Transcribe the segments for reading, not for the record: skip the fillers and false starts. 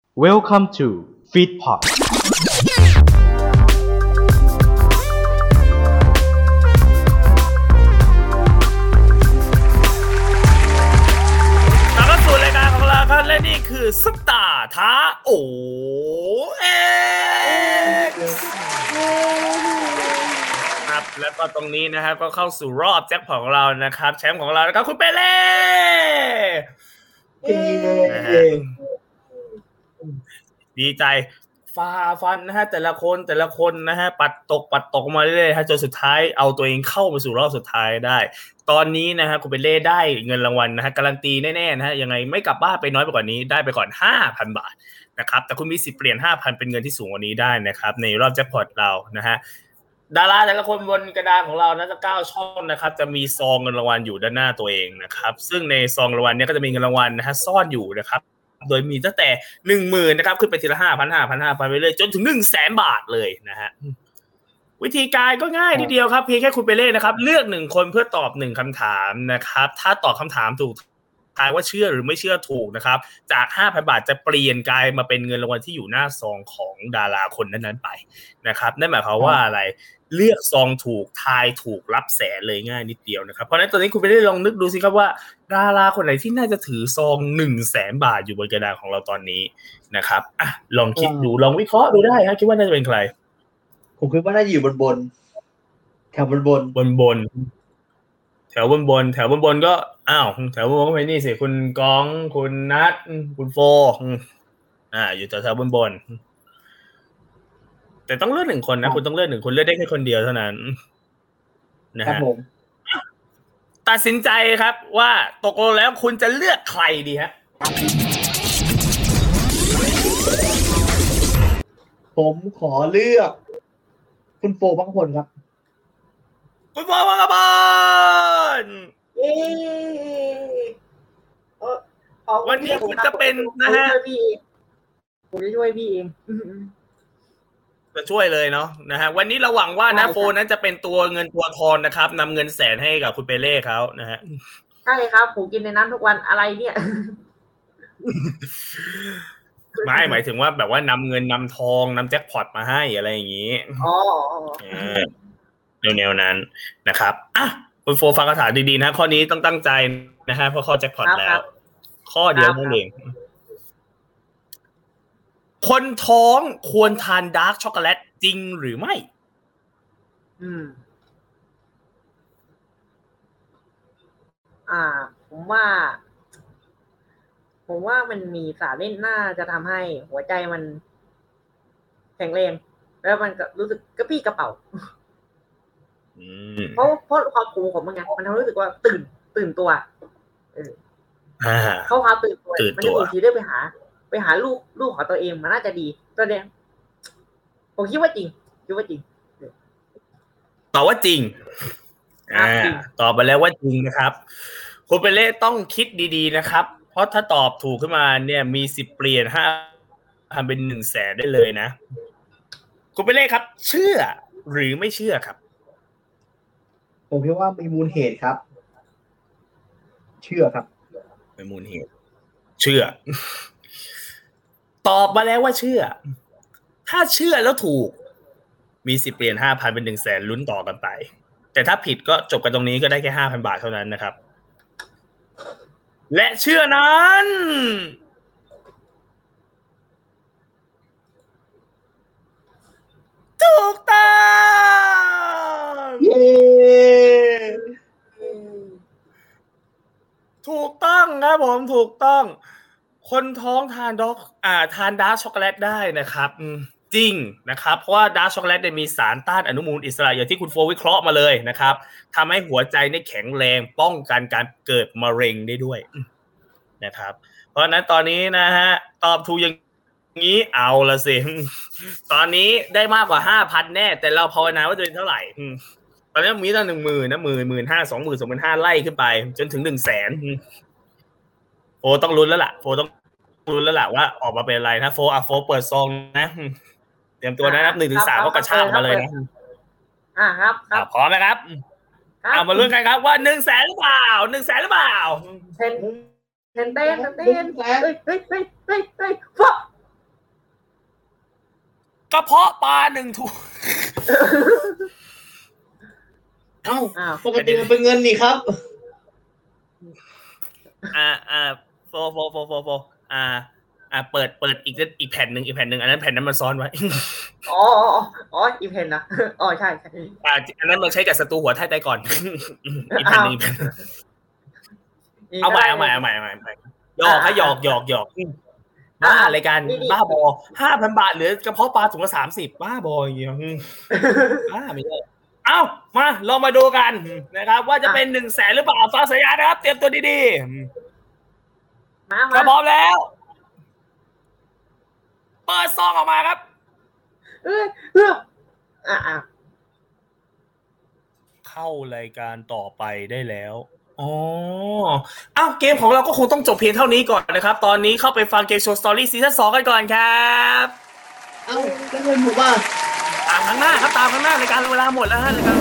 Welcome to Feedpot และนี่คือสตาร์ท้าโอเอ็กซ์ครับแล้วก็ตรงนี้นะครับก็เข้าสู่รอบแจ็คพอตของเรานะครับแชมป์ของเราแล้วก็คุณเปเล่ดีใจฟ้าฟันนะฮะแต่ละคนนะฮะปัดตกมาเรื่อยๆฮะจนสุดท้ายเอาตัวเองเข้ามาสู่รอบสุดท้ายได้ตอนนี้นะฮะคุณเปเล่ได้เงินรางวัลนะฮะการันตีแน่ๆนะฮะยังไงไม่กลับบ้านไปน้อยไปกว่านี้ได้ไปก่อน 5,000 บาทนะครับแต่คุณมีสิทธิ์เปลี่ยน 5,000 เป็นเงินที่สูงกว่านี้ได้นะครับในรอบแจ็คพอตเรานะฮะดาราแต่ละคนบนกระดานของเรานะจะ9ช่องนะครับจะมีซองเงินรางวัลอยู่ด้านหน้าตัวเองนะครับซึ่งในซองรางวัลนี้ก็จะมีเงินรางวัลนะฮะซ่อนอยู่นะครับโดยมีตั้งแต่ 10,000 นะครับขึ้นไปทีละ 5,000 ไปเรื่อยๆจนถึง 100,000 บาทเลยนะฮะวิธีการก็ง่ายทีเดียวครับเพียงแค่คุณไปเล่นนะครับเลือก1คนเพื่อตอบ1คำถามนะครับถ้าตอบคำถามถูกทายว่าเชื่อหรือไม่เชื่อถูกนะครับจาก 5,000 บาทจะเปลี่ยนกลายมาเป็นเงินรางวัลที่อยู่หน้าซองของดาราคนนั้นๆไปนะครับนั่นหมายความว่าอะไรเลือกซองถูกทายถูกรับแสนเลยง่ายนิดเดียวนะครับเพราะฉะนั้นตอนนี้คุณไปได้ลองนึกดูสิครับว่าดาราคนไหนที่น่าจะถือซอง 100,000 บาทอยู่บนกระดานของเราตอนนี้นะครับอ่ะลองคิดดูลองวิเคราะห์ดูได้ครับคิดว่าน่าจะเป็นใครผมคิดว่าน่าจะอยู่บนแถวบนแถวบนก็อ้าวแถวบนก็ไม่นี่สิคุณก้องคุณนัทคุณโฟอยู่แถวบนแต่ต้องเลือก1คนนะคุณต้องเลือก1คนเลือกได้แค่คนเดียวเท่านั้นนะฮะตัดสินใจครับว่าตกลงแล้วคุณจะเลือกใครดีฮะผมขอเลือกคุณโฟบางคนครับคุณโฟบางคนวันนี้คุณจะเป็นนะฮะผมจะช่วยพี่เองจะช่วยเลยเนาะนะฮะวันนี้เราหวังว่านะโฟนั้นจะเป็นตัวเงินตัวทองนะครับนำเงินแสนให้กับคุณเปเล่เขานะฮะใช่ครับผมกินในนั้นทุกวันอะไรเนี่ยหมายถึงว่าแบบว่านำเงินนำทองนำแจ็คพอตมาให้อะไรอย่างนี้แนวนั้นนะครับอ่ะคุณโฟฟังคำถามดีๆนะข้อนี้ต้องตั้งใจนะฮะเพราะข้อแจ็คพอตแล้วข้อเดียวนั่นเองคนท้องควรทานดาร์กช็อกโกแลตจริงหรือไม่ผมว่ามันมีสารเล่นน่าจะทำให้หัวใจมันแข็งแรงแล้วมันก็รู้สึกกระปี้กระเป๋าเพราะความคูลของมันไงมันทำให้รู้สึกว่าตื่นตัวเขาพาตื่นตัวมันจะบางทีได้ไปหาลูกของตัวเองมันน่าจะดีตัวเนี้ยผมคิดว่าจริงตอบว่าจริงตอบไปแล้วว่าจริงนะครับคุณเปเล่ต้องคิดดีๆนะครับเพราะถ้าตอบถูกขึ้นมาเนี่ยมีสิทธิ์เปลี่ยน5,000เป็น 100,000 ได้เลยนะคุณเปเล่ครับเชื่อหรือไม่เชื่อครับผมคิดว่ามีมูลเหตุครับเชื่อครับมีมูลเหตุเชื่อตอบมาแล้วว่าเชื่อถ้าเชื่อแล้วถูกมีสิทธิ์เปลี่ยน 5,000 เป็น 100,000 ลุ้นต่อกันไปแต่ถ้าผิดก็จบกันตรงนี้ก็ได้แค่ 5,000 บาทเท่านั้นนะครับและเชื่อนั้นถูกต้องถูกต้องครับผมถูกต้องคนท้องทานดาร์กช็อกโกแลตได้นะครับจริงนะครับเพราะว่าดาร์กช็อกโกแลตมีสารต้านอนุมูลอิสระอย่างที่คุณโฟวิเคราะห์มาเลยนะครับทำให้หัวใจเนี่ยแข็งแรงป้องกันการเกิดมะเร็งได้ด้วยนะครับเพราะนั้นตอนนี้นะฮะตอบถูกอย่างนี้เอาละสิตอนนี้ได้มากกว่า 5,000 แน่แต่เราภาวนาว่าจะเป็นเท่าไหร่ตอนนี้มีตั้ง 10,000 นะ 15,000 20,000 25,000 ไล่ขึ้นไปจนถึง 100,000โฟต้องลุ้นแล้วล่ะโฟต้องลุ้นแล้วล่ะว่าออกมาเป็นอะไรนะโฟเปิดซองนะเตรียมตัวนะนับ 1-3 ก็กระชากมาเลยนะครับพร้อมไหมครับเอามาลุ้นกันครับว่า 100,000 หรือเปล่า 100,000 หรือเปล่าเต้นเฮ้ยฟะกระเพาะปลา1ถ้วยเอ้าปกติมันเป็นเงินนี่ครับโฟเปิดอีกแผ่นหนึ่งอันนั้นแผ่นนั้นมันซ้อนไว้อ๋ออีแผ่นนะอ๋อใช่อันนั้นมันใช้กับศัตรูหัวท้ายไตก่อนอีแผ่นนึงเอาใหม่หยอกรายการบ้าบอ 5,000 บาทหรือกระเพาะปลาถุงละ30บ้าบออย่างเงี้ยไม่ได้เอ้ามาลองมาดูกันนะครับว่าจะเป็น 100,000 หรือเปล่าฟังสัญญาณนะครับเตรียมตัวดีๆมาพร้อมแล้วเปิดซองออกมาครับเข้ารายการต่อไปได้แล้วอ้าวเกมของเราก็คงต้องจบเพียงเท่านี้ก่อนนะครับตอนนี้เข้าไปฟังเกมโชว์สตอรี่ซีซั่น2กันก่อนครับแล้วเงินอยู่ป่ะตามข้างหน้าครับตามข้างหน้ารายการเวลาหมดแล้วฮะรายการ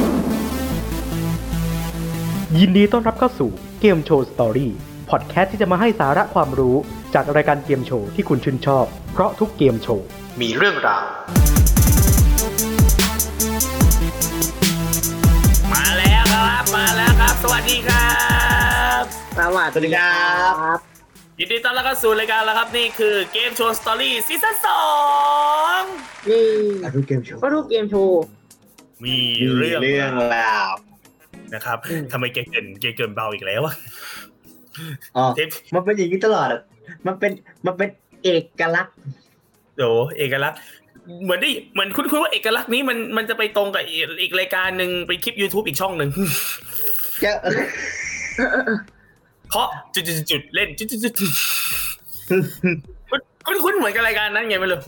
ยินดีต้อนรับเข้าสู่เกมโชว์สตอรี่พอดแคสต์ที่จะมาให้สาระความรู้จากรายการเกมโชว์ที่คุณชื่นชอบเพราะทุกเกมโชว์มีเรื่องราวมาแล้วครับสวัสดีครับสวัสดีครับยินดีต้อนรับเข้าสู่รายการแล้วครับนี่คือเกมโชว์สตอรี่ซีซั่น2 นี่ทุกเกมโชว์มีเรื่องราวนะครับทำไมเกมเกินเบาอีกแล้วอะมันเป็นอย่างนี้ตลอดมันเป็นเอกลักษณ์เอกลักษณ์เหมือนคุ้นว่าเอกลักษณ์นี้มันจะไปตรงกับอีกรายการนึงไปคลิป YouTube อีกช่องนึงเพราะจุดเล่นจุดคุ้นเหมือนกับรายการนั้นไงไม่รู้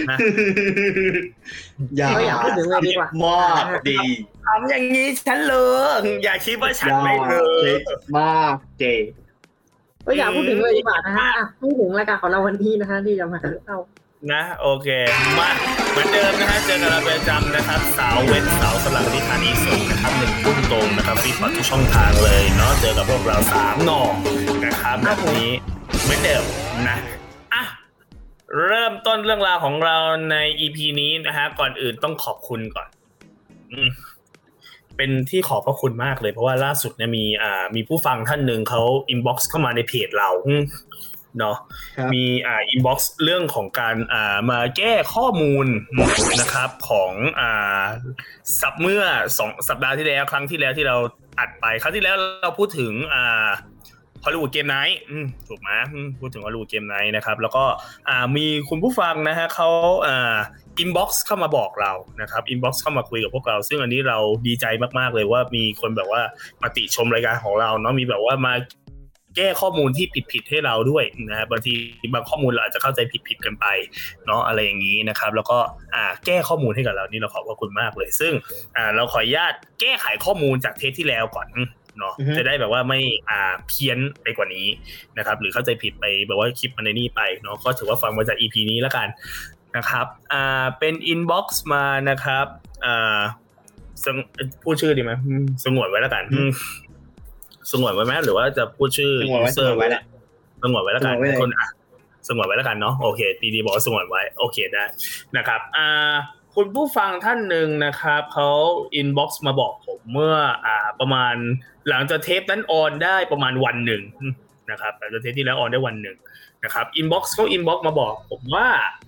อยากพูดถึงเลยดีกว่ามากดีทำอย่างนี้ฉันเลยอย่าคิดว่าฉันไม่เลยมากเจก็อยากพูดถึงเลยดีกว่านะฮะพูดถึงรายการของเราวันนี้นะฮะที่จะมาเล่านะโอเคมาเหมือนเดิมนะฮะเจอกันเราประจำนะครับเสาร์เว้นเสาร์สำหรับนิทานอีสดนะครับ1 ทุ่มตรงนะครับฟีดพอดทุกช่องทางเลยเนาะเจอกับพวกเรา3 หน่อนะครับแบบนี้เหมือนเดิมนะเริ่มต้นเรื่องราวของเราใน EP นี้นะฮะก่อนอื่นต้องขอบคุณก่อนเป็นที่ขอบพระคุณมากเลยเพราะว่าล่าสุดเนี่ยมีผู้ฟังท่านนึงเขาอินบ็อกซ์เข้ามาในเพจเราเนาะมีอินบ็อกซ์เรื่องของการมาแก้ข้อมูลนะครับของเมื่อ2 สัปดาห์ที่แล้วครั้งที่แล้วที่เราอัดไปครั้งที่แล้วเราพูดถึงHollywood Game Night ถูกไหมพูดถึง Hollywood Game Night นะครับแล้วก็มีคุณผู้ฟังนะฮะเขาอินบ็อกซ์เข้ามาบอกเรานะครับอินบ็อกซ์เข้ามาคุยกับพวกเราซึ่งอันนี้เราดีใจมากๆเลยว่ามีคนแบบว่ามาติชมรายการของเราเนาะมีแบบว่ามาแก้ข้อมูลที่ผิดๆให้เราด้วยนะฮะบางทีบางข้อมูลเราอาจจะเข้าใจผิดๆกันไปเนาะอะไรอย่างนี้นะครับแล้วก็แก้ข้อมูลให้กับเรานี่เราขอบคุณมากเลยซึ่งเราขออนุญาตแก้ไขข้อมูลจากเทปที่แล้วก่อนเนาะจะได้แบบว่าไม่เพี้ยนไปกว่านี้นะครับหรือเข้าใจผิดไปแบบว่าคลิปมันในนี่ไปเนาะก็ถือว่าฟังมาจาก EP นี้แล้วกันนะครับเป็นอินบ็อกซ์มานะครับพูดชื่อดีไหมสงวนไว้แล้วกันสงวนไว้ไหมหรือว่าจะพูดชื่อยูเซอร์ไว้แหละสงวนไว้แล้วกันคนสงวนไว้แล้วกันเนาะโอเคดีๆบอกสงวนไว้โอเคได้นะครับคุณผู้ฟังท่านหนึ่งนะครับเขาอินบ็อกซ์มาบอกผมเมื่อประมาณหลังจากเทปนั้นออนได้ประมาณวันหนึ่งนะครับหลังจากเทปที่แล้วออนได้วันหนึ่งนะครับอินบ็อกซ์เขาอินบ็อกซ์มาบอกผมว่า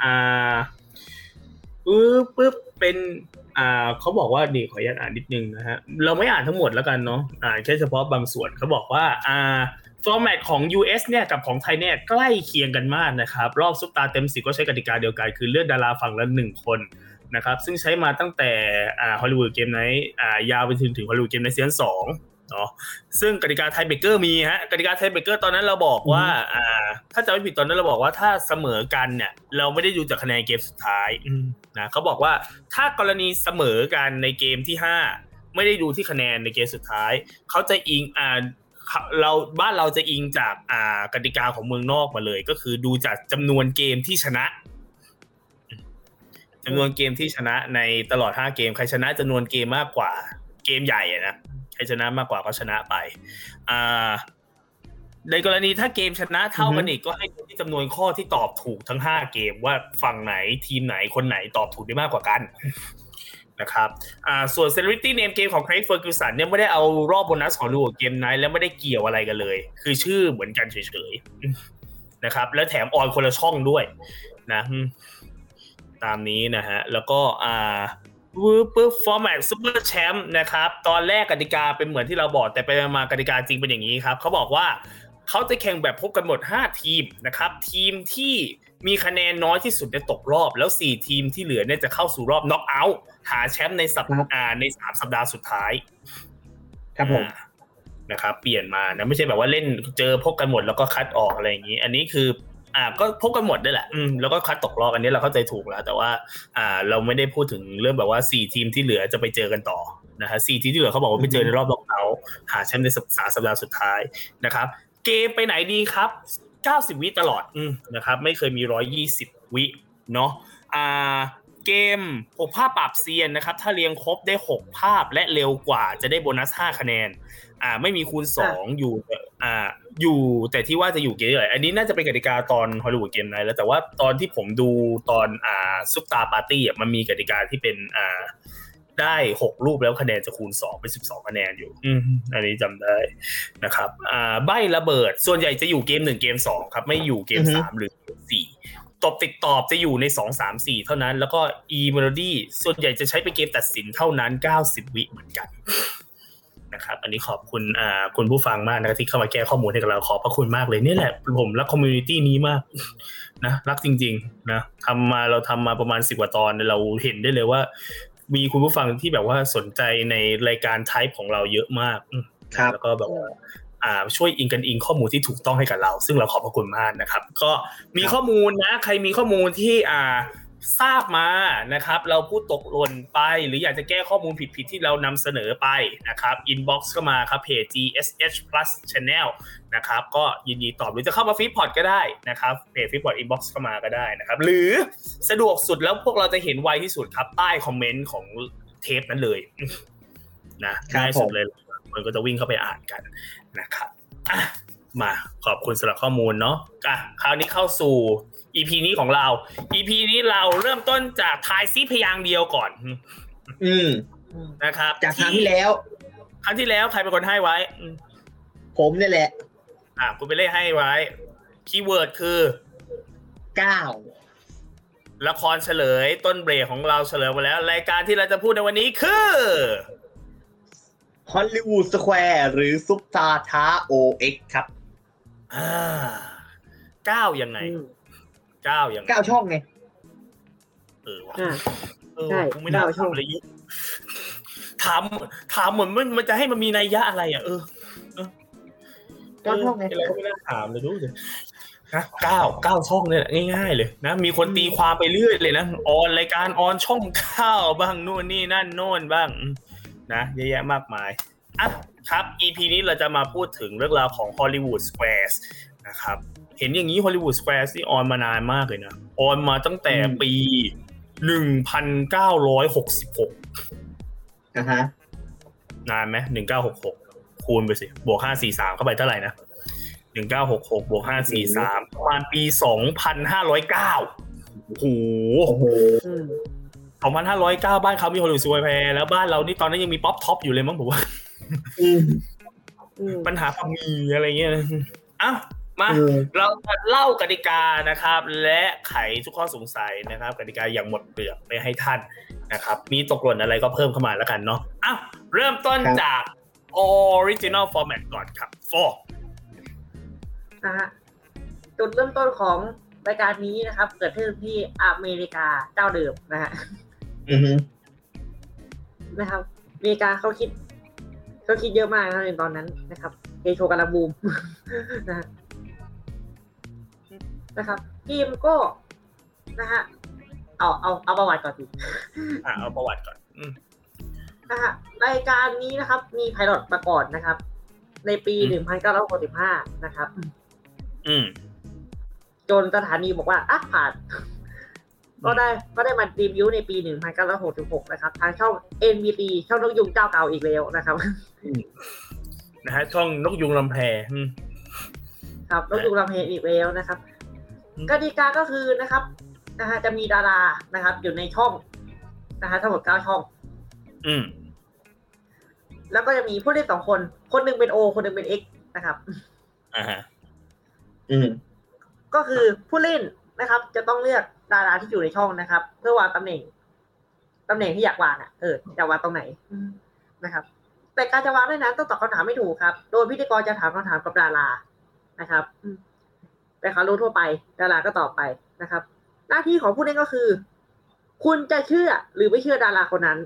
ปึ๊บเป็นเขาบอกว่านี่ขออนุญาตอ่านนิดนึงนะฮะเราไม่อ่านทั้งหมดแล้วกันเนาะแค่เฉพาะบางส่วนเขาบอกว่าฟอร์แมตของ US เนี่ยกับของไทยเนี่ยใกล้เคียงกันมากนะครับรอบซุปตาเต็ม10ก็ใช้กติกาเดียวกันคือเลือกดาราฝั่งละ1 คนนะครับซึ่งใช้มาตั้งแต่Hollywood Game Night ยาวไปถึง Hollywood Game Night ซีซั่น2เนาะซึ่งกติกาไทเบรกเกอร์มีฮะกติกาไทเบรกเกอร์ตอนนั้นเราบอกว่าถ้าจำไม่ผิดตอนนั้นเราบอกว่าถ้าเสมอกันเนี่ยเราไม่ได้ดูจากคะแนนเกมสุดท้ายนะเขาบอกว่าถ้ากรณีเสมอกันในเกมที่5ไม่ได้ดูที่คะแนนในเกมสุดท้ายเขาจะอิงบ้านเราจะอิงจากกติกาของเมืองนอกมาเลยก็คือดูจากจำนวนเกมที่ชนะจำนวนเกมที่ชนะในตลอด5 เกมใครชนะจำนวนเกมมากกว่าเกมใหญ่นะใครชนะมากกว่าก็ชนะไปในกรณีถ้าเกมชนะเท่ากันอีกก็ให้ดูที่จำนวนข้อที่ตอบถูกทั้ง5เกมว่าฝั่งไหนทีมไหนคนไหนตอบถูกได้มากกว่ากันนะครับส่วน Celebrity Name Game ของ Craig Ferguson เนี่ยไม่ได้เอารอบโบนัสของ Hollywood Game Night แล้วไม่ได้เกี่ยวอะไรกันเลยคือชื่อเหมือนกันเฉยๆนะครับแล้วแถมออนคนละช่องด้วยนะตามนี้นะฮะแล้วก็ปึ๊บฟอร์แมตซุปเปอร์แชมป์นะครับตอนแรกกติกาเป็นเหมือนที่เราบอกแต่ไปมากติกาจริงเป็นอย่างนี้ครับเขาบอกว่าเขาจะแข่งแบบพบกันหมด5ทีมนะครับทีมที่มีคะแนนน้อยที่สุดจะตกรอบแล้ว4ทีมที่เหลือเนี่ยจะเข้าสู่รอบน็อกเอาท์หาแชมป์ใน3 สัปดาห์สุดท้ายครับผมนะครับเปลี่ยนมานะไม่ใช่แบบว่าเล่นเจอพบกันหมดแล้วก็คัดออกอะไรอย่างนี้อันนี้คือก็พบกันหมดได้แหละแล้วก็คัดตกรอบอันนี้เราเข้าใจถูกแล้วแต่ว่าเราไม่ได้พูดถึงเรื่องแบบว่า4ทีมที่เหลือจะไปเจอกันต่อนะฮะ4ทีมที่เหลือเขาบอกว่าไปเจอในรอบน็อกเอาท์หาแชมป์ใน3 สัปดาห์สุดท้ายนะครับเกมไปไหนดีครับ90วิตลอดนะครับไม่เคยมี120วิเนาะเกม6ภาพปราบเซียนนะครับถ้าเรียงครบได้6ภาพและเร็วกว่าจะได้โบนัส5คะแนนไม่มีคูณ2อยู่แต่ที่ว่าจะอยู่เกมอะไรอันนี้น่าจะเป็นกติกาตอน Hollywood Game Night แล้วแต่ว่าตอนที่ผมดูตอนซุปตาปาร์ตี้มันมีกติกาที่เป็นได้6รูปแล้วคะแนนจะคูณ2เป็น12คะแนนอยู่อันนี้จำได้นะครับใบระเบิดส่วนใหญ่จะอยู่เกม1เกม2ครับไม่อยู่เกม3หรือ4ตบติดตอบจะอยู่ใน2 3 4เท่านั้นแล้วก็ melody ส่วนใหญ่จะใช้เป็นเกมตัดสินเท่านั้น90วิเหมือนกันนะครับอันนี้ขอบคุณคุณผู้ฟังมากนะครับที่เข้ามาแก้ข้อมูลให้กับเราขอบพระคุณมากเลยนี่แหละผมรักคอมมูนิตี้นี้มากนะรักจริงๆนะเราทำมาประมาณ10กว่าตอนเราเห็นได้เลยว่ามีคุณผู้ฟังที่แบบว่าสนใจในรายการไทป์ของเราเยอะมากแล้วก็แบบช่วยอิงข้อมูลที่ถูกต้องให้กับเราซึ่งเราขอบพระคุณมากนะครับก็มีข้อมูลนะใครมีข้อมูลที่ทราบมานะครับเราพูดตกหล่นไปหรืออยากจะแก้ข้อมูลผิดๆที่เรานำเสนอไปนะครับ inbox เข้ามาครับเพจ GSH Plus Channel นะครับก็ยินดีตอบหรือจะเข้ามาฟีดพอดก็ได้นะครับเพจฟีดพอด inbox เข้ามาก็ได้นะครับหรือสะดวกสุดแล้วพวกเราจะเห็นไวที่สุดครับใต้คอมเมนต์ของเทปนั้นเลยนะง่ายสุดเลยมันก็จะวิ่งเข้าไปอ่านกันนะครับมาขอบคุณสำหรับข้อมูลเนาะคราวนี้เข้าสู่EP นี้ของเรา EP นี้เราเริ่มต้นจากทายซิพยางค์เดียวก่อนนะครับจากครั้งที่แล้วใครเป็นคนให้ไว้ผมนี่แหละคุณไปเล่ให้ไว้คีย์เวิร์ดคือ 9 ละครเฉลยต้นเบรกของเราเฉลยไปแล้วรายการที่เราจะพูดในวันนี้คือฮอลลีวูดสแควร์หรือซุปตาท้า OX ครับ 9ยังไง 9ช่องไงใช่ไม่ได้ช่องเลยถามเหมือนมันจะให้มันมีนัยยะอะไร 9ช่องไงเราไม่ได้ถามเลยดูสินะ9ช่องเนี่ยง่ายๆเลยนะมีคนตีความไปเรื่อยเลยนะออนรายการออนช่อง9บ้างนู่นนี่นั่นโน่นบ้างนะเยอะแยะมากมายครับ EP นี้เราจะมาพูดถึงเรื่องราวของ Hollywood Squares นะครับเห็นอย่างนี้ Hollywood Squares นี่ออนมานานมากเลยนะออนมาตั้งแต่ปี1966นานไหม1966คูณไปสิบวก543เข้าไปเท่าไหร่นะ1966บวก543ประมาณปี2509โอ้โห2509บ้านเขามี Hollywood Squares แล้วบ้านเรานี่ตอนนั้นยังมีป๊อปท็อปอยู่เลยมั้งผมว่าปัญหาความมีอะไรเงี้ยมาเราจะเล่ากติกานะครับและไขทุกข้อสงสัยนะครับกติกาอย่างหมดเปลือกไปให้ท่านนะครับมีตกหล่นอะไรก็เพิ่มเข้ามาแล้วกันเนาะเริ่มต้นจาก original format ก่อนครับจุดเริ่มต้นของรายการนี้นะครับเกิดขึ้นที่อเมริกาเจ้าเดิมนะฮะนะครับอเมริกาเขาคิดเยอะมากในตอนนั้นนะครับเกมโชว์กำลังบูมนะครับทีมก็นะฮะเอาประวัติก่อนสิเอาประวัติก่อนนะฮะรายการนี้นะครับมีไพลอตมาก่อนนะครับในปี1965นะครับจนสถานีบอกว่าผ่านก็ได้มาดีบิวต์ในปี1966นะครับทางช่อง NBC ช่องนกยุงเจ้าเก่าอีกแล้วนะครับนะฮะช่องนกยุงลำแพครับนกยูงลำเพลินอีกแล้วนะครับกติกาก็คือนะครับจะมีดารานะครับอยู่ในช่องทั้งหมด9ช่องแล้วก็จะมีผู้เล่น2คนคนหนึ่งเป็น O คนหนึ่งเป็น X นะครับก็คือผู้เล่นนะครับจะต้องเลือกดาราที่อยู่ในช่องนะครับเพื่อวางตำแหน่งที่อยากวางอยากวางตรงไหนนะครับแต่การจะวางได้นั้นต้องตอบคำถามไม่ถูกครับโดยพิธีกรจะถามคำถามกับดารานะครับแต่เขารู้ทั่วไปดาราก็ตอบไปนะครับหน้าที่ของผู้เล่นก็คือคุณจะเชื่อหรือไม่เชื่อดาราคนนั้น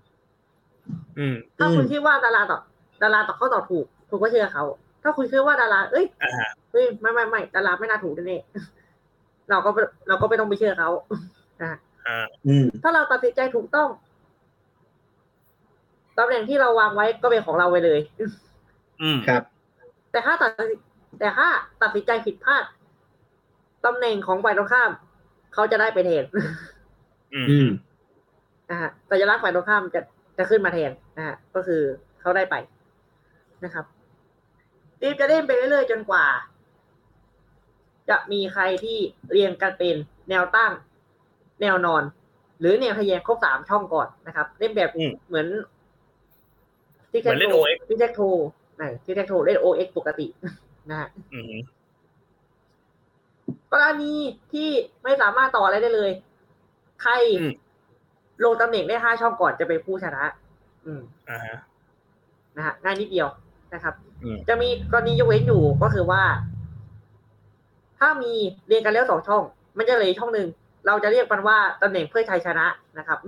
ถ้าคุณคิดว่าดาราตอบเขาตอบถูกคุณก็เชื่อเขาถ้าคุณคิดว่าดาราไม่ดาราไม่น่าถูกแน่ๆเราก็ไม่ต้องไปเชื่อเขาถ้าเราตัดสินใจถูกต้องตำแหน่งที่เราวางไว้ก็เป็นของเราไปเลยครับแต่ถ้าตัดสินใจผิดพลาดตำแหน่งของฝ่ายตรงข้ามเขาจะได้ไปแทนสัญลักษณ์ฝ่ายตรงข้ามจะขึ้นมาแทนก็คือเขาได้ไปนะครับทีมจะเล่นไปเรื่อยๆจนกว่าจะมีใครที่เรียงกันเป็นแนวตั้งแนวนอนหรือแนวทะแยงครบ3ช่องก่อนนะครับเล่นแบบเหมือนที่เล่น OX ที่แท็กโทเล่น OX ปกตินะฮะกรณีที่ไม่สามารถต่ออะไรได้เลยใครลงตำแหน่งได้5ช่องก่อนจะเป็นผู้ชนะนะฮะง่ายนิดเดียวนะครับจะมีกรณียกเว้นอยู่ก็คือว่าถ้ามีเรียงกันแล้ว2ช่องมันจะเหลือช่องนึงเราจะเรียกมันว่าตำแหน่งเพื่อชัยชนะนะครับ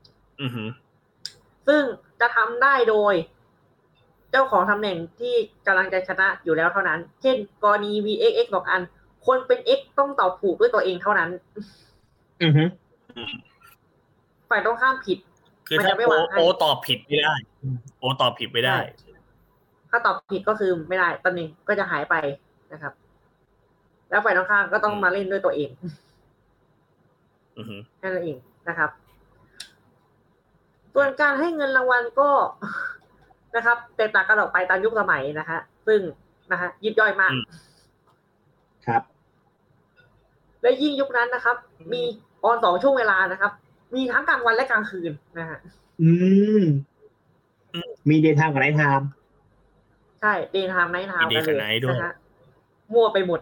ซึ่งจะทำได้โดยเจ้าของตำแหน่งที่กำลังจะชนะอยู่แล้วเท่านั้นเช่นกรณี VXX 2อันคนเป็น X ต้องตอบถูกด้วยตัวเองเท่านั้นฝ่ายตรงข้ามผิดคือถ้าโอตอบผิดไม่ได้โอตอบผิดไม่ได้ถ้าตอบผิดก็คือไม่ได้ตำแหน่งก็จะหายไปนะครับแล้วฝ่ายตรงข้ามก็ต้องมาเล่นด้วยตัวเองแค่นั้นเองนะครับส่วนการให้เงินรางวัลก็นะครับแตกต่างกันออกไปตามยุคสมัยนะฮะซึ่งนะฮะยิบย่อยมากครับและยิ่งยุคนั้นนะครับมีออน2ช่วงเวลานะครับมีทั้งกลางวันและกลางคืนนะฮะมีเดย์ไทม์กับไนท์ไทม์ใช่เดย์ไทม์ไนท์ไทม์กันเลยนะฮะมั่วไปหมด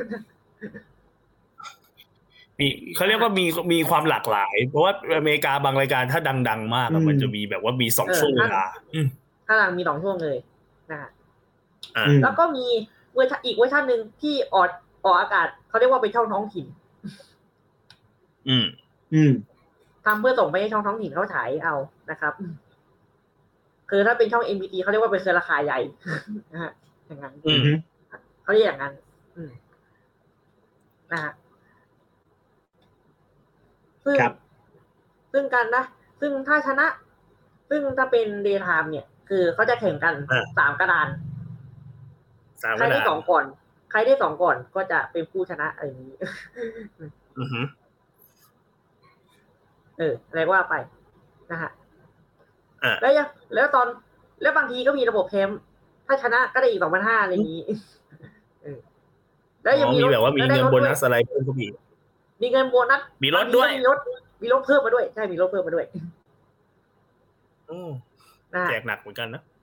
เขาเรียกว่ามีความหลากหลายเพราะว่าอเมริกาบางรายการถ้าดังๆมากมันจะมีแบบว่ามี2ช่วงเวลาถ้าดังมี2ช่วงเลยนะฮะแล้วก็มีเวอร์ชันอีกเวอร์ชันนึงที่ออกอากาศเขาเรียกว่าเป็นช่องท้องถิ่นทำเพื่อส่งไปให้ช่องท้องถิ่นเขาฉายเอานะครับคือถ้าเป็นช่อง MBT เขาเรียกว่าเป็นเครือข่ายใหญ่นะฮะอย่างนั้นเขาเรียกอย่างนั้นนะฮะซึ่งกันนะซึ่งถ้าชนะซึ่งถ้าเป็นเดย์ไทม์เนี่ยคือเขาจะแข่งกัน3กระดานใครได้2ก่อนก็จะเป็นผู้ชนะอะไรอย่างนี้อะไรว่าไปนะฮะแล้วบางทีก็มีระบบแคมป์ถ้าชนะก็ได้อีก 2,500 อะไรอย่างนี้แล้วยังมีแบบว่ามีเงินโบนัสอะไรเพิ่มก็มีเงินโบนัสมีรถด้วยมีรถเพิ่มมาด้วยใช่มีรถเพิ่มมาด้วยแจกหนักเหมือนกันนะ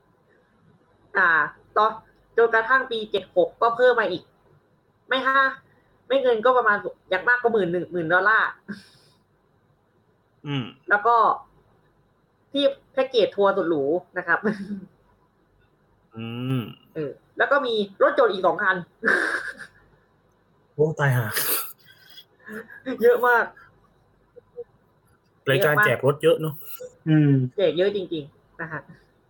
ต่อจนกระทั่งปี76ก็เพิ่มมาอีกไม่เงินก็ประมาณอย่างมากก็$10,000แล้วก็ที่แพ็กเกจทัวร์สุดหรูนะครับแล้วก็มีรถยนต์อีก2คันโอ้ตายห่าเยอะมากรายการแจกรถเยอะเนาะแจกเยอะจริงๆนะฮะ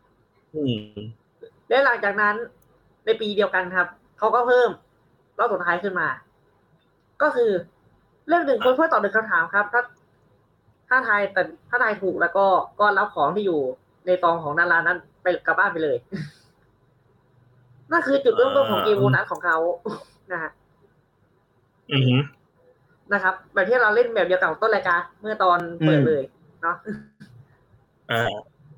และหลังจากนั้นในปีเดียวกันครับเขาก็เพิ่มรอบสุดท้ายขึ้นมาก็คือเรื่อง1คนเพื่อตอบ1คำถามครับถ้าทายถูกแล้วก็รับของที่อยู่ในซองของดารานั้นไปกลับบ้านไปเลยนั่นคือจุดเริ่มต้นของเกมโบนัสของเขานะฮะนะครับแบบที่เราเล่นแบบเดียวกับต้นรายการเมื่อตอนเปิดเลยเนาะ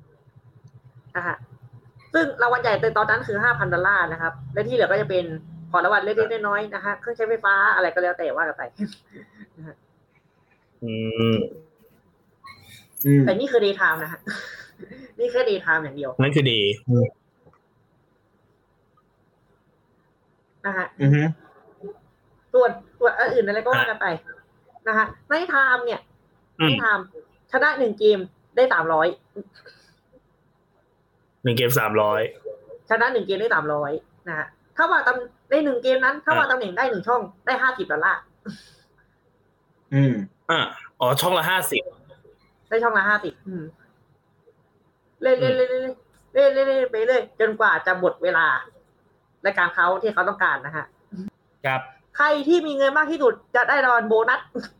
ซึ่งรางวัลใหญ่ในตอนนั้นคือ$5,000นะครับและที่เหลือก็จะเป็นของรางวัลเล็กๆน้อยๆนะฮะเครื่องใช้ไฟฟ้าอะไรก็แล้วแต่ว่ากันไปนะฮะแต่นี่คือ day time นะฮะนี่แค่ day time อย่างเดียวนั่นคือ day นะฮะส่วนอื่นอะไรก็ว่ากันไปนะฮะในไทม์เนี่ยในไทม์ชนะ1เกมได้300 1เกม300 ชนะ1เกมได้300นะฮะถ้าว่าได้1เกมนั้นถ้าว่าตำแหน่งได้1ช่องได้$50 อ๋อช่องละ50 ได้ช่องละ50เล่นไปเรื่อยจนกว่าจะหมดเวลารายการเขาที่เขาต้องการนะฮะครับใครที่มีเงินมากที่สุดจะได้รางวัลโบนัส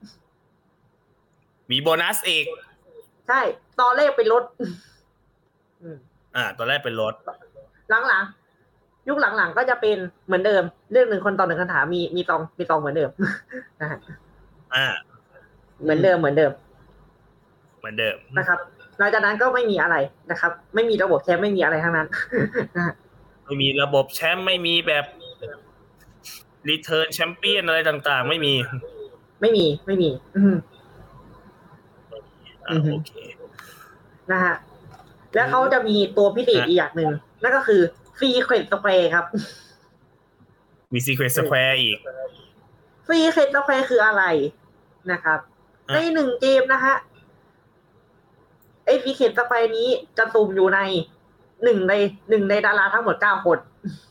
มีโบนัสอีกใช่ตอนแรกเป็นรถตอนแรกเป็นรถหลังๆยุคหลังๆก็จะเป็นเหมือนเดิมเรื่อง1คนต่อ1คำถามมีตองเหมือนเดิมนะฮะเหมือนเดิมนะครับหลังจากนั้นก็ไม่มีอะไรนะครับไม่มีระบบแชมป์ไม่มีอะไรทั้งนั้นนะฮะไม่มีระบบแชมป์ไม่มีแบบรีเทิร์นแชมเปี้ยนอะไรต่างๆไม่มีโอเคนะฮะแล้วเขาจะมีตัวพิเศษอีกอย่างหนึ่งนั่นก็คือ Secret Square ครับมี Secret Square อีก Secret Square คืออะไรนะครับใน1เกมนะฮะไอ้ Secret Square นี้จะสุ่มอยู่ใน1ในดาราทั้งหมด9คน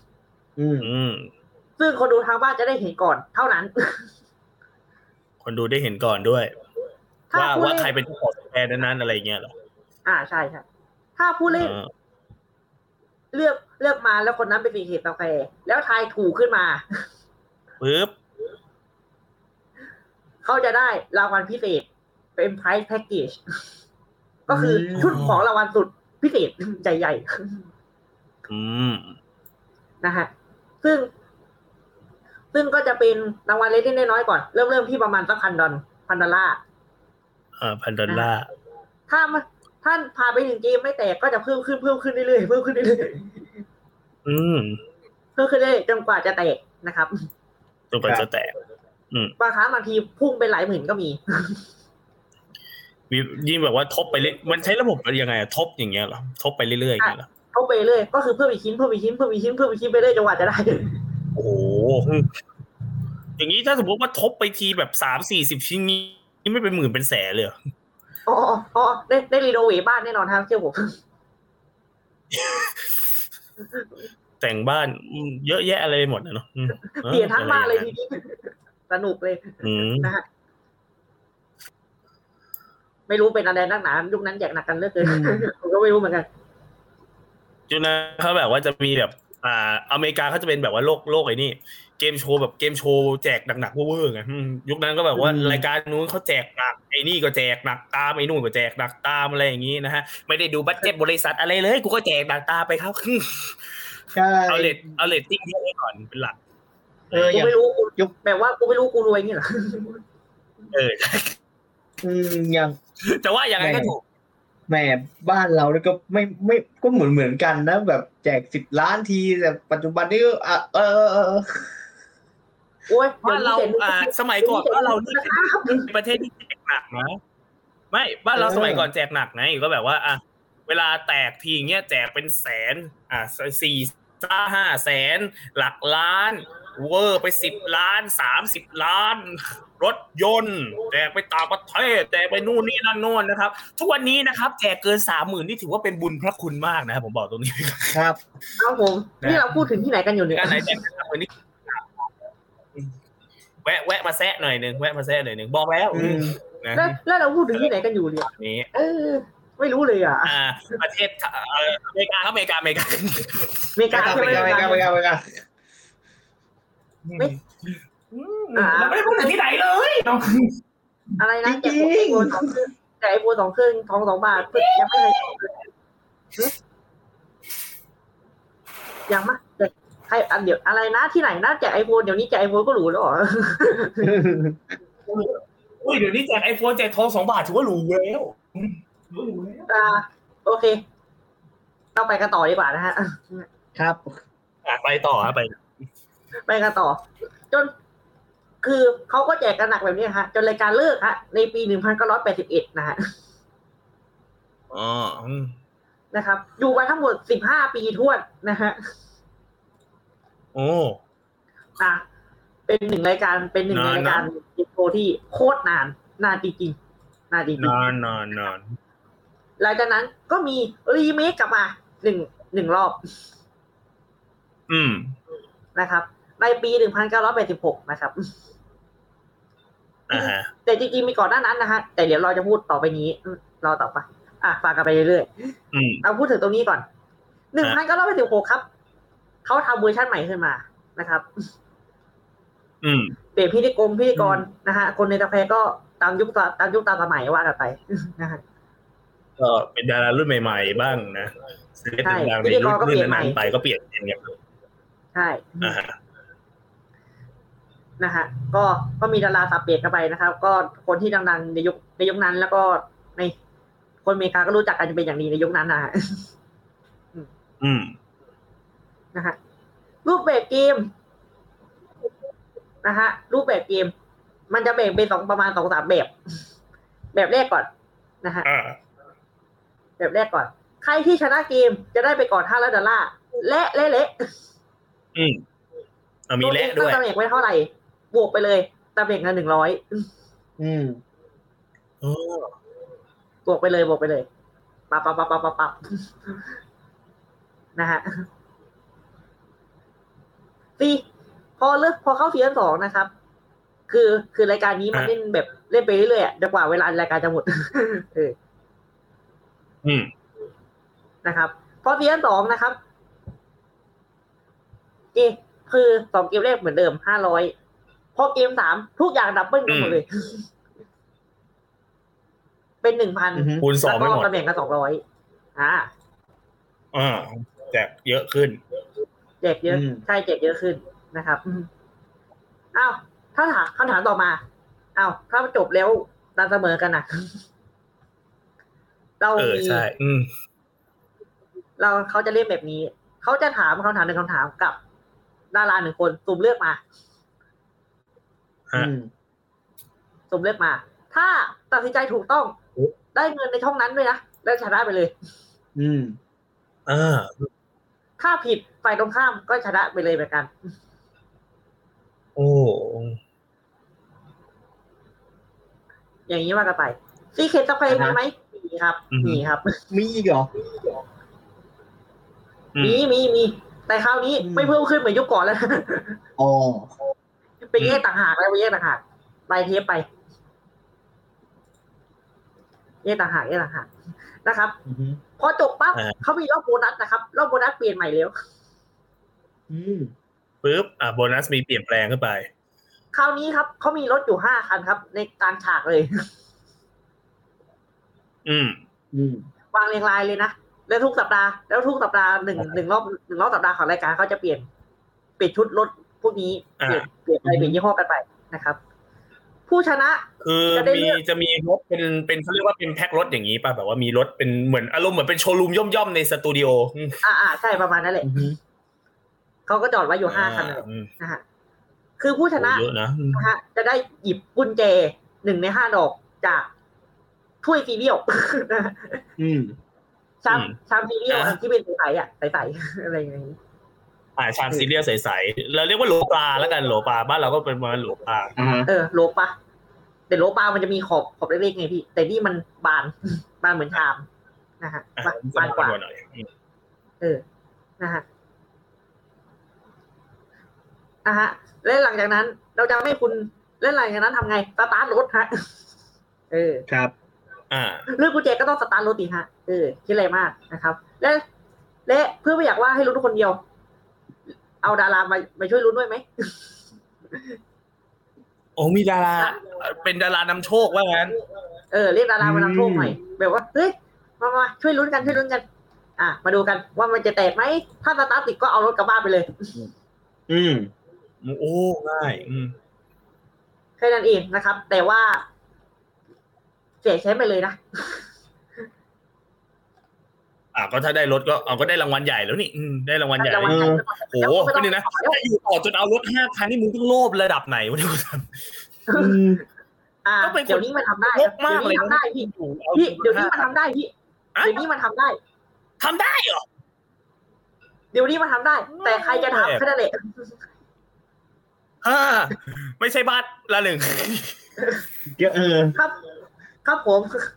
ซึ่งคนดูทางบ้านจะได้เห็นก่อนเท่านั้นคนดูได้เห็นก่อนด้วยว่าใครเป็นเจ้าของสแควร์นั้นอะไรเงี้ยเหรอใช่ถ้าผู้เล่นเลือกมาแล้วคนนั้นเป็นSecret Squareแล้วทายถูกขึ้นมาปึ๊บเขาจะได้รางวัลพิเศษเป็น Prize Package ก็คือชุดของรางวัลสุดพิเศษใหญ่ๆนะฮะซึ่งก็จะเป็นรางวัลเล็กๆน้อยๆก่อนเริ่มที่ประมาณสัก$1,000 $1,000 ถ้าท่านพาไป1เกมไม่แตกก็จะเพิ่มขึ้นเรื่อยๆเพิ่มขึ้นเรื่อยๆเพิ่มขึ้นเรื่อยๆจนกว่าจะแตกนะครับจนกว่าจะแตกบางครั้งบางทีพุ่งไปหลายหมื่นก็มียิ่งแบบว่าทบไปเรื่อยมันใช้ระบบยังไงทบอย่างเงี้ยเหรอทบไปเรื่อยๆอย่างเงี้ยเหรอทบไปเรื่อยก็คือเพิ่มอีกชิ้นไปเรื่อยจนกว่าจะได้โอ้โหอย่างนี้ถ้าสมมติว่าทบไปทีแบบ30-40ชิ้นนี้ไม่เป็นหมื่นเป็นแสนเลยอ๋อได้รีโนเวทบ้านแน่นอนครับเชื่อผมแต่งบ้านเยอะแยะอะไรหมดนะเนาะเปลี่ยนทั้งบ้านเลยทีนี้สนุกเลยนะฮะไม่รู้เป็นอะไรนักหนายุคนั้นแจกหนักกันเลิกเลยผมก็ไม่รู้เหมือนกันยุคนั้นเขาแบบว่าจะมีแบบอเมริกาเขาจะเป็นแบบว่าโลกไอ้นี่เกมโชว์แบบเกมโชว์แจกหนักๆเวอร์ๆไงยุคนั้นก็แบบว่ารายการนู้นเขาแจกหนักไอ้นี่ก็แจกหนักตามไอ้นู่นก็แจกหนักตามอะไรอย่างงี้นะฮะไม่ได้ดูบัดเจ็ตบริษัทอะไรเลยกูก็แจกหนักตาไปครับใช่เอาเลทติ้งเยอะไว้ก่อนเป็นหลักกูไม่รู้แบบว่ากูไม่รู้กูรวยนี่เหรอยังจะว่าอย่างไรก็ถูกแม่บ้านเราเนี่ยก็ไม่ก็เหมือนกันนะแบบแจก10 ล้านทีแต่ปัจจุบันนี้โอ้ยบ้านเราสมัยก่อนบ้านเรานี่เป็นประเทศที่แจกหนักนะไม่บ้านเราสมัยก่อนแจกหนักนะก็แบบว่าเวลาแตกทีเงี้ยแจกเป็นแสน4-5 แสนหลักล้านเวอร์ไป10 ล้าน30 ล้านรถยนต์แจกไปต่างประเทศแจกไปนู่นนี่นั่นโน่นนะครับทุกวันนี้นะครับแจกเกิน 30,000 นี่ถือว่าเป็นบุญพระคุณมากนะครับผมบอกตรงนี้ครับผมนี่เราพูดถึงที่ไหนกันอยู่เนี่ยการไหนแจก30,000นี่แวะมาแซะหน่อยนึงบอกแล้วแล้วเราพูดถึงที่ไหนกันอยู่เนี่ยไม่รู้เลยประเทศอเมริกาครับอเมริกาเราไม่ได้พูดถึงที่ไหนเลยอะไรนะแจกไอโฟน2 เครื่องทอง2 บาทยังไม่เลยยังมั้ยใครอันเดียวอะไรนะที่ไหนนะแจกไอโฟนเดี๋ยวนี้แจกไอโฟนก็หรูแล้วเหรออุ้ยเดี๋ยวนี้แจกไอโฟนแจกทอง2 บาทถือว่าหรูแล้วโอเคเราไปกันต่อดีกว่านะฮะครับไปต่อครับไปไปกันต่อจนคือเขาก็แจกกันหนักแบบนี้ฮะจนรายการเลิกฮะในปี1981นะฮะอ๋อนะครับอยู่มาทั้งหมด15 ปีท้วนนะฮะโอ้เป็นหนึ่งรายการเป็นหนึ่งในรายการอินโทรที่โคตรนานจริงๆนานจริงๆนานหลังจากนั้นก็มีรีเมคกลับมาหนึ่งรอบนะครับในปี1986นะครับแต่จริงๆมีก่อนหน้านั้นนะฮะแต่เดี๋ยวเราจะพูดต่อไปนี้รอต่อไปฟังกันไปเรื่อยๆเอาพูดถึงตรงนี้ก่อน1986ครับเขาทำเวอร์ชันใหม่ขึ้นมานะครับเปลี่ยนพิธีกรนะฮะคนในกาแฟก็ตามยุคตามสมัยว่ากันไปนะฮะก็เป็นดารารุ่นใหม่ๆบ้างนะใช่พิธีกรก็เปลี่ยนใหม่ไปก็เปลี่ยนอย่างเงี้ยใช่นะฮะก็มีดาราสับเปลี่ยนกันไปนะครับ ก็คนที่ดังๆในยุคนั้นแล้วก็ในคนอเมริกาก็รู้จักกันเป็นอย่างดีในยุคนั้นนะฮะนะฮะรูปแบบเกมนะฮะรูปแบบเกมมันจะแบ่งเป็นประมาณ 2-3 แบบแรกก่อนนะฮะแบบแรกก่อนใครที่ชนะเกมจะได้ไปก่อน$500และมีและด้วยตำแหน่งไว้เท่าไหร่บวกไปเลยตำแหน่งละ100บวกไปเลยปั๊บนะฮะพอเข้าซีซั่น2นะครับคือรายการนี้มันเล่นไปเรื่อยๆจนกว่าเวลารายการจะหมดนะครับพอซีซั่น2นะครับคือ2เกมแรกเหมือนเดิม500พอเกม3ทุกอย่างดับเบิ้ลกันหมดเลยเป็น 1,000 คูณ2ไม่หมดตำแหน่งกัน200 แจกเยอะขึ้นแจกเยอะใช่แจกเยอะขึ้นนะครับถ้าคำถามต่อมาถ้าจบแล้วดันเสมอกันนะเราเขาจะเล่นแบบนี้เขาจะถามคำถาม1คำถามกับดารา1คนสุ่มเลือกมาสุ่มเลือกมาถ้าตัดสินใจถูกต้องได้เงินในช่องนั้นด้วยนะแล้วชนะไปเลยถ้าผิดฝ่ายตรงข้ามก็ชนะไปเลยเหมือนกันอย่างนี้ว่ากันไปซีเคทสเปนมีไหมมีครับมีอีกเหรอมีแต่คราวนี้ไม่เพิ่มขึ้นเหมือนยุคก่อนแล้วไปแยกต่างหากไปเทปไปแยกต่างหากนะครับพอจบปั๊บเขามีรอบโบนัสนะครับรอบโบนัสเปลี่ยนใหม่แล้วปึ๊บโบนัสมีเปลี่ยนแปลงขึ้นไปคราวนี้ครับเขามีรถอยู่5 คันครับในกลางฉากเลยวางเรียงรายเลยนะแล้วทุกสัปดาห์หนึ่งรอบสัปดาห์ของรายการเขาจะเปลี่ยนชุดรถพวกนี้เปลี่ยนไปเปลี่ยนยี่ห้อกันไปนะครับผู้ชนะคือจะมีรถเป็นเขาเรียกว่าเป็นแพ็ครถอย่างนี้ป่ะแบบว่ามีรถเป็นเหมือนอารมณ์เหมือนเป็นโชว์รูมย่อมๆในสตูดิโอใช่ประมาณนั้นแหละเขาก็จอดไว้อยู่5 คันเลยนะฮะคือผู้ชนะนะฮะจะได้หยิบกุญแจ1 ใน 5 ดอกจากถ้วยซีเรียลชามซีเรียลที่เป็นใสอะไรอย่างนี้ชามซีเรียลใสๆเราเรียกว่าโหลปลาแล้วกันโหลปลาบ้านเราก็เป็นประมาณโหลปลาโหลปลาแต่โหลปลามันจะมีขอบเล็กๆไงพี่แต่นี่มันบานเหมือนชามนะฮะบานกว่านะฮะและหลังจากนั้นเราจะให้คุณเล่นหลังจากนั้นทำไงสตาร์ทรถฮะครับเรื่องกุญแจก็ต้องสตาร์ทรถดิฮะคิดอะไรมากนะครับและเพื่อไม่อยากว่าให้ลุ้นคนเดียวเอาดารามาช่วยลุ้นด้วยไหมมีดาราเป็นดารานำโชคว่างั้นเรียกดารามานำโชคหน่อยแบบว่าเฮ้ยมาช่วยลุ้นกันมาดูกันว่ามันจะแตกไหมถ้าสตาร์ทติดก็เอารถกลับบ้านไปเลยง่ายแค่นั้นเองนะครับแต่ว่าเสียใช้ไปเลยนะก็ถ้าได้รถก็ได้รางวัลใหญ่แล้วนี่ได้รางวัลใหญ่โอ้โหไม่ได้นะถ้าอยู่ต่อจนเอารถ5คันนี่มึงต้องโลภระดับไหนวะเนี่ยก็เป็นเดี๋ยวนี้มันทำได้มากเลยทำได้พี่เดี๋ยวนี้มันทำได้พี่เดี๋ยวนี้มันทำได้เหรอเดี๋ยวนี้มันทำได้แต่ใครจะทำแค่นั้นแหละไม่ใช่บ้านละหนึ่งครับผม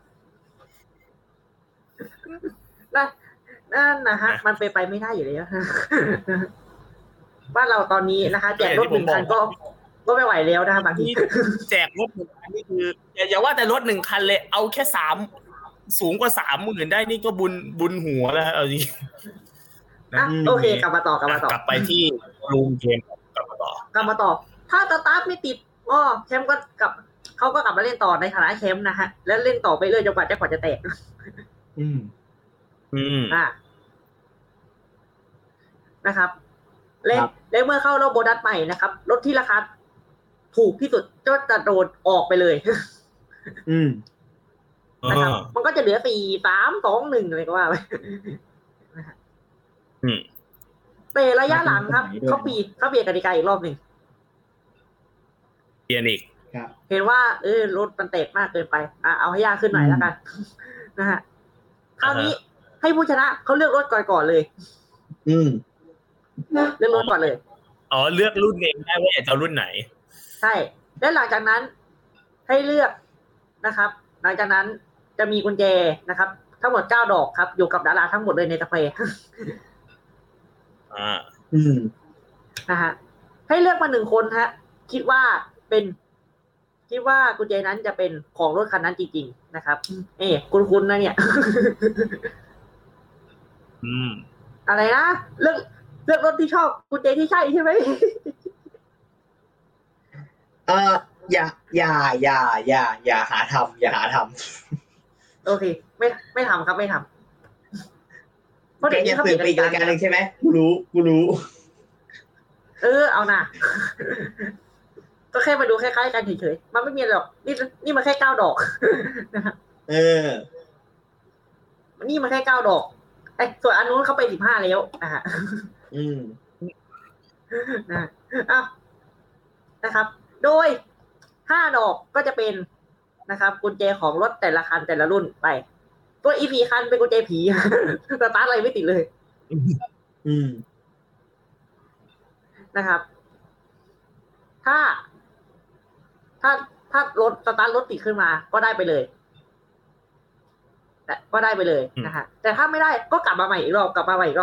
นั่นนะฮะมันไปไม่ได้อยู่แล้วบ้านเราตอนนี้นะคะแจกรถ1คันก็ไม่ไหวแล้วนะบางทีแจกรถ1คันนี่คืออย่าว่าแต่รถ1คันเลยเอาแค่3สูงกว่า 30,000 ได้นี่ก็บุญหัวแล้วเอาจริงโอเคกลับมาต่อกลับไปที่รูมเกมกลับมาต่อถ้าสตาร์ทไม่ติดแชมป์ก็เขาก็กลับมาเล่นต่อในฐานะแชมป์นะฮะแล้วเล่นต่อไปเรื่อยจนกว่าจะแตกนะครับและเมื่อเข้ารอบโบนัสใหม่นะครับรถที่ราคาถูกที่สุดก็จะโดนออกไปเลยนะครับมันก็จะเหลือ4 3 2 1อะไรก็ว่าไปแต่ระยะหลังครับเขาเปลี่ยนกติกาอีกรอบนึงเปลี่ยนอีกเห็นว่ารถมันแตกมากเกินไปเอาให้ยากขึ้นหน่อยแล้วกันนะฮะคราวนี้ให้ผู้ชนะเขาเลือกรถก่อนเลยเลือกรถก่อนเลยเลือกรุ่นเองได้ว่าจะเอารุ่นไหนใช่แล้วหลังจากนั้นให้เลือกนะครับหลังจากนั้นจะมีกุญแจนะครับทั้งหมด9ดอกครับอยู่กับดาราทั้งหมดเลยในสเปรย์นะฮะให้เลือกมา1คนฮะคิดว่ากุญแจนั้นจะเป็นของรถคันนั้นจริงๆนะครับคุณนะเนี่ยอะไรนะเลือกรถที่ชอบกุญแจที่ใช่ใช่ไหมอย่าหาทำโอเคไม่ทำครับไม่ทำเพราะเดี๋ยวนี้เขาเปลี่ยนกติกาใช่ไหมกูรู้เอานะก็แค่มาดูคล้ายๆกันเฉยๆมันไม่มีหรอกนี่มันแค่9ดอกนี่มันแค่9ดอกส่วนอันนู้นเขาไป15แล้วนะฮะนะครับ โดย5ดอกก็จะเป็นนะครับกุญแจของรถแต่ละคันแต่ละรุ่นไปตัว EP คันเป็นกุญแจผีสตาร์ทอะไรไม่ติดเลยนะครับถ้ารถสตาร์ทรถติดขึ้นมาก็ได้ไปเลยนะฮะแต่ถ้าไม่ได้ก็กลับมาใหม่อีกรอบ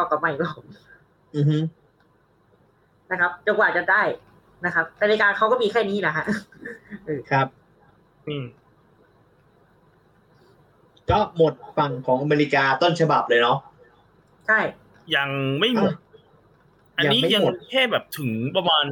นะครับจนกว่าจะได้นะครับกติกาเขาก็มีแค่นี้นะฮะครับก็หมดฝั่งของอเมริกาต้นฉบับเลยเนาะใช่ยังไม่หมดอันนี้ยังแค่แบบถึงประมาณ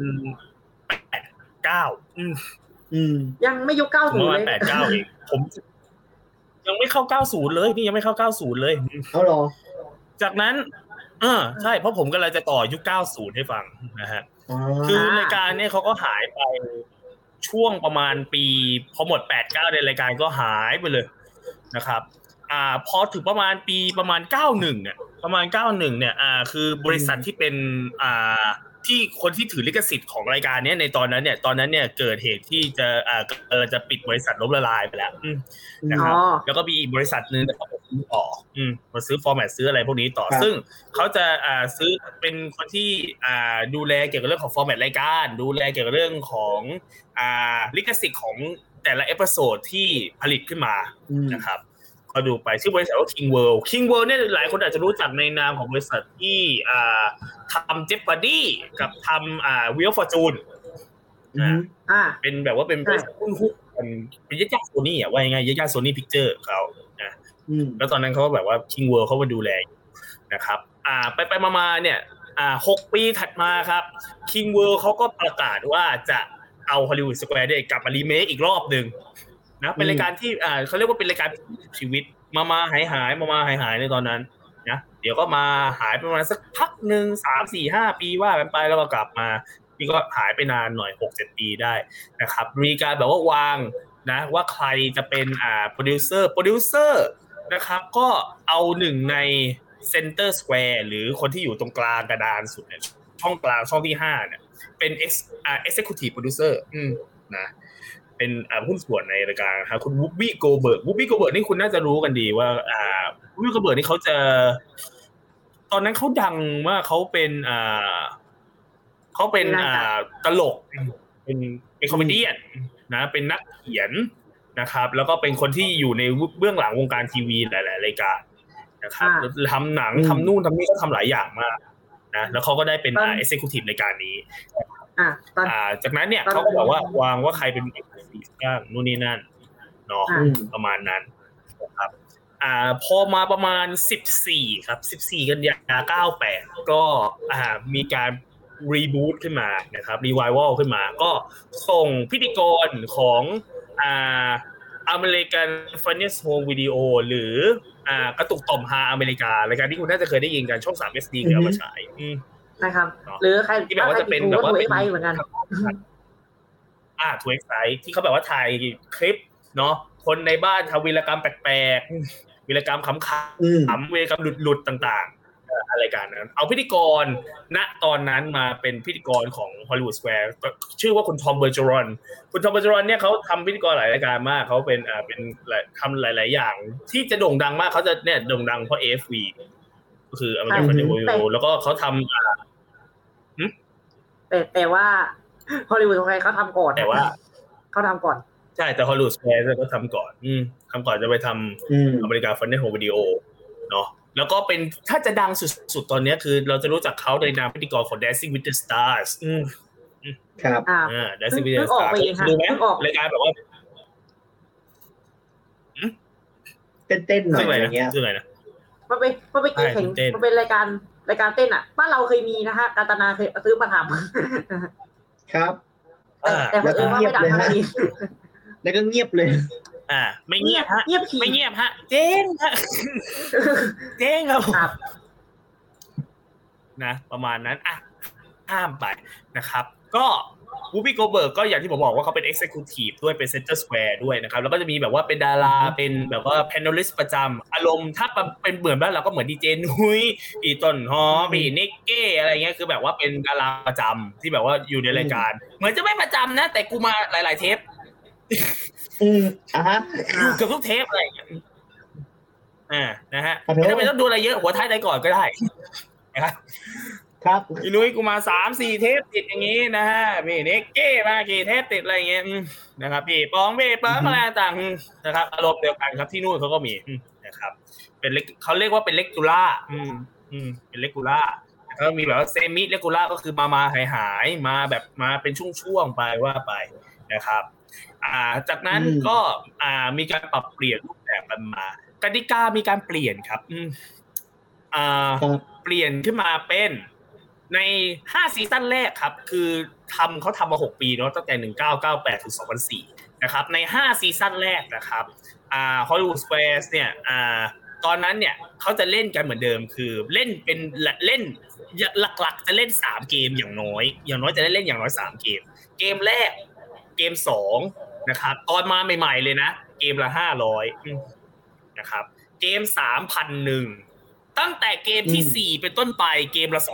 8-9 ยังไม่ยุค90เลย 8-9 เองผมยังไม่เข้า90เลยนี่ยังไม่เข้า90เลยเอาหรอจากนั้นใช่เพราะผมกำลังจะต่อยุค90ให้ฟังนะฮะคือรายการเนี่ยเขาก็หายไปช่วงประมาณปีพอหมด 8-9 ในรายการก็หายไปเลยนะครับพอถึงประมาณปีประมาณ91เนี่ยคือบริษัทที่เป็นที่คนที่ถือลิขสิทธิ์ของรายการนี้ในตอนนั้นเนี่ยเกิดเหตุที่จะปิดบริษัทล้มละลายไปแล้วนะครับแล้วก็มีอีกบริษัทนึงเขาซื้อต่อมาซื้อฟอร์แมตซื้ออะไรพวกนี้ต่อซึ่งเขาจะซื้อเป็นคนที่ดูแลเกี่ยวกับเรื่องของฟอร์แมตรายการดูแลเกี่ยวกับเรื่องของลิขสิทธิ์ของแต่ละเอพิโซดที่ผลิตขึ้นมานะครับก็ดูไปชื่อบริษัทว่า King World เนี่ยหลายคนอาจจะรู้จักในนามของบริษัทที่ทำ Jeopardy กับทำWheel of Fortune เป็นแบบว่าเป็นบริษัทหุ้นเป็นญาติโซนี่ว่ายังไงญาติโซนี่พิกเจอร์เขานะแล้วตอนนั้นเขาก็แบบว่า King World เขามาดูแลนะครับไปมาเนี่ย6 ปีถัดมาครับ King World เขาก็ประกาศว่าจะเอา Hollywood Square ได้กลับมารีเมคอีกรอบนึงนะเป็นรายการที่เขาเรียกว่าเป็นรายการชีวิตมาหายในตอนนั้นนะเดี๋ยวก็มาหายประมาณสักพักนึง 3-4-5 ปีว่ากันไปแล้วก็กลับมานี่ก็หายไปนานหน่อย 6-7 ปีได้นะครับมีการแบบว่าวางนะว่าใครจะเป็นโปรดิวเซอร์นะครับก็เอาหนึ่งใน Center Square หรือคนที่อยู่ตรงกลางกระดานสุดเนี่ยช่องกลางช่องที่5เนี่ยเป็น Executive Producer นะเป็นหุ้นส่วนในรายการครับคุณวูบบี้โกเบิร์กนี่คุณน่าจะรู้กันดีว่าวูบบี้โกเบิร์กนี่เขาจะตอนนั้นเขาดังมากเขาเป็นตลกเป็นคอมเมดี้นะเป็นนักเขียนนะครับแล้วก็เป็นคนที่อยู่ในเบื้องหลังวงการทีวีหลายๆรายการนะครับทำหนังทำนู่นทำนี่เขาทำหลายอย่างมากนะแล้วเขาก็ได้เป็นexecutive รายการนี้จากนั้นเนี่ยเขาก็บอกว่าวางว่าใครเป็น executive บ้างนู่นนี่นั่นเนาะประมาณนั้นนะครับพอมาประมาณ14ครับ14กันยา98ก็มีการรีบูตขึ้นมานะครับรีไววัลขึ้นมาก็ส่งพิธีกรของAmerican Funniest Home Video หรือกระตุกต่อมฮาอเมริการายการที่คุณน่าจะเคยได้ยินกันช่อง 3SD เคยเอามาฉายนะครับหรือใครที่แบบว่าจะเป็นแบบว่าเป็นเหมือนกันทูเอ็กไซต์ที่เขาแบบว่าถ่ายคลิปเนาะคนในบ้านทำวีรกรรมแปลกๆวีรกรรมขำๆวีรกรรมหลุดๆต่างๆอะไรกันนั้นเอาพิธีกรณตอนนั้นมาเป็นพิธีกรของ Hollywood Square ชื่อว่าคุณทอมเบอร์จรอนเนี่ยเขาทำพิธีกรหลายรายการมากเขาเป็นทำหลายๆอย่างที่จะโด่งดังมากเขาจะเนี่ยโด่งดังเพราะ AFV ก็คือ American Funniest Home Video แล้วก็เขาทำแต่ว่าฮอลลีวูดของใครเขาทำก่อนแต่ว่าเขาทำก่อนใช่แต่ฮอลลีวูดสแควร์ก็ทำก่อนจะไปทำอเมริกาฟันเนอร์โฮมวิดีโอเนาะแล้วก็เป็นถ้าจะดังสุดตอนนี้คือเราจะรู้จักเขาในนามพิธีกรของ Dancing with the Stars ครับ Dancing with the Stars ดูไหมรายการแบบว่าเต้นๆหน่อยอย่างเงี้ยคืออะไรนะมันไปแข่งมันเป็นรายการเต้นอ่ะบ้านเราเคยมีนะฮะกาตนาเคยซื้อมาทำครับแต่คนอื่นว่าไม่ดังขนาดนี้แล้วก็เงียบเลยไม่เงียบฮะไม่เงียบฮะเจ๊งฮะเจ๊งครับนะประมาณนั้นห้ามไปนะครับก็วูบี้โกเบิร์กก็อย่างที่ผมบอกว่าเขาเป็น Executive ด้วยเป็น Center Square ด้วยนะครับแล้วก็จะมีแบบว่าเป็นดาราเป็นแบบว่า Panelist ประจำอารมณ์ถ้าเป็นเหมือนบ้านเราก็เหมือนดีเจนุ้ยอีต้นหอมอีนิกเก้อะไรเงี้ยคือแบบว่าเป็นดาราประจำที่แบบว่าอยู่ในรายการเหมือนจะไม่ประจำนะแต่กูมาหลายๆเทปเกือบทุกเทปอะไรอย่างเงี้ยนะฮะไม่จำเป็นต้องดูอะไรเยอะหัวท้ายใจก่อนก็ได้ครับพี่นุ้ยกูมา 3-4 เทปติดอย่างงี้นะฮะพี่เน็กเก้มากี่เทปติดอะไรอย่างเงี้ยนะครับพี่ปองเบ้เปิ้ลอะไรต่างนะครับอารมณ์เดียวกันครับที่นู่นเขาก็มีนะครับเป็นเขาเรียกว่าเป็นเลกูล่าเป็นเลกูล่าแล้วก็มีแบบว่าเซมิเลกูล่าก็คือมาหายมาแบบมาเป็นช่วงๆไปว่าไปนะครับจากนั้นก็มีการปรับเปลี่ยนรูปแบบกันมากติกามีการเปลี่ยนครับเปลี่ยนขึ้นมาเป็นใน5ซีซั่นแรกครับคือเขาทำมา6ปีเนาะตั้งแต่1998ถึง2004นะครับใน5ซีซั่นแรกนะครับHollywood Squares เนี่ยตอนนั้นเนี่ยเขาจะเล่นกันเหมือนเดิมคือเล่นหลักๆจะเล่น3เกมอย่างน้อยจะได้เล่นอย่างน้อย3เกมเกมแรกเกม2นะครับตอนมาใหม่ๆเลยนะเกมละ500นะครับเกม 3,100 ตั้งแต่เกมที่4เป็นต้นไปเกมละ 2,000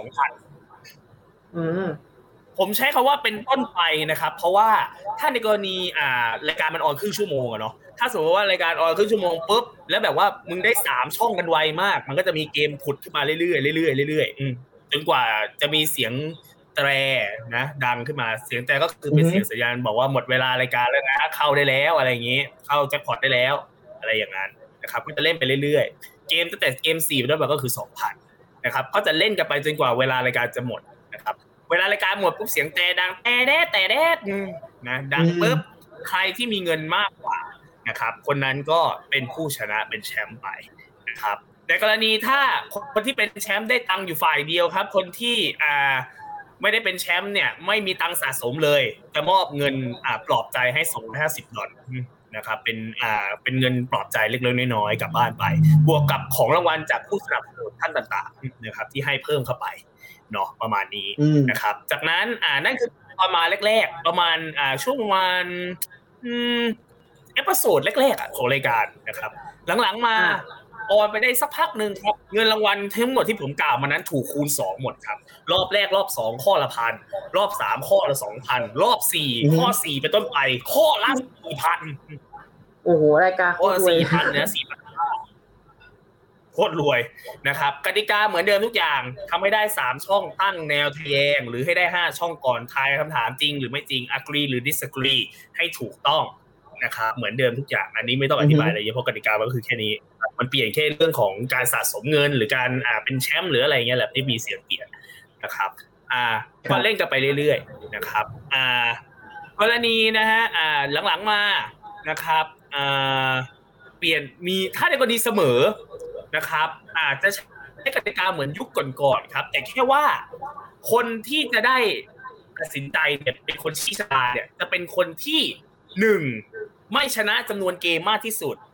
ผมใช้คำว่าเป็นต้นไปนะครับเพราะว่าถ้าในกรณีรายการมันออนครึ่งชั่วโมงอะเนาะถ้าสมมติว่ารายการออนครึ่งชั่วโมงปุ๊บแล้วแบบว่ามึงได้3ช่องกันไวมากมันก็จะมีเกมผุดขึ้นมาเรื่อยๆจนกว่าจะมีเสียงแตรนะดังขึ้นมาเสียงแตรก็คือเป็นเสียงสัญญาณบอกว่าหมดเวลารายการแล้วนะเข้าได้แล้วอะไรอย่างงี้เข้าแจ็คพอตได้แล้วอะไรอย่างนั้นนะครับก็จะเล่นไปเรื่อยๆเกมตั้งแต่เกม4ไปด้วยก็คือ 2,000 นะครับก็จะเล่นกันไปจนกว่าเวลารายการจะหมดนะครับเวลารายการหมดปุ๊บเสียงแต่ดังแต่แดดนะดังปุ๊บใครที่มีเงินมากกว่านะครับคนนั้นก็เป็นผู้ชนะเป็นแชมป์ไปนะครับในกรณีถ้าคนที่เป็นแชมป์ได้ตังค์อยู่ฝ่ายเดียวครับคนที่ไม่ได้เป็นแชมป์เนี่ยไม่มีตังค์สะสมเลยจะมอบเงินปลอบใจให้$250นะครับเป็นเงินปลอบใจเล็กๆน้อยๆกลับบ้านไปบวกกับของรางวัลจากผู้สนับสนุนท่านต่างๆนะครับที่ให้เพิ่มเข้าไปเนาะประมาณนี้นะครับจากนั้นนั่นคือประมาณแรกๆประมาณช่วงวันเอพิโซดแรกๆของรายการนะครับหลังๆมาออนไปได้สักพักนึงครับเงินรางวัลทั้งหมดที่ผมกล่าวมานั้นถูกคูณ2หมดครับรอบแรกรอบ2ข้อละ1,000รอบ3ข้อละ 2,000 รอบ4ข้อ4เป็นต้นไปข้อละ 4,000 โอ้โหรายการโคข้อตรละรวย 4,000 เนี่ย 4,000 โคตรรวยนะครับกติกาเหมือนเดิมทุกอย่างทำให้ได้3ช่องตั้งแนวทะแยงหรือให้ได้5ช่องก่อนทายคำถามจริงหรือไม่จริง agree หรือ disagree ให้ถูกต้องนะครับเหมือนเดิมทุกอย่างอันนี้ไม่ต้องอธิบายอะไรเยอะเพราะกติกามันก็คือแค่นี้มันเปลี่ยนแค่เรื่องของการสะสมเงินหรือการเป็นแชมป์หรืออะไรเงี้ยแหละที่มีเสียงเปลี่ยนนะครับก็เล่นกันไปเรื่อยๆนะครับกรณีนะฮะหลังๆมานะครับเปลี่ยนมีถ้าในกรณีเสมอนะครับอาจจะใช้กติกาเหมือนยุคก่อนๆครับแต่แค่ว่าคนที่จะได้ตัดสินใจเนี่ยเป็นคนชี้ชะตาเนี่ยจะเป็นคนที่1ไม่ชนะจำนวนเกมมากที่สุด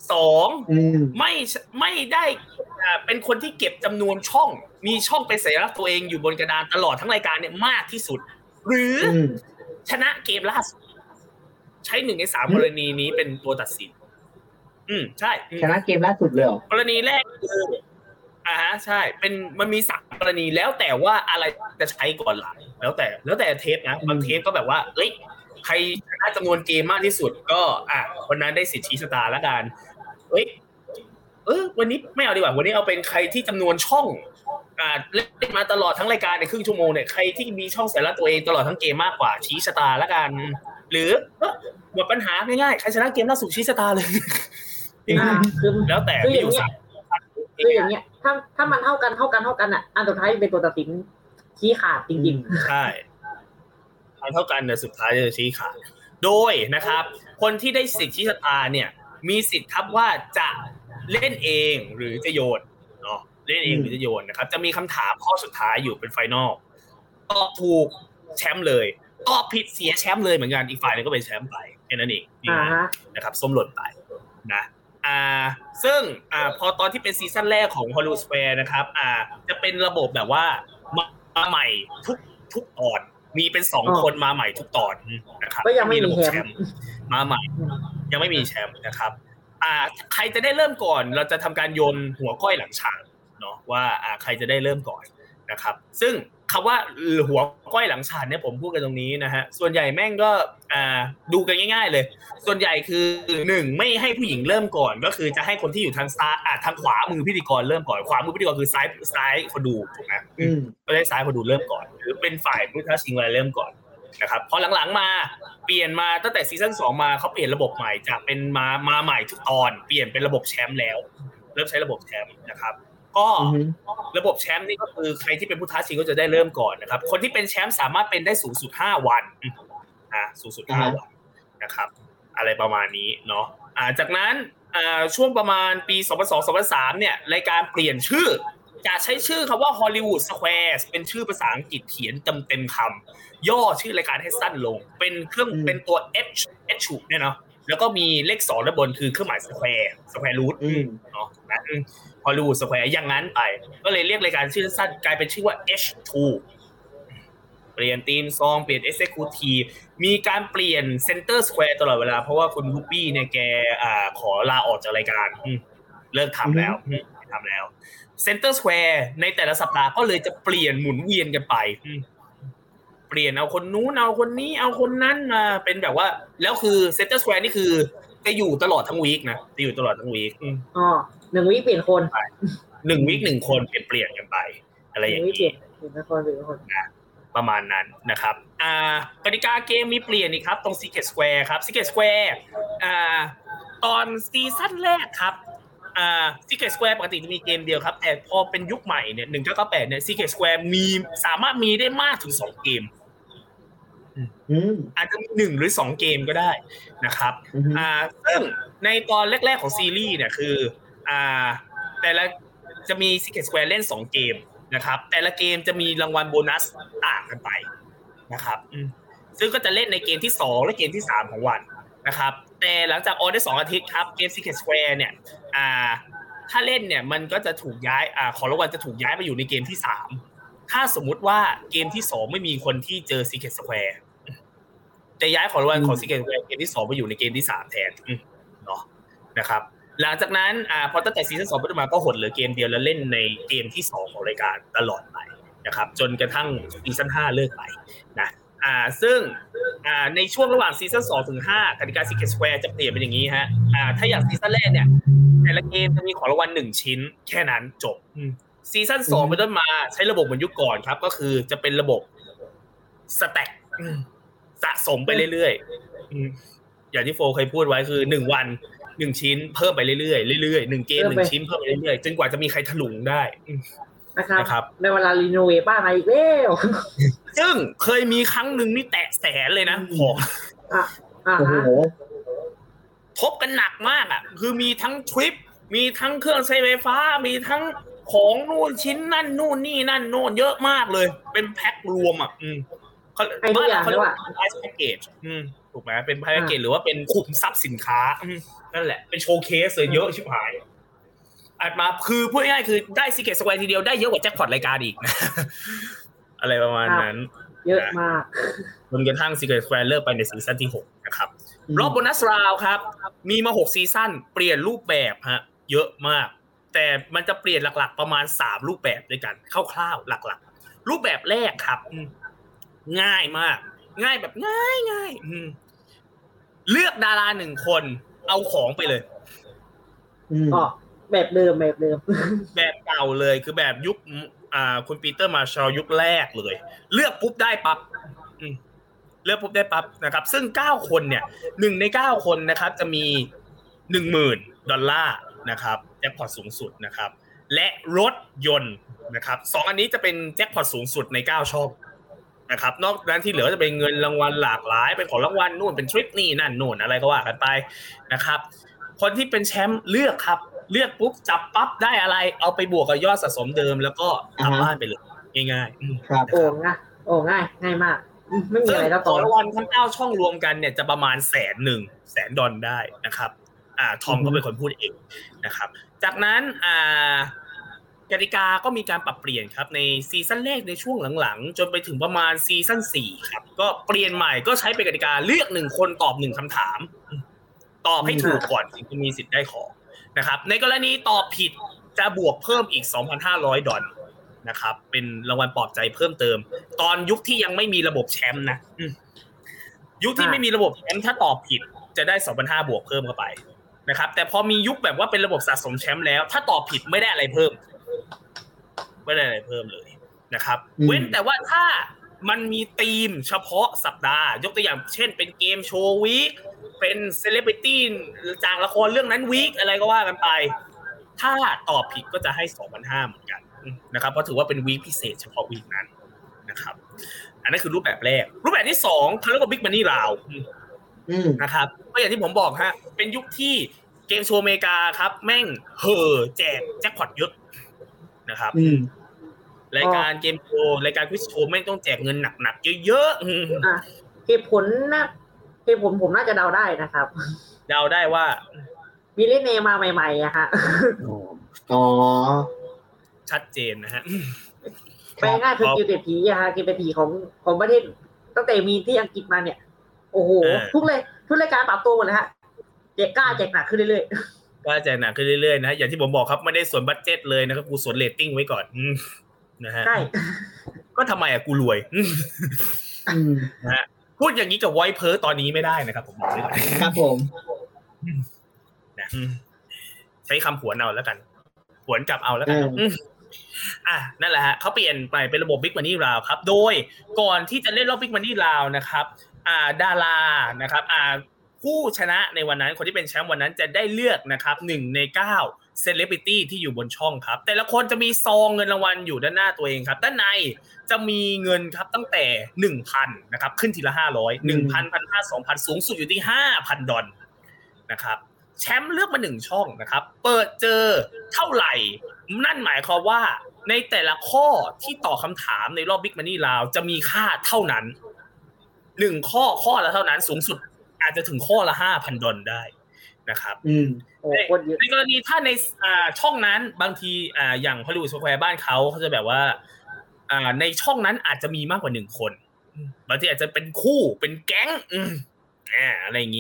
2ไม่ได้เป็นคนที่เก็บจำนวนช่องมีช่องเป็นสัญลักษณ์ตัวเองอยู่บนกระดานตลอดทั้งรายการเนี่ยมากที่สุดหรือชนะเกมล่าสุดใช้1ใน3กรณีนี้เป็นตัวตัดสินใช่ชนะเกมล่าสุดเลยเหรอกรณีแรกคือใช่เป็นมันมี3กรณีแล้วแต่ว่าอะไรจะใช้ก่อนหลังแล้วแต่เทปนะบางเทปก็แบบว่าเอ้ยใครชนะจำนวนเกมมากที่สุดก็คนนั้นได้สิทธิ์ชี้ชะตาละกันเอ้ยวันนี้ไม่เอาดีกว่าวันนี้เอาเป็นใครที่จำนวนช่องเล่นมาตลอดทั้งรายการในครึ่งชั่วโมงเนี่ยใครที่มีช่องสัญลักษณ์ตัวเองตลอดทั้งเกมมากกว่าชี้ชะตาละกันหรือหมดปัญหาง่ายๆใครชนะเกมล่าสุดชี้ชะตาเลยแล้วแต่คืออย่างเงี้ยถ้ามันเท่ากันอันสุดท้ายเป็นตัวตัดสินชี้ขาดจริงๆใช่เท่ากันเนี่ยสุดท้ายจะชี้ขาดโดยนะครับคนที่ได้สิทธิ์ชี้ชะตาเนี่ยมีสิทธิ์ครับว่าจะเล่นเองหรือจะโยนเนาะเล่นเองหรือจะโยนนะครับจะมีคำถามข้อสุดท้ายอยู่เป็นไฟนอลตอบถูกแชมป์เลยตอบผิดเสียแชมป์เลยเหมือนกันอีกฝ่ายนึงก็เป็นแชมป์ไปแค่นั้นเองนะครับส้มหล่นไปนะซึ่งพอตอนที่เป็นซีซั่นแรกของ Hollywood Square นะครับจะเป็นระบบแบบว่ามาใหม่ทุกตอนมีเป็น2คนมาใหม่ทุกตอนนะครับก็ยังไม่มีแชมป์มาใหม่ยังไม่มีแชมป์นะครับใครจะได้เริ่มก่อนเราจะทำการโยนหัวก้อยหลังฉากเนาะว่าใครจะได้เริ่มก่อนนะครับซึ่งคำว่าหัวก้อยหลังฉากเนี่ยผมพูดกันตรงนี้นะฮะส่วนใหญ่แม่งก็ดูกันง่ายๆเลยส่วนใหญ่คือ1ไม่ให้ผู้หญิงเริ่มก่อนก็คือจะให้คนที่อยู่ทางซ้ายทางขวามือพิธีกรเริ่มก่อนขวามือพิธีกรคือซ้ายคนดูถูกไหมก็ได้ซ้ายคนดูเริ่มก่อนหรือเป็นฝ่ายผู้ท้าชิงอะไรเริ่มก่อนนะครับพอหลังๆมาเปลี่ยนมาตั้งแต่ซีซั่น2มาเขาเปลี่ยนระบบใหม่จากเป็นมาใหม่ทุกตอนเปลี่ยนเป็นระบบแชมป์แล้วเริ่มใช้ระบบแชมป์นะครับก็ระบบแชมป์นี่ก็คือใครที่เป็นผู้ท้าชิงก็จะได้เริ่มก่อนนะครับคนที่เป็นแชมป์สามารถเป็นได้สูงสุด5วันสูงสุด5วันนะครับอะไรประมาณนี้เนาะจากนั้นช่วงประมาณปี2002-2003เนี่ยรายการเปลี่ยนชื่อจะใช้ชื่อคำว่า Hollywood Square เป็นชื่อภาษาอังกฤษเขียนเต็มคำย่อชื่อรายการให้สั้นลงเป็นตัว H เนี่ยเนาะแล้วก็มีเลข2ด้านบนคือเครื่องหมาย Square Root เนาะHollywood Square อย่างนั้นไปก็เลยเรียกรายการชื่อสั้นกลายเป็นชื่อว่า H2 เปลี่ยนธีมซองเปลี่ยน Executive มีการเปลี่ยน Center Square ตลอดเวลาเพราะว่าคุณลูปี้เนี่ยแกขอลาออกจากรายการเลิกทำแล้วCenter Square ในแต่ละสัปดาห์ก็เลยจะเปลี่ยนหมุนเวียนกันไปเปลี่ยนเอาคนนู้นเอาคนนี้เอาคนนั้นมาเป็นแบบว่าแล้วคือ Center Square นี่คือจะอยู่ตลอดทั้งวีคนะจะอยู่ตลอดทั้งวีค 1วีคเปลี่ยนคน 1วีค1คนเปลี่ยนกันไปอะไรอย่างนี้ประมาณนั้นนะครับกติกาเกมมีเปลี่ยนอีกครับตรง Secret Square ครับ Secret Square ตอนซีซั่นแรกครับSecret Square ปกติจะมีเกมเดียวครับแต่พอเป็นยุคใหม่เนี่ย1998เนี่ย Secret Square สามารถมีได้มากถึง2เกมอาจจะมี1หรือ2เกมก็ได้นะครับซึ่งในตอนแรกๆของซีรีส์เนี่ยคือแต่ละจะมี Secret Square เล่น2เกมนะครับแต่ละเกมจะมีรางวัลโบนัสต่างกันไปนะครับซึ่งก็จะเล่นในเกมที่2และเกมที่3ของวันนะครับแต่หลังจากออนได้2อาทิตย์ครับเกม Secret Square เนี่ยถ้าเล่นเนี่ยมันก็จะถูกย้ายของรางวัลจะถูกย้ายไปอยู่ในเกมที่3ถ้าสมมุติว่าเกมที่2ไม่มีคนที่เจอ Secret Square จะย้ายของรางวัลของ Secret Square เกมที่2ไปอยู่ในเกมที่3แทนเนาะนะครับหลังจากนั้นพอตั้งแต่ซีซั่น2เป็นต้นมาก็หดเหลือเกมเดียวแล้วเล่นในเกมที่2ของรายการตลอดไปนะครับจนกระทั่งซีซั่น5เลิกไปนะซึ่งในช่วงระหว่างซีซั่น2ถึง5กติกา Secret Square จะเปลี่ยนเป็นอย่างนี้ฮะถ้าอย่างซีซั่นแรกเนี่ยแต่ละเกมจะมีของรางวัล1ชิ้นแค่นั้นจบซีซั่น2เป็นต้นมาใช้ระบบเหมือนยุคก่อนครับก็คือจะเป็นระบบสแต็กสะสมไปเรื่อยๆอย่างที่โฟเคยพูดไว้คือ1วัน1ชิ้นเพิ่มไปเรื่อยๆเรื่อยๆ1เกม1ชิ้นเพิ่มไปเรื่อยๆจนกว่าจะมีใครถลุงได้นะครับในเวลารีโนเวทบ้านมาอีกแล้วซึ่งเคยมีครั้งนึงนี่แตะแสนเลยนะของโอ้โหทบกันหนักมากคือมีทั้งทริปมีทั้งเครื่องใช้ไฟฟ้ามีทั้งของนู่นชิ้นนั่นนู่นนี่นั่นโน่นเยอะมากเลยเป็นแพ็ครวมเขาเรียกว่าไพรซ์แพ็คเกจถูกไหมเป็นไพรซ์แพ็คเกจหรือว่าเป็นขุมทรัพย์สินค้านั่นแหละเป็นโชว์เคสเลยเยอะชิบหายมาคือพูดง่ายๆคือได้ซีเกตสแควร์ทีเดียวได้เยอะกว่าแจ็คพอตรายการอีกนะอะไรประมาณนั้นเยอะมากจนกระทั่งซีเกตสแควร์เลิกไปในซีซั่นที่6นะครับรอบโบนัสราวครับมีมา6ซีซั่นเปลี่ยนรูปแบบฮะเยอะมากแต่มันจะเปลี่ยนหลักๆประมาณ3รูปแบบด้วยกันคร่าวๆหลักๆรูปแบบแรกครับง่ายมากง่ายแบบง่ายเลือกดารา1คนเอาของไปเลยแบบเดิมแบบเก่าเลยคือแบบยุคคุณปีเตอร์มาร์ชอลยุคแรกเลยเลือกปุ๊บได้ปั๊บนะครับซึ่ง9คนเนี่ย1ใน9คนนะครับจะมี $10,000 นะครับแจ็คพอตสูงสุดนะครับและรถยนต์นะครับ2อันนี้จะเป็นแจ็คพอตสูงสุดใน9ช่องนะครับนอกนั้นที่เหลือจะเป็นเงินรางวัลหลากหลายเป็นของรางวัลนู่นเป็นทริปนี่นั่นนู่นอะไรก็ว่ากันไปนะครับคนที่เป็นแชมป์เลือกครับเลือกปุ๊บจับปั๊บได้อะไรเอาไปบวกกับยอดสะสมเดิมแล้วก็กลับบ้านไปเลยง่ายๆครับง่ายมากไม่มีอะไรแล้วต่อรางวัลทั้ง9ช่องรวมกันเนี่ยจะประมาณ$100,000ได้นะครับทอมก็เป็นคนพูดเองนะครับจากนั้นกติกาก็มีการปรับเปลี่ยนครับในซีซั่นแรกในช่วงหลังๆจนไปถึงประมาณซีซั่น4ครับก็เปลี่ยนใหม่ก็ใช้เป็นกติกาเลือก1คนตอบ1คำถามตอบให้ถูกก่อนถึงจะมีสิทธิ์ได้ของนะครับในกรณีตอบผิดจะบวกเพิ่มอีก$2,500นะครับเป็นรางวัลปลอบใจเพิ่มเติมตอนยุคที่ยังไม่มีระบบแชมป์นะยุคที่ไม่มีระบบแชมป์ถ้าตอบผิดจะได้$2,500บวกเพิ่มเข้าไปนะครับแต่พอมียุคแบบว่าเป็นระบบสะสมแชมป์แล้วถ้าตอบผิดไม่ได้อะไรเพิ่มเลยนะครับเว้นแต่ว่าถ้ามันมีธีมเฉพาะสัปดาห์ยกตัวอย่างเช่นเป็นเกมโชว์วีคเป็นเซเลบริตี้จากละครเรื่องนั้นวีคอะไรก็ว่ากันไปถ้าตอบผิดก็จะให้$2,500เหมือนกันนะครับเพราะถือว่าเป็นวีคพิเศษเฉพาะวีคนั้นนะครับอันนั้นคือรูปแบบแรกรูปแบบที่2เขาเรียกว่า Big Money Round นะครับก็อย่างที่ผมบอกฮะเป็นยุคที่เกมโชว์อเมริกาครับแม่งแจกแจ็คพอตเยอะนะครับรายการเกมโชว์รายการควิซโชว์แม่งต้องแจกเงินหนักๆเยอะๆเหตุผลผมน่าจะเดาได้นะครับเดาได้ว่ามีเล่นเนมาใหม่ๆอะฮะชัดเจนนะฮะไปง่ายคือเกมเตะผีอะฮะเกมเตะผีของประเทศตั้งแต่มีที่อังกฤษมาเนี่ยโอ้โหทุกรายการปรับตัวหมดเลยฮะแจกหนักขึ้นเรื่อยๆก็แจกหนักขึ้นเรื่อยๆนะอย่างที่ผมบอกครับไม่ได้ส่วนบัดเจ็ตเลยนะครับกูส่วนเรตติ้งไว้ก่อนนะฮะใช่ก็ทำไมกูรวยนะฮะพูดอย่างนี้กับไวท์เพิร์ตอนนี้ไม่ได้นะครับผมบอกเลยครับผมนะใช้คำผวนเอาแล้วกันผวนกลับเอาแล้วกันนั่นแหละฮะเขาเปลี่ยนไปเป็นระบบ Big Money Round ครับโดยก่อนที่จะเล่นรอบ Big Money Round นะครับดารานะครับผู้ชนะในวันนั้นคนที่เป็นแชมป์วันนั้นจะได้เลือกนะครับ1ใน9 Celebrity ที่อยู่บนช่องครับแต่ละคนจะมีซองเงินรางวัลอยู่ด้านหน้าตัวเองครับด้านในจะมีเงินครับตั้งแต่ 1,000 นะครับขึ้นทีละ500 1,000 1,500 2,000 สูงสุดอยู่ที่$5,000นะครับแชมป์เลือกมา1ช่องนะครับเปิดเจอเท่าไหร่นั่นหมายความว่าในแต่ละข้อที่ตอบคำถามในรอบ Big Money Round จะมีค่าเท่านั้น1ข้อละเท่านั้นสูงสุดอาจจะถึงข้อละ$5,000ได้นะครับในกรณีถ้าในช่องนั้นบางทีอย่างฮอลลีวูดสแควร์บ้านเขาจะแบบว่าในช่องนั้นอาจจะมีมากกว่า1คนบางทีอาจจะเป็นคู่เป็นแก๊งอะไรอย่างนี้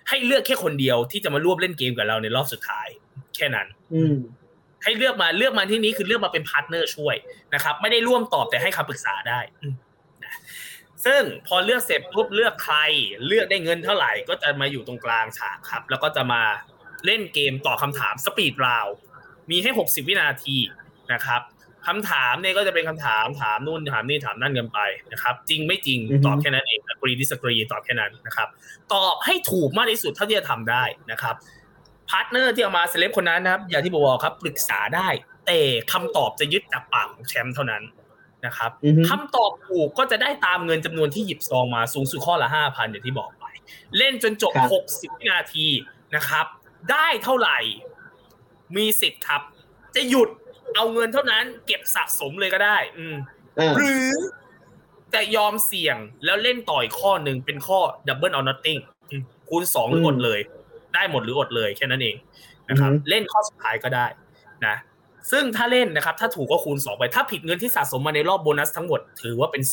ให้เลือกแค่คนเดียวที่จะมาร่วมเล่นเกมกับเราในรอบสุดท้ายแค่นั้นให้เลือกมาที่นี้คือเลือกมาเป็นพาร์ทเนอร์ช่วยนะครับไม่ได้ร่วมตอบแต่ให้คำปรึกษาได้ซึ่งพอเลือกเสร็จปุ๊บเลือกใครเลือกได้เงินเท่าไหร่ก็จะมาอยู่ตรงกลางฉากครับแล้วก็จะมาเล่นเกมตอบคำถามสปีดราวด์มีให้60วินาทีนะครับคำถามเนี่ยก็จะเป็นคำถามถามนู่นถามนี่ถามนั่นกันไปนะครับจริงไม่จริงตอบแค่นั้นเองagree disagree ตอบแค่นั้นนะครับตอบให้ถูกมากที่สุดเท่าที่จะทำได้นะครับพาร์ทเนอร์ที่เอามาเซเลบคนนั้นนะครับอย่างที่บอกครับปรึกษาได้แต่คำตอบจะยึดจากปากของแชมป์เท่านั้นนะครับคำตอบถูกก็จะได้ตามเงินจำนวนที่หยิบซองมาสูงสุดข้อละ 5,000 อย่างที่บอกไปเล่นจนจบ60วินาทีนะครับได้เท่าไหร่มีสิทธิ์ครับจะหยุดเอาเงินเท่านั้นเก็บสะสมเลยก็ได้หรือจะยอมเสี่ยงแล้วเล่นต่ออีกข้อหนึ่งเป็นข้อ double or nothing คูณ2หรืออดเลยได้หมดหรืออดเลยแค่นั้นเองนะครับเล่นข้อสุดท้ายก็ได้นะซึ่งถ้าเล่นนะครับถ้าถูกก็คูณ2ไปถ้าผิดเงินที่สะสมมาในรอบโบนัสทั้งหมดถือว่าเป็น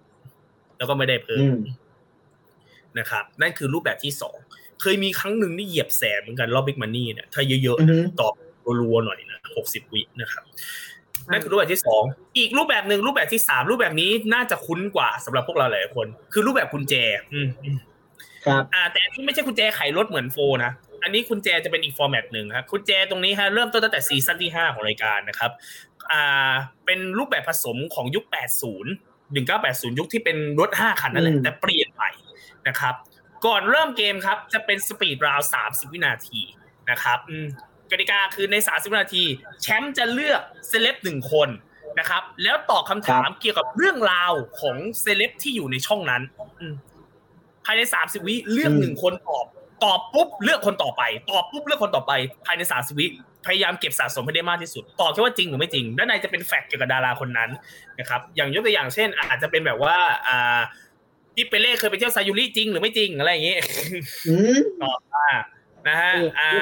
0แล้วก็ไม่ได้เพิ่มนะครับนั่นคือรูปแบบที่2เคยมีครั้งหนึ่งนี่เหยียบแสนเหมือนกันรอบ Big Money เนี่ยถ้าเยอะๆตอบรัวๆหน่อยนะ60วินะครับนั่นคือรูปแบบที่2อีกรูปแบบนึงรูปแบบที่3รูปแบบนี้น่าจะคุ้นกว่าสำหรับพวกเราหลายคนคือรูปแบบกุญแจครับแต่อันนี้ไม่ใช่กุญแจไขรถเหมือนโฟนะอันนี้กุญแจจะเป็นอีกฟอร์แมตนึงครับกุญแจตรงนี้ฮะเริ่มต้นตั้งแต่ซีซั่นที่5ของรายการนะครับเป็นรูปแบบผสมของยุค80 1980ยุคที่เป็นรถ5คันนั่นแหละแต่เปลี่ยนใหม่นะครับก่อนเริ่มเกมครับจะเป็นสปีดราวด์30วินาทีนะครับกติกาคือใน30วินาทีแชมป์จะเลือกเซเลบ1คนนะครับแล้วตอบคำถามเกี่ยวกับเรื่องราวของเซเลบที่อยู่ในช่องนั้นภายใน30วิเลือก1คนตอบปุ๊บเลือกคนต่อไปตอบปุ๊บเลือกคนต่อไปภายใน30วิพยายามเก็บสะสมให้ได้มากที่สุดตอบแค่ว่าจริงหรือไม่จริงด้านในจะเป็นแฟกต์เกี่ยวกับดาราคนนั้นนะครับอย่างยกตัวอย่างเช่นอาจจะเป็นแบบว่าพี่เปเล่เคยไปเที่ยวซายูริจริงหรือไม่จริงอะไรอย่างงี้ตอบนะฮะ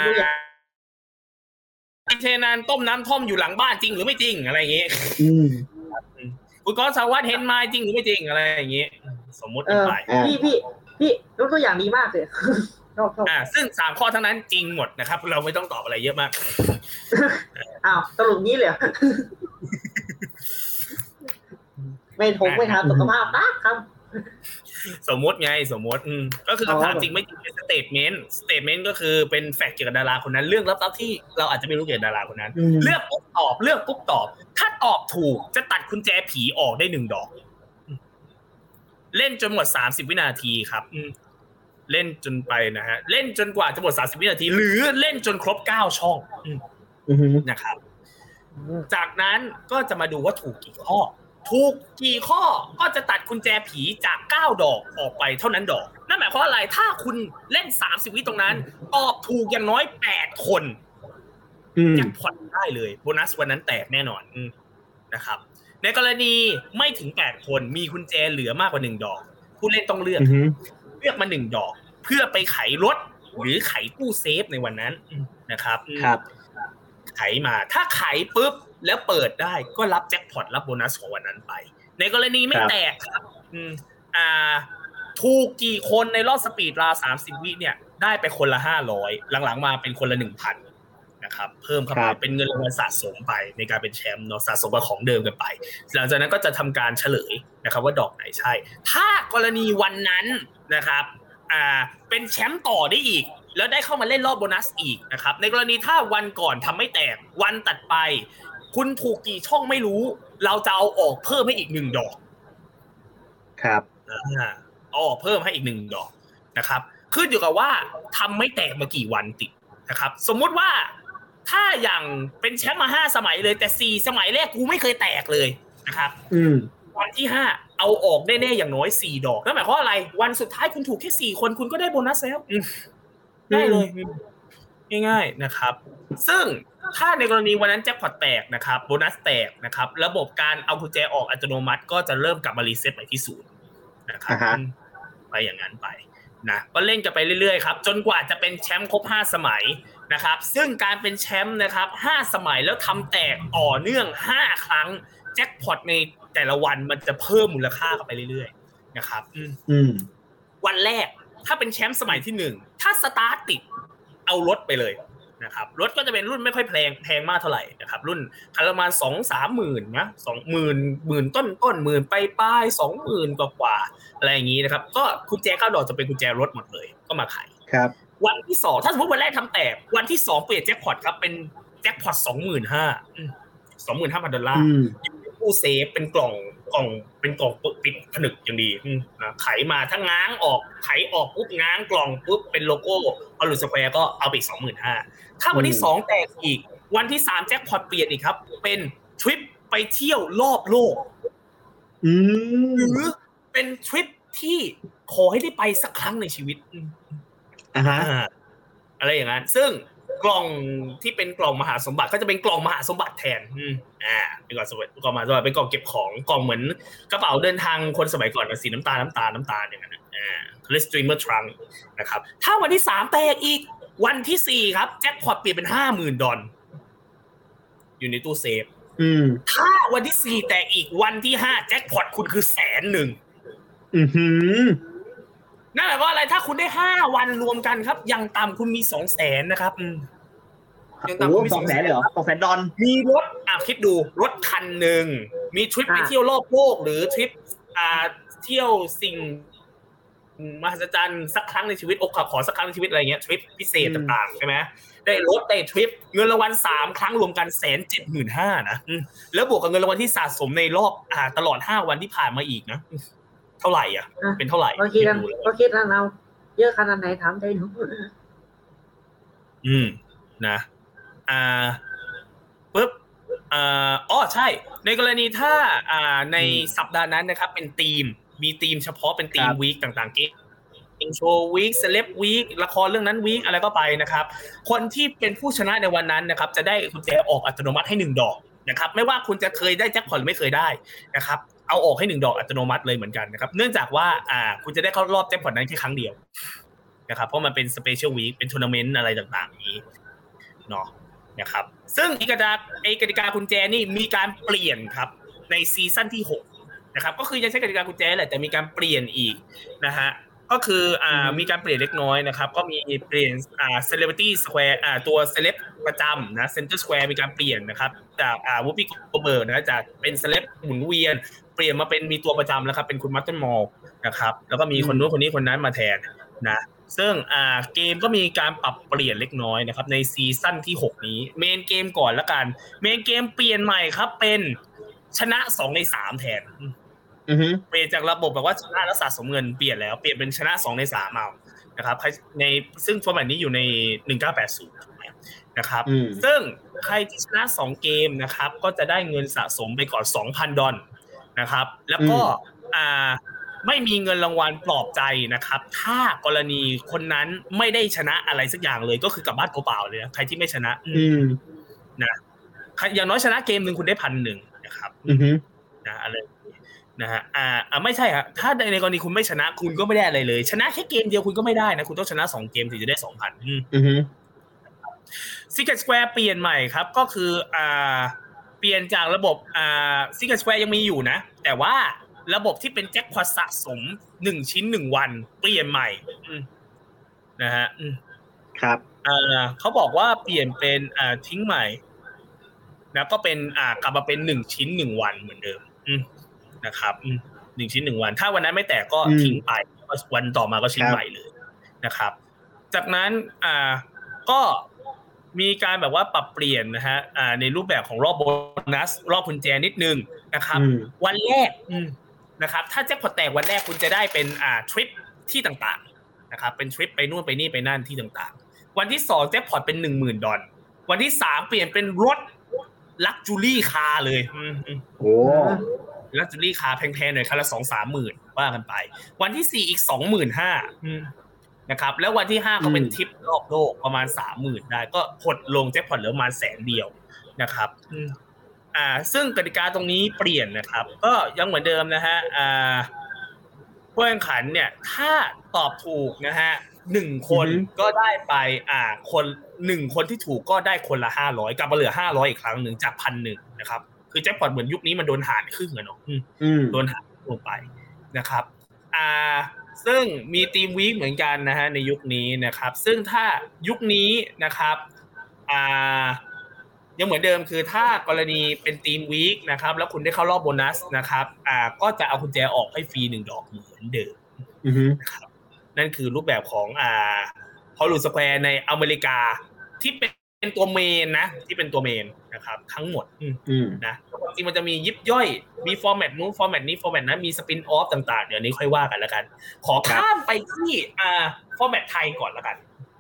เชนานต้มน้ำท่อมอยู่หลังบ้านจริงหรือไม่จริงอะไรอย่างงี้คุณก็สวัสดิ์เห็นมาจริงหรือไม่จริงอะไรอย่างงี้สมมติไปพี่ยกตัวอย่างดีมากเลยซึ่ง3ข้อทั้งนั้นจริงหมดนะครับเราไม่ต้องตอบอะไรเยอะมากสรุปนี้เลยไม่ทำสุขภาพนะครับสมมติไงสมมติก็คือคำถามจริงไม่จริงเป็นสเตทเมนต์ก็คือเป็นแฟกต์เกี่ยวกับดาราคนนั้นเรื่องลับๆที่เราอาจจะไม่รู้เกี่ยวกับดาราคนนั้นเลือกปุ๊บตอบถ้าตอบถูกจะตัดกุญแจผีออกได้1ดอกเล่นจนหมด30วินาทีครับเล่นจนไปนะฮะเล่นจนกว่าจะหมด30วินาทีหรือเล่นจนครบ9ช่องนะครับจากนั้นก็จะมาดูว่าถูกกี่ข้อก็จะตัดกุญแจผีจาก9ดอกออกไปเท่านั้นดอกนั่นหมายความว่าอะไรถ้าคุณเล่น30วิตรงนั้นตอบถูกอย่างน้อย8คนแจ็คพอตได้เลยโบนัสวันนั้นแตกแน่นอนนะครับในกรณีไม่ถึง8คนมีกุญแจเหลือมากกว่า1ดอกผู้เล่นต้องเลือกมา1ดอกเพื่อไปไขรถหรือไขตู้เซฟในวันนั้นนะครับไขมาถ้าไขปุ๊บแล้วเปิดได้ก็รับแจ็คพอตรับโบนัสของวันนั้นไปในกรณีไม่แตกครับถูกกี่คนในรอบสปีดราว30วิเนี่ยได้ไปคนละ500หลังๆมาเป็นคนละ 1,000 นะครับเพิ่มเข้าไปเป็นเงินรางวัลสะสมไปในการเป็นแชมป์เนาะสะสมกับของเดิมกันไปหลังจากนั้นก็จะทำการเฉลยนะครับว่าดอกไหนใช่ถ้ากรณีวันนั้นนะครับเป็นแชมป์ต่อได้อีกแล้วได้เข้ามาเล่นรอบโบนัสอีกนะครับในกรณีถ้าวันก่อนทำไม่แตกวันตัดไปคุณถูกกี่ช่องไม่รู้เราจะเอาออกเพิ่มให้อีก1ดอกครับเอาออกเพิ่มให้อีก1ดอกนะครับขึ้นอยู่กับว่าทำไม่แตกมากี่วันติดนะครับสมมุติว่าถ้าอย่างเป็นแชมป์มา5สมัยเลยแต่4สมัยแรกกูไม่เคยแตกเลยนะครับวันที่5เอาออกแน่ๆอย่างน้อย4ดอกนั่นหมายความว่าอะไรวันสุดท้ายคุณถูกแค่4คนคุณก็ได้โบนัสแล้วได้เลยง่ายๆนะครับซึ่งถ้าในกรณีวันนั้นแจ็คพอตแตกนะครับโบนัสแตกนะครับระบบการเอากุญแจออกอัตโนมัติก็จะเริ่มกลับมารีเซ็ตใหม่ที่0นะครับไปอย่างนั้นไปนะก็เล่นกันไปเรื่อยๆครับจนกว่าจะเป็นแชมป์ครบ5สมัยนะครับซึ่งการเป็นแชมป์นะครับ5สมัยแล้วทำแตกต่อเนื่อง5ครั้งแจ็คพอตในแต่ละวันมันจะเพิ่มมูลค่าเข้าไปเรื่อยๆนะครับวันแรกถ้าเป็นแชมป์สมัยที่1ถ้าสตาร์ทติดเอารถไปเลยนะครับรถก็จะเป็นรุ่นไม่ค่อยแพงมากเท่าไหร่นะครับรุ่นคันละประมาณ 2-3 หมื่นนะ20,000ต้นหมื่นปลายๆ 20,000 กว่าอะไรอย่างงี้นะครับก็กุญแจ9ดอกจะเป็นกุญแจรถหมดเลยก็มาขายครับวันที่2ถ้าสมมุติวันแรกทำแตกวันที่2เปลี่ยนแจ็คพอตครับเป็นแจ็คพอต $25,000 ตู้เซฟเป็นกล่องปิดผนึกอย่างดีนะไขมาถ้าง้างออกไขออกปุ๊บง้างกล่องปุ๊บเป็นโลโก้ออรูสแควร์ก็เอาไป 25,000 ถ้าวันที่2แตกอีกวันที่3แจ็คพอตเปลี่ยนอีกครับเป็นทริปไปเที่ยวรอบโลกหรือเป็นทริปที่ขอให้ได้ไปสักครั้งในชีวิตอะไรอย่างนั้นซึ่งกล่องที่เป็นกล่องมหาสมบัติก็จะเป็นกล่องมหาสมบัติแทนเป็นกล่องมหาสมบัติเป็นกล่องเก็บของกล่องเหมือนกระเป๋าเดินทางคนสมัยก่อนสีน้ำตาลอย่างนั้นเรียก streamer trunk นะครับถ้าวันที่3แตกอีกวันที่4ครับแจ็คพอตเปลี่ยนเป็น$50,000อยู่ในตู้เซฟถ้าวันที่4แตกอีกวันที่5แจ็คพอตคุณคือ100,000นั่นหมายความว่าอะไรถ้าคุณได้5วันรวมกันครับยังต่ำคุณมี200,000นะครับยังต่ำคุณมี200,000เลยเหรอ$200,000 มีรถคิดดูรถคันนึงมีทริปไปเที่ยวรอบโลกหรือทริปเที่ยวสิ่งมหัศจรรย์สักครั้งในชีวิตขอสักครั้งในชีวิตอะไรเงี้ยทริปพิเศษต่างๆใช่มั้ยได้รถได้ทริปเงินรางวัล3ครั้งรวมกัน175,000นะแล้วบวกกับเงินรางวัลที่สะสมในรอบตลอด5วันที่ผ่านมาอีกนะเท่าไหร่อ่ะเป็นเท่าไหร่ก็คิดกันเอาเยอะขนาดไหนถามได้หนูนะปึ๊บใช่ในกรณีถ้าในสัปดาห์นั้นนะครับเป็นธีมมีธีมเฉพาะเป็นธีมวีคต่างๆเกมโชว์วีคเซเลบวีคละครเรื่องนั้นวีคอะไรก็ไปนะครับคนที่เป็นผู้ชนะในวันนั้นนะครับจะได้กุญแจออกอัตโนมัติให้1ดอกนะครับไม่ว่าคุณจะเคยได้แจ็คพอตหรือไม่เคยได้นะครับเอาออกให้1ดอกอัตโนมัติเลยเหมือนกันนะครับเนื่องจากว่าคุณจะได้เข้ารอบแจ็คพอตนั้นแค่ครั้งเดียวนะครับเพราะมันเป็นสเปเชียลวีคเป็นทัวร์นาเมนต์อะไรต่างๆนี้เนาะนะครับซึ่งกติกากุญแจนี่มีการเปลี่ยนครับในซีซั่นที่6นะครับก็คือยังใช้กติกากุญแจแหละแต่มีการเปลี่ยนอีกนะฮะก็คือมีการเปลี่ยนเล็กน้อยนะครับก็มีเปลี่ยนCelebrity Square ตัวเซเลบประจำนะ Center Square มีการเปลี่ยนนะครับจากวูฟี่โกเบิร์กนะจากเป็นเซเลบหมุนเวียนเปลี่ยนมาเป็นมีตัวประจำแล้วครับเป็นคุณมัตเตอร์มอลนะครับแล้วก็มีคนนู้นคนนี้คนนั้นมาแทนนะซึ่งเกมก็มีการปรับเปลี่ยนเล็กน้อยนะครับในซีซั่นที่6นี้เมนเกมก่อนละกันเมนเกมเปลี่ยนใหม่ครับเป็นชนะ2ใน3แทนเปลี่ยนจากระบบแบบว่าชนะแล้วสะสมเงินเปลี่ยนเป็นชนะ2ใน3เอานะครับในซึ่งฟอร์แมตนี้อยู่ใน1980นะครับซึ่งใครที่ชนะ2เกมนะครับก็จะได้เงินสะสมไปก่อน$2,000นะครับแล้วก็ไม่มีเงินรางวัลปลอบใจนะครับถ้ากรณีคนนั้นไม่ได้ชนะอะไรสักอย่างเลยก็คือกลับบ้านเปล่าๆเลยนะใครที่ไม่ชนะนะอย่างน้อยชนะเกมนึงคุณได้1,000นะครับนะอะไรนะฮะไม่ใช่ครับถ้าในกรณีคุณไม่ชนะคุณก็ไม่ได้อะไรเลยชนะแค่เกมเดียวคุณก็ไม่ได้นะคุณต้องชนะ2เกมถึงจะได้ 2,000 Secret Square เปลี่ยนใหม่ครับก็คือเปลี่ยนจากระบบSecret Square ยังมีอยู่นะแต่ว่าระบบที่เป็นแจ็คพอตสะสม1ชิ้น1วันเปลี่ยนใหม่นะฮะครับเขาบอกว่าเปลี่ยนเป็นทิ้งใหม่นะก็เป็นกลับมาเป็น1ชิ้น1วันเหมือนเดิมนะครับ1ชิ้น1วันถ้าวันนั้นไม่แตกก็ทิ้งไปวันต่อมาก็ชิ้นใหม่เลยนะครับจากนั้นก็มีการแบบว่าปรับเปลี่ยนนะฮะในรูปแบบของรอบโบนัสรอบกุญแจนิดนึงนะครับวันแรกนะครับถ้าแจ็คพอตแตกวันแรกคุณจะได้เป็นทริปที่ต่างๆนะครับเป็นทริปไปนู่นไปนี่ไปนั่นที่ต่างๆวันที่2แจ็คพอตเป็น$10,000วันที่3เปลี่ยนเป็นรถลักจูรี่คาร์เลยโอ้ลักจูรี่คาร์แพงๆหน่อยคันละ 2-3 หมื่นว่ากันไปวันที่4อีก 25,000 นะครับแล้ววันที่5ก็เป็นทริปรอบโลกประมาณ 30,000 ได้ก็หดลงแจ็คพอตเหลือประมาณ100,000เดียวนะครับซึ่งกติกาตรงนี้เปลี่ยนนะครับก็ยังเหมือนเดิมนะฮะผู้แข่งขันเนี่ยถ้าตอบถูกนะฮะ1คนก็ได้ไปคน1คนที่ถูกก็ได้คนละ500กลับมาเหลือ500อีกครั้งนึงจาก 1,000 นะครับคือแจ็คพอตเหมือนยุคนี้มันโดนหารครึ่งอ่ะเนาะโดนหารลงไปนะครับซึ่งมีทีมวีคเหมือนกันนะฮะในยุคนี้นะครับซึ่งถ้ายุคนี้นะครับยังเหมือนเดิมคือถ้ากรณีเป็นทีมวีคนะครับแล้วคุณได้เข้ารอบโบนัสนะครับก็จะเอากุญแจออกให้ฟรี1 ดอกเหมือนเดิมนะครับนั่นคือรูปแบบของฮอลลีวูดสแควร์ในอเมริกาที่เป็นตัวเมนนะที่เป็นตัวเมนนะครับทั้งหมดนะจริงมันจะมียิบย่อยมีฟอร์แมตนู้นฟอร์แมตนี้ฟอร์แมตนั้นมีสปินออฟต่างๆเดี๋ยวนี้ค่อยว่ากันแล้วกันขอข้ามไปที่ฟอร์แมตไทยก่อนแล้วกัน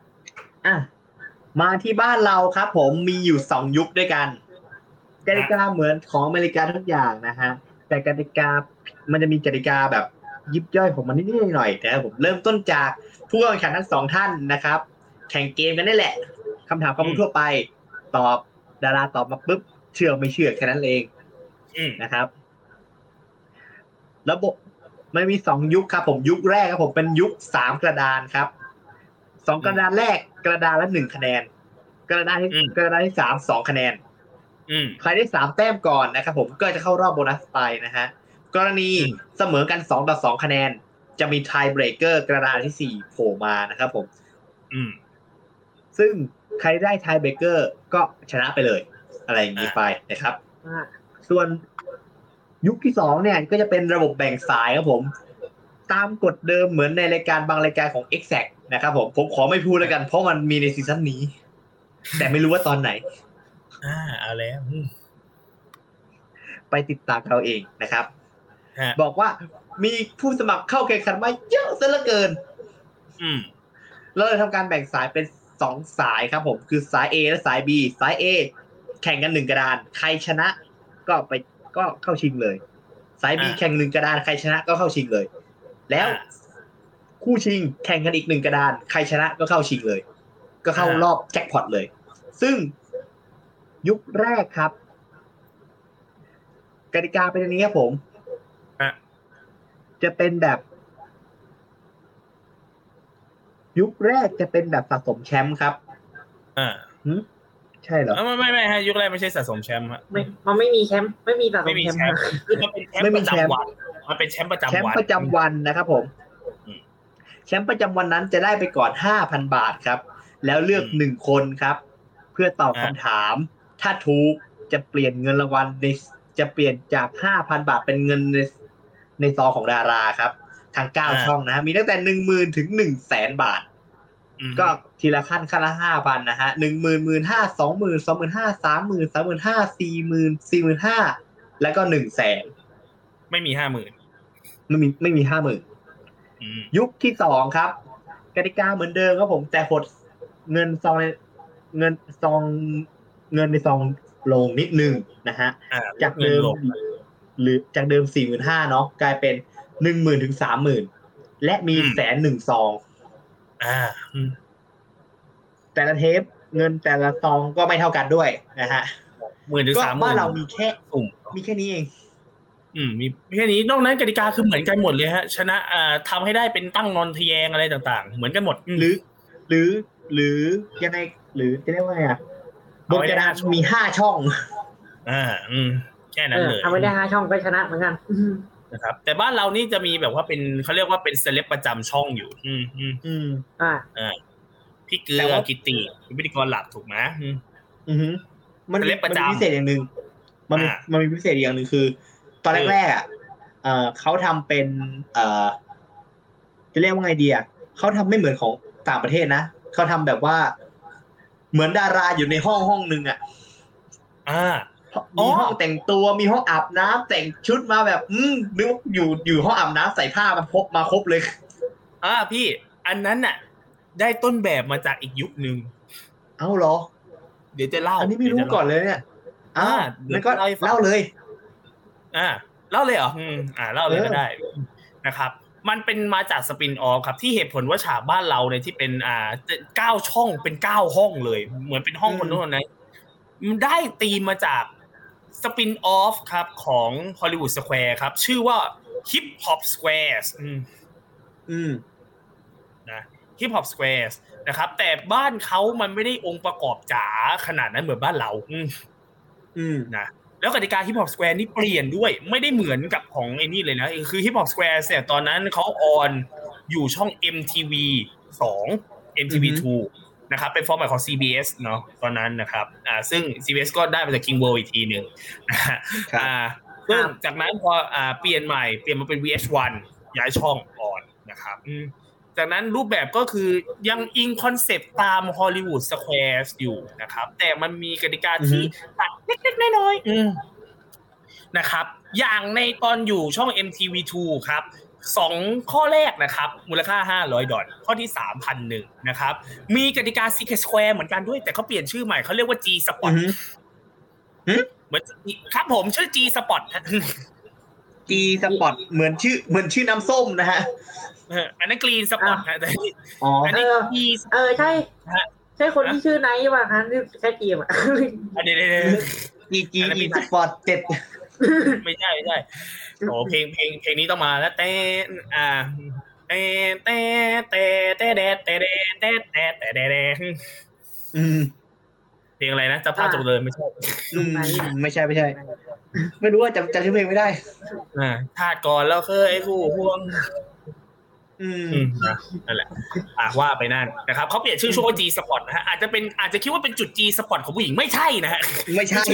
มาที่บ้านเราครับผมมีอยู่2ยุคด้วยกันกติกาเหมือนของอเมริกาทุกอย่างนะฮะแต่กติกามันจะมีกติกาแบบยิบย่อยของมันนิดๆหน่อยๆแต่ผมเริ่มต้นจากผู้แข่งขันทั้ง2ท่านนะครับแข่งเกมกันนี่แหละคำถามความรู้ทั่วไปตอบดาราตอบมาปุ๊บเชื่อไม่เชื่อแค่นั้นเองนะครับระบบมันมี2ยุคครับผมยุคแรกครับผมเป็นยุค3กระดานครับ2กระดานแรกกระดานละ1คะแนนกระดานที่3 2คะแนนใครได้3แต้มก่อนนะครับผมก็จะเข้ารอบโบนัสไปนะฮะกรณีเสมอกัน2-2คะแนนจะมีไทเบรกเกอร์กระดานที่4โผล่มานะครับผมซึ่งใครได้ไทเบรกเกอร์ก็ชนะไปเลยอะไรอย่างนี้ไปนะครับส่วนยุคที่2เนี่ยก็จะเป็นระบบแบ่งสายครับผมตามกฎเดิมเหมือนในรายการบางรายการของ Exact นะครับผมขอไม่พูดแล้วกันเพราะมันมีในซีซั่นนี้แต่ไม่รู้ว่าตอนไหนเอาแล้วไปติดตามเราเองนะครับบอกว่ามีผู้สมัครเข้าแข่งขันมาเยอะซะเหลือเกินเราเลยทำการแบ่งสายเป็น2สายครับผมคือสาย A และสาย B สาย A แข่งกัน1กระดานใครชนะก็เข้าชิงเลยสาย B แข่ง1กระดานใครชนะก็เข้าชิงเลยแล้วคู่ชิงแข่งกันอีก1กระดานใครชนะก็เข้าชิงเลยก็เข้ารอบแจ็คพอตเลยซึ่งยุคแรกครับกติกาเป็นอย่างนี้ครับผมจะเป็นแบบยุคแรกจะเป็นแบบสะสมแชมป์ครับใช่เหรอไม่ฮะยุคแรกไม่ใช่สะสมแชมป์ฮะมันไม่มีแชมป์ไม่มีสะสมแชมป์คือมันเป็นแชมป์ประจำวันมันเป็นแชมป์ประจำวันแชมป์ประจำวันนะครับผมแชมป์ประจำวันนั้นจะได้ไปก่อน 5,000 บาทครับแล้วเลือก1คนครับเพื่อตอบคำถามถ้าถูกจะเปลี่ยนเงินรางวัลจะเปลี่ยนจาก 5,000 บาทเป็นเงินในซองของดาราครับทาง9ช่องนะมีตั้งแต่ 10,000 ถึง 100,000 บาทก็ทีละขั้นละ 5,000 นะฮะ 10,000 15,000 20,000 25,000 30,000 35,000 40,000 45,000แล้วก็ 100,000 ไม่มี 50,000 ไม่มี 50,000ยุคที่2ครับกติกาเหมือนเดิมครับผมแต่หดเงินซองในซองลงนิดนึงนะฮะจากเดิมหรือจากเดิม 45,000 เนาะกลายเป็น 10,000 ถึง 30,000และมี100,001ซองแต่ละเทปเงินแต่ละซองก็ไม่เท่ากันด้วยนะฮะ 10,000 ถึง 30,000 บ้านเรามีแค่นี้เองมีแค่นี้นอกนั้นกติกาคือเหมือนกันหมดเลยฮะชนะทำให้ได้เป็นตั้งนอนทะแยงอะไรต่างๆเหมือนกันหมดหรือยังไงหรือจะเรียกว่าไงบนกระดานมี5ช่องแค่นั้นเลยทำไม่ได้5ช่องก็ชนะเหมือนกันนะครับแต่บ้านเรานี่จะมีแบบว่าเป็นเขาเรียกว่าเป็นเซเลบประจำช่องอยู่พี่เกลือกิติเป็นพิธีกรหลักถูกไหมมันมีพิเศษอย่างนึงมันมีพิเศษอย่างนึงคือตอนแรกๆเขาทำเป็นจะเรียกว่าไงดีเขาทำไม่เหมือนของต่างประเทศนะเขาทำแบบว่าเหมือนดาราอยู่ในห้องนึงมีห้องแต่งตัวมีห้องอาบน้ำแต่งชุดมาแบบนึกว่าอยู่ห้องอาบน้ำใส่ผ้ามาครบเลยพี่อันนั้นน่ะได้ต้นแบบมาจากอีกยุคนึงเอ้าเหรอเดี๋ยวจะเล่าอันนี้ไม่รู้ก่อนเลยเนี่ยแล้วก็เล่าเลยเล่าเลยเหรอเล่าเลยก็ได้นะครับมันเป็นมาจากสปินออฟครับที่เหตุผลว่าฉากบ้านเราเนี่ยที่เป็น9ช่องเป็น9ห้องเลยเหมือนเป็นห้องคนนู้นคนนั้นมันได้ตีมมาจากสปินออฟครับของฮอลลีวูดสแควร์ครับชื่อว่า Hip Hop Squares นะ Hip Hop Squares นะครับแต่บ้านเขามันไม่ได้องค์ประกอบจ๋าขนาดนั้นเหมือนบ้านเรานะแล้วกติกา Hip Hop Square นี่เปลี่ยนด้วยไม่ได้เหมือนกับของไอ้นี่เลยนะคือ Hip Hop Square เนี่ยตอนนั้นเขาออนอยู่ช่อง MTV 2 MTV 2นะครับเป็นฟอร์แมตของ CBS เนาะตอนนั้นนะครับซึ่ง CBS ก็ได้มาจาก King World อีกทีนึงนะฮะซึ่งจากนั้นพอเปลี่ยนมาเป็น VH1 ย้ายช่องก่อนนะครับจากนั้นรูปแบบก็คือยังอิงคอนเซปต์ตาม Hollywood Squares อยู่นะครับแต่มันมีกติกาที่ตัดเล็กๆน้อยๆนะครับอย่างในตอนอยู่ช่อง MTV2 ครับ2ข้อแรกนะครับมูลค่า$500ข้อที่ 3,100 นะครับมีกติกา Secret Square เหมือนกันด้วยแต่เขาเปลี่ยนชื่อใหม่เขาเรียกว่า G Spot เหมือนครับผมชื่อ G Spot G Spot เหมือนชื่อน้ำส้มนะฮะอันนั้น Green Spot ฮะแต่อันนี้ G ใช่คนที่ชื่อไนท์ว่ะฮะแค่จีมอ่ะอันนี้ G Spot 7 ไม่ใช่โอ้เพลงนี้ต้องมาแล้วแต่เพลงอะไรนะจะพาจงเดินไม่ใช่ไม่ใช่ไม่รู้ว่าจำชื่อเพลงไม่ได้ธาตุก่อนแล้วเคยคู่ห่วงนั่นแหละว่าไปนั่นนะครับเขาเปลี่ยนชื่อช่วงว่า G Spot นะฮะอาจจะคิดว่าเป็นจุด G Spot ของผู้หญิงไม่ใช่นะฮะไม่ใช่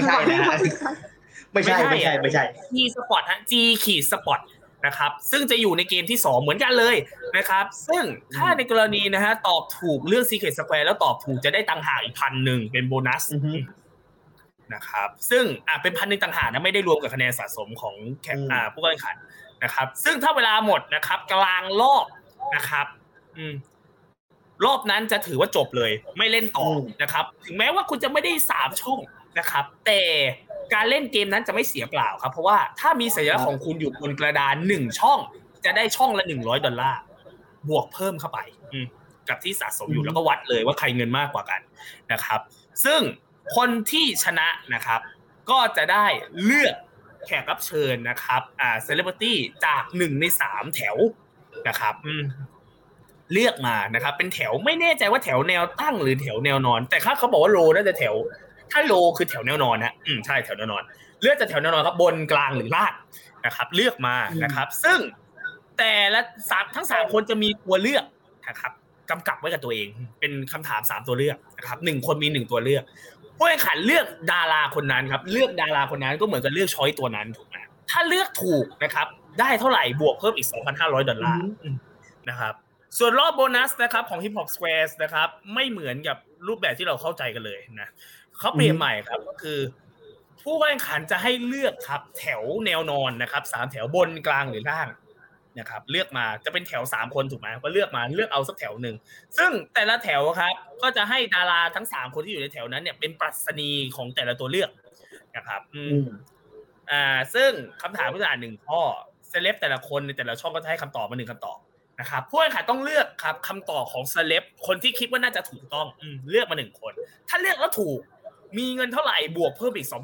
G Spot ฮะ G Spot นะครับซึ่งจะอยู่ในเกมที่2เหมือนกันเลยนะครับซึ่งถ้าในกรณีนะฮะตอบถูกเรื่อง Secret Square แล้วตอบถูกจะได้ตังค์หากอีก 1,000 เป็นโบนัสนะครับซึ่งเป็น 1,000 ต่างหากนะไม่ได้รวมกับคะแนนสะสมของผู้แข่งขันนะครับซึ่งถ้าเวลาหมดนะครับกลางรอบนะครับรอบนั้นจะถือว่าจบเลยไม่เล่นต่อนะครับถึงแม้ว่าคุณจะไม่ได้3ช่องนะครับแต่การเล่นเกมนั้นจะไม่เสียเปล่าครับเพราะว่าถ้ามีสัญลักษณ์ของคุณอยู่บนกระดาน1ช่องจะได้ช่องละ$100บวกเพิ่มเข้าไปกับที่สะสมอยู่แล้วก็วัดเลยว่าใครเงินมากกว่ากันนะครับซึ่งคนที่ชนะนะครับก็จะได้เลือกแขกรับเชิญนะครับเซเลบริตี้จาก1ใน3แถวนะครับเลือกมานะครับเป็นแถวไม่แน่ใจว่าแถวแนวตั้งหรือแถวแนวนอนแต่เขาบอกว่าโลน่าจะแถวถ้าโลคือแถวแนวนอนนะใช่แถวแนวนอนเลือกจากแถวแนวนอนครับบนกลางหรือล่างนะครับเลือกมานะครับซึ่งแต่ละทั้ง3คนจะมีตัวเลือกนะครับกำกับไว้กับตัวเองเป็นคำถาม3ตัวเลือกนะครับ1คนมี1ตัวเลือกผู้แข่งขันเลือกดาราคนนั้นครับเลือกดาราคนนั้นก็เหมือนกับเลือกช้อยตัวนั้นถูกไหมถ้าเลือกถูกนะครับได้เท่าไหร่บวกเพิ่มอีก$2,500นะครับส่วนรอบโบนัสนะครับของ Hip Hop Squares นะครับไม่เหมือนกับรูปแบบที่เราเข้าใจกันเลยนะเขาเปลี่ยนใหม่ครับก็คือผู้แข่งขันจะให้เลือกครับแถวแนวนอนนะครับ3แถวบนกลางหรือล่างนะครับเลือกมาจะเป็นแถว3คนถูกไหมก็เลือกเอาสักแถวนึงซึ่งแต่ละแถวครับก็จะให้ดาราทั้ง3คนที่อยู่ในแถวนั้นเนี่ยเป็นปรัชนีของแต่ละตัวเลือกนะครับซึ่งคำถามก็จะ1ข้อเซเลบแต่ละคนในแต่ละช่องก็จะให้คำตอบมา1คำตอบนะครับผู้แข่งขันต้องเลือกครับคำตอบของเซเลบคนที่คิดว่าน่าจะถูกต้องเลือกมา1คนถ้าเลือกแล้วถูกมีเงินเท่าไหร่บวกเพิ่มอีก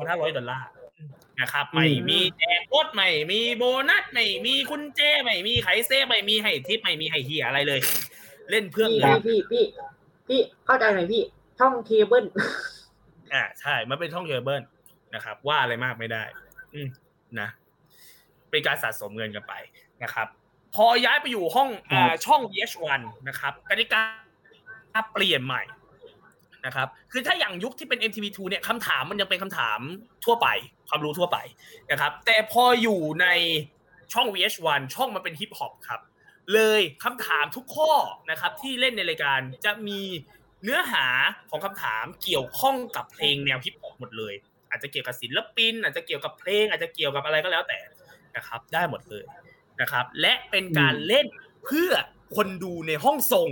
$2,500นะครับไม่มีแจกโค้ดไม่มีโบนัสไม่มีกุญแจไม่มีไขเซฟไม่มีให้ทิปไม่มีให้เหี้ยอะไรเลยเล่นเพื่อเงินพี่เข้าใจไหมพี่ช่องเคเบิลใช่มันเป็นช่องเคเบิลนะครับว่าอะไรมากไม่ได้นะเป็นการสะสมเงินกันไปนะครับพอย้ายไปอยู่ห้องช่อง VH1 นะครับกติกาเปลี่ยนใหม่นะครับคือถ้าอย่างยุคที่เป็น MTV2 เนี่ยคำถามมันยังเป็นคำถามทั่วไปความรู้ทั่วไปนะครับแต่พออยู่ในช่อง VH1 ช่องมันเป็นฮิปฮอปครับเลยคำถามทุกข้อนะครับที่เล่นในรายการจะมีเนื้อหาของคำถามเกี่ยวข้องกับเพลงแนวฮิปฮอปหมดเลยอาจจะเกี่ยวกับศิลปินอาจจะเกี่ยวกับเพลงอาจจะเกี่ยวกับอะไรก็แล้วแต่นะครับได้หมดเลยนะครับและเป็นการเล่นเพื่อคนดูในห้องส่ง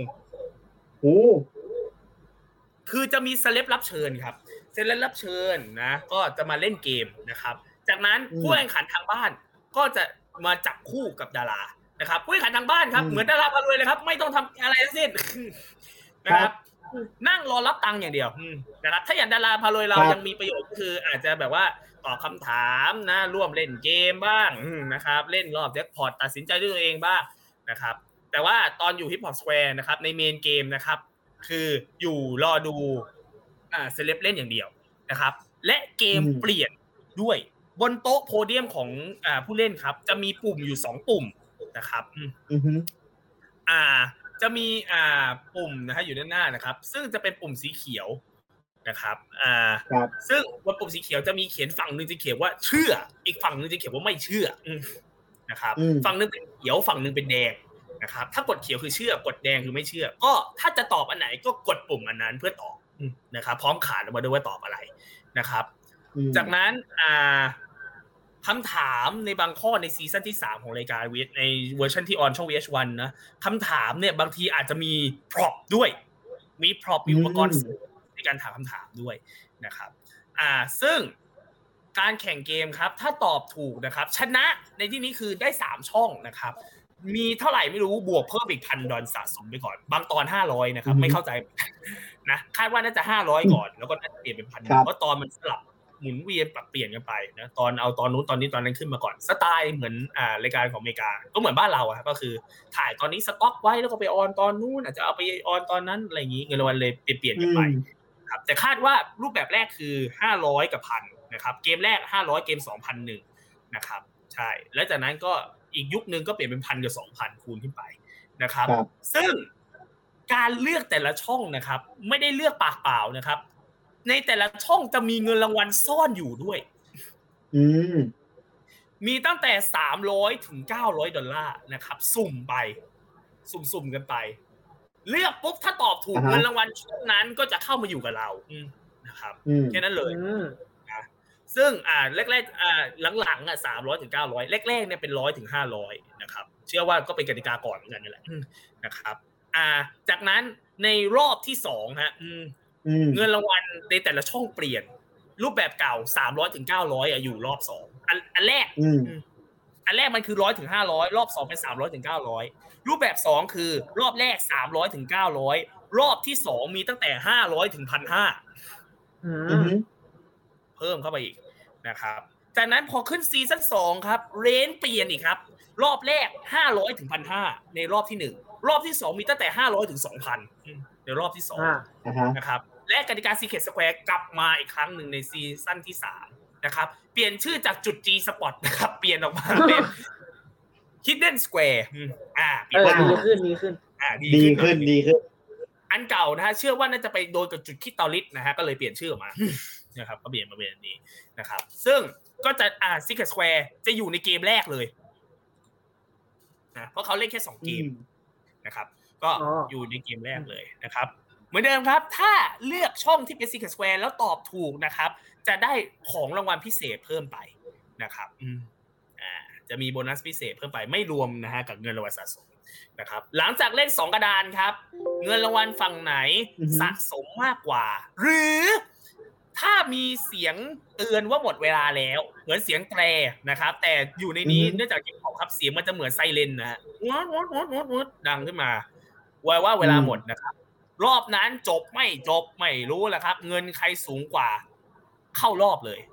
คือจะมีเซเลบรับเชิญครับเซเลบรับเชิญนะก็จะมาเล่นเกมนะครับจากนั้นผู้แข่งขันทางบ้านก็จะมาจับคู่กับดารานะครับผู้แข่งขันทางบ้านครับเหมือนดาราพารวยเลยครับไม่ต้องทำอะไรทั้งสิ้นนะครับนั่งรอรับตังค์อย่างเดียวนะครับถ้าอย่างดาราพารวยเรายังมีประโยชน์คืออาจจะแบบว่าตอบคำถามนะร่วมเล่นเกมบ้างนะครับเล่นรอบแจ็คพอตตัดสินใจด้วยตัวเองบ้างนะครับแต่ว่าตอนอยู่ Hip Hop Square นะครับในเมนเกมนะครับคืออยู่รอดูเซเลบเล่นอย่างเดียวนะครับและเกมเปลี่ยนด้วยบนโต๊ะโพเดียมของผู้เล่นครับจะมีปุ่มอยู่2ปุ่มนะครับจะมีปุ่มนะฮะอยู่ด้านหน้านะครับซึ่งจะเป็นปุ่มสีเขียวนะครับซึ่งบนปุ่มสีเขียวจะมีเขียนฝั่งนึงจะเขียนว่าเชื่ออีกฝั่งนึงจะเขียนว่าไม่เชื่อนะครับฝั่งนึงเป็นเขียวฝั่งนึงเป็นแดงนะครับถ้ากดเขียวคือเชื่อกดแดงคือไม่เชื่อก็ถ้าจะตอบอันไหนก็กดปุ่มอันนั้นเพื่อตอบนะครับพร้อมขานออกมาด้วยว่าตอบอะไรนะครับจากนั้นคำถามในบางข้อในซีซั่นที่3ของรายการในเวอร์ชันที่ออนช่อง VH1 นะคำถามเนี่ยบางทีอาจจะมีพร็อพด้วยมีพร็อพมีอุปกรณ์ในการถามคำถามด้วยนะครับซึ่งการแข่งเกมครับถ้าตอบถูกนะครับชนะในที่นี้คือได้3ช่องนะครับมีเท่าไหร่ไม่รู้บวกเพิ่มอีก$1,000สะสมไปก่อนบางตอน500นะครับไม่เข้าใจนะคาดว่าน่าจะ500ก่อนแล้วก็น่าจะเปลี่ยนเป็น1,000เพราะตอนมันสลับหมุนเวียนปรับเปลี่ยนกันไปนะตอนเอาตอนนู้นตอนนี้ตอนนั้นขึ้นมาก่อนสไตล์เหมือนรายการของอเมริกาก็เหมือนบ้านเราก็คือถ่ายตอนนี้สต็อกไว้แล้วก็ไปออนตอนนู้นอาจจะเอาไปออนตอนนั้นอะไรอย่างนี้เงินรางวัลเลยเปลี่ยนกันไปครับแต่คาดว่ารูปแบบแรกคือ500กับ1,000นะครับเกมแรก500เกม2,001นะครับใช่แล้วจากนั้นก็อีกยุคนึงก็เปลี่ยนเป็น1,000กับ2,000คูณขึ้นไปนะครับซึ่งการเลือกแต่ละช่องนะครับไม่ได้เลือกปากเปล่านะครับในแต่ละช่องจะมีเงินรางวัลซ่อนอยู่ด้วยมีตั้งแต่$300ถึง$900นะครับสุ่มไปสุ่มกันไปเลือกปุ๊บถ้าตอบถูกเงินรางวัลช่วงนั้นก็จะเข้ามาอยู่กับเรานะครับแค่นั้นเลยซึ่งแรกๆหลังๆ300ถึง900แรกๆเนี่ยเป็น100ถึง500นะครับเชื่อว่าก็เป็นกติกาก่อนเหมือนกันนี่แหละนะครับจากนั้นในรอบที่2ฮะเงินรางวัลในแต่ละช่องเปลี่ยนรูปแบบเก่า300ถึง900อยู่รอบ2อันแรกมันคือ100ถึง500รอบ2เป็น300ถึง900รูปแบบ2คือรอบแรก300ถึง900รอบที่2มีตั้งแต่500ถึง 1,500 เพิ่มเข้าไปอีกนะครับจากนั้นพอขึ้นซีซั่น2ครับเรนจ์เปลี่ยนอีกครับรอบแรก500ถึง 1,500 ในรอบที่1รอบที่2มีตั้งแต่500ถึง 2,000 ในรอบที่2นะครับและกติกา Secret Square กลับมาอีกครั้งหนึ่งในซีซั่นที่3นะครับเปลี่ยนชื่อจากจุด G Spot นะครับเปลี่ยนออกมาเป็น Hidden Square ดีขึ้นดีขึ้นอันเก่านะฮะเชื่อว่าน่าจะไปโดนกับจุดคิตอลิสนะฮะก็เลยเปลี่ยนชื่อออกมานะครับก็เปลี่ยนมาเป็นนี้นะครับซึ่งก็จะSecret Square จะอยู่ในเกมแรกเลยนะเพราะเขาเล่นแค่2เกมนะครับก็อยู่ในเกมแรกเลยนะครับเหมือนเดิมครับถ้าเลือกช่องที่เป็น Secret Square แล้วตอบถูกนะครับจะได้ของรางวัลพิเศษเพิ่มไปนะครับจะมีโบนัสพิเศษเพิ่มไปไม่รวมนะฮะกับเงินรางวัลสะสมนะครับหลังจากเล่น2กระดานครับเงินรางวัลฝั่งไหนสะสมมากกว่าหรือถ้ามีเสียงเตือนว่าหมดเวลาแล้วเหมือนเสียงแตรนะครับแต่อยู่ในนี้เนื่องจากที่ของครับเสียงมันจะเหมือนไซเรนนะฮะงดดังขึ้นมาว่าเวลาหมดนะครับรอบนั้นจบไม่รู้แหละครับเงินใครสูงกว่าเข้ารอบเลย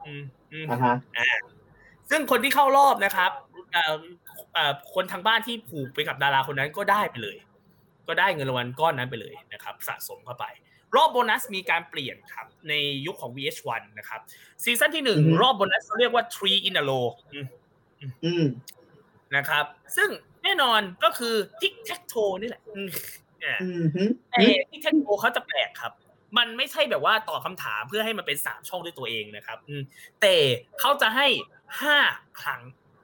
ซึ่งคนที่เข้ารอบนะครับคนทางบ้านที่ผูกไปกับดาราคนนั้นก็ได้ไปเลยก็ได้เงินรางวัลก้อนนั้นไปเลยนะครับสะสมเข้าไปรอบโบนัสมีการเปลี่ยนครับในยุคของ VH1 นะครับซีซั่นที่1รอบโบนัสเขาเรียกว่า 3 in a row นะครับซึ่งแน่นอนก็คือ Tic Tac Toe นี่แหละแต่ Tic Tac Toe เขาจะแปลกครับมันไม่ใช่แบบว่าตอบคำถามเพื่อให้มันเป็น3ช่องด้วยตัวเองนะครับแต่เขาจะให้5ครั้ง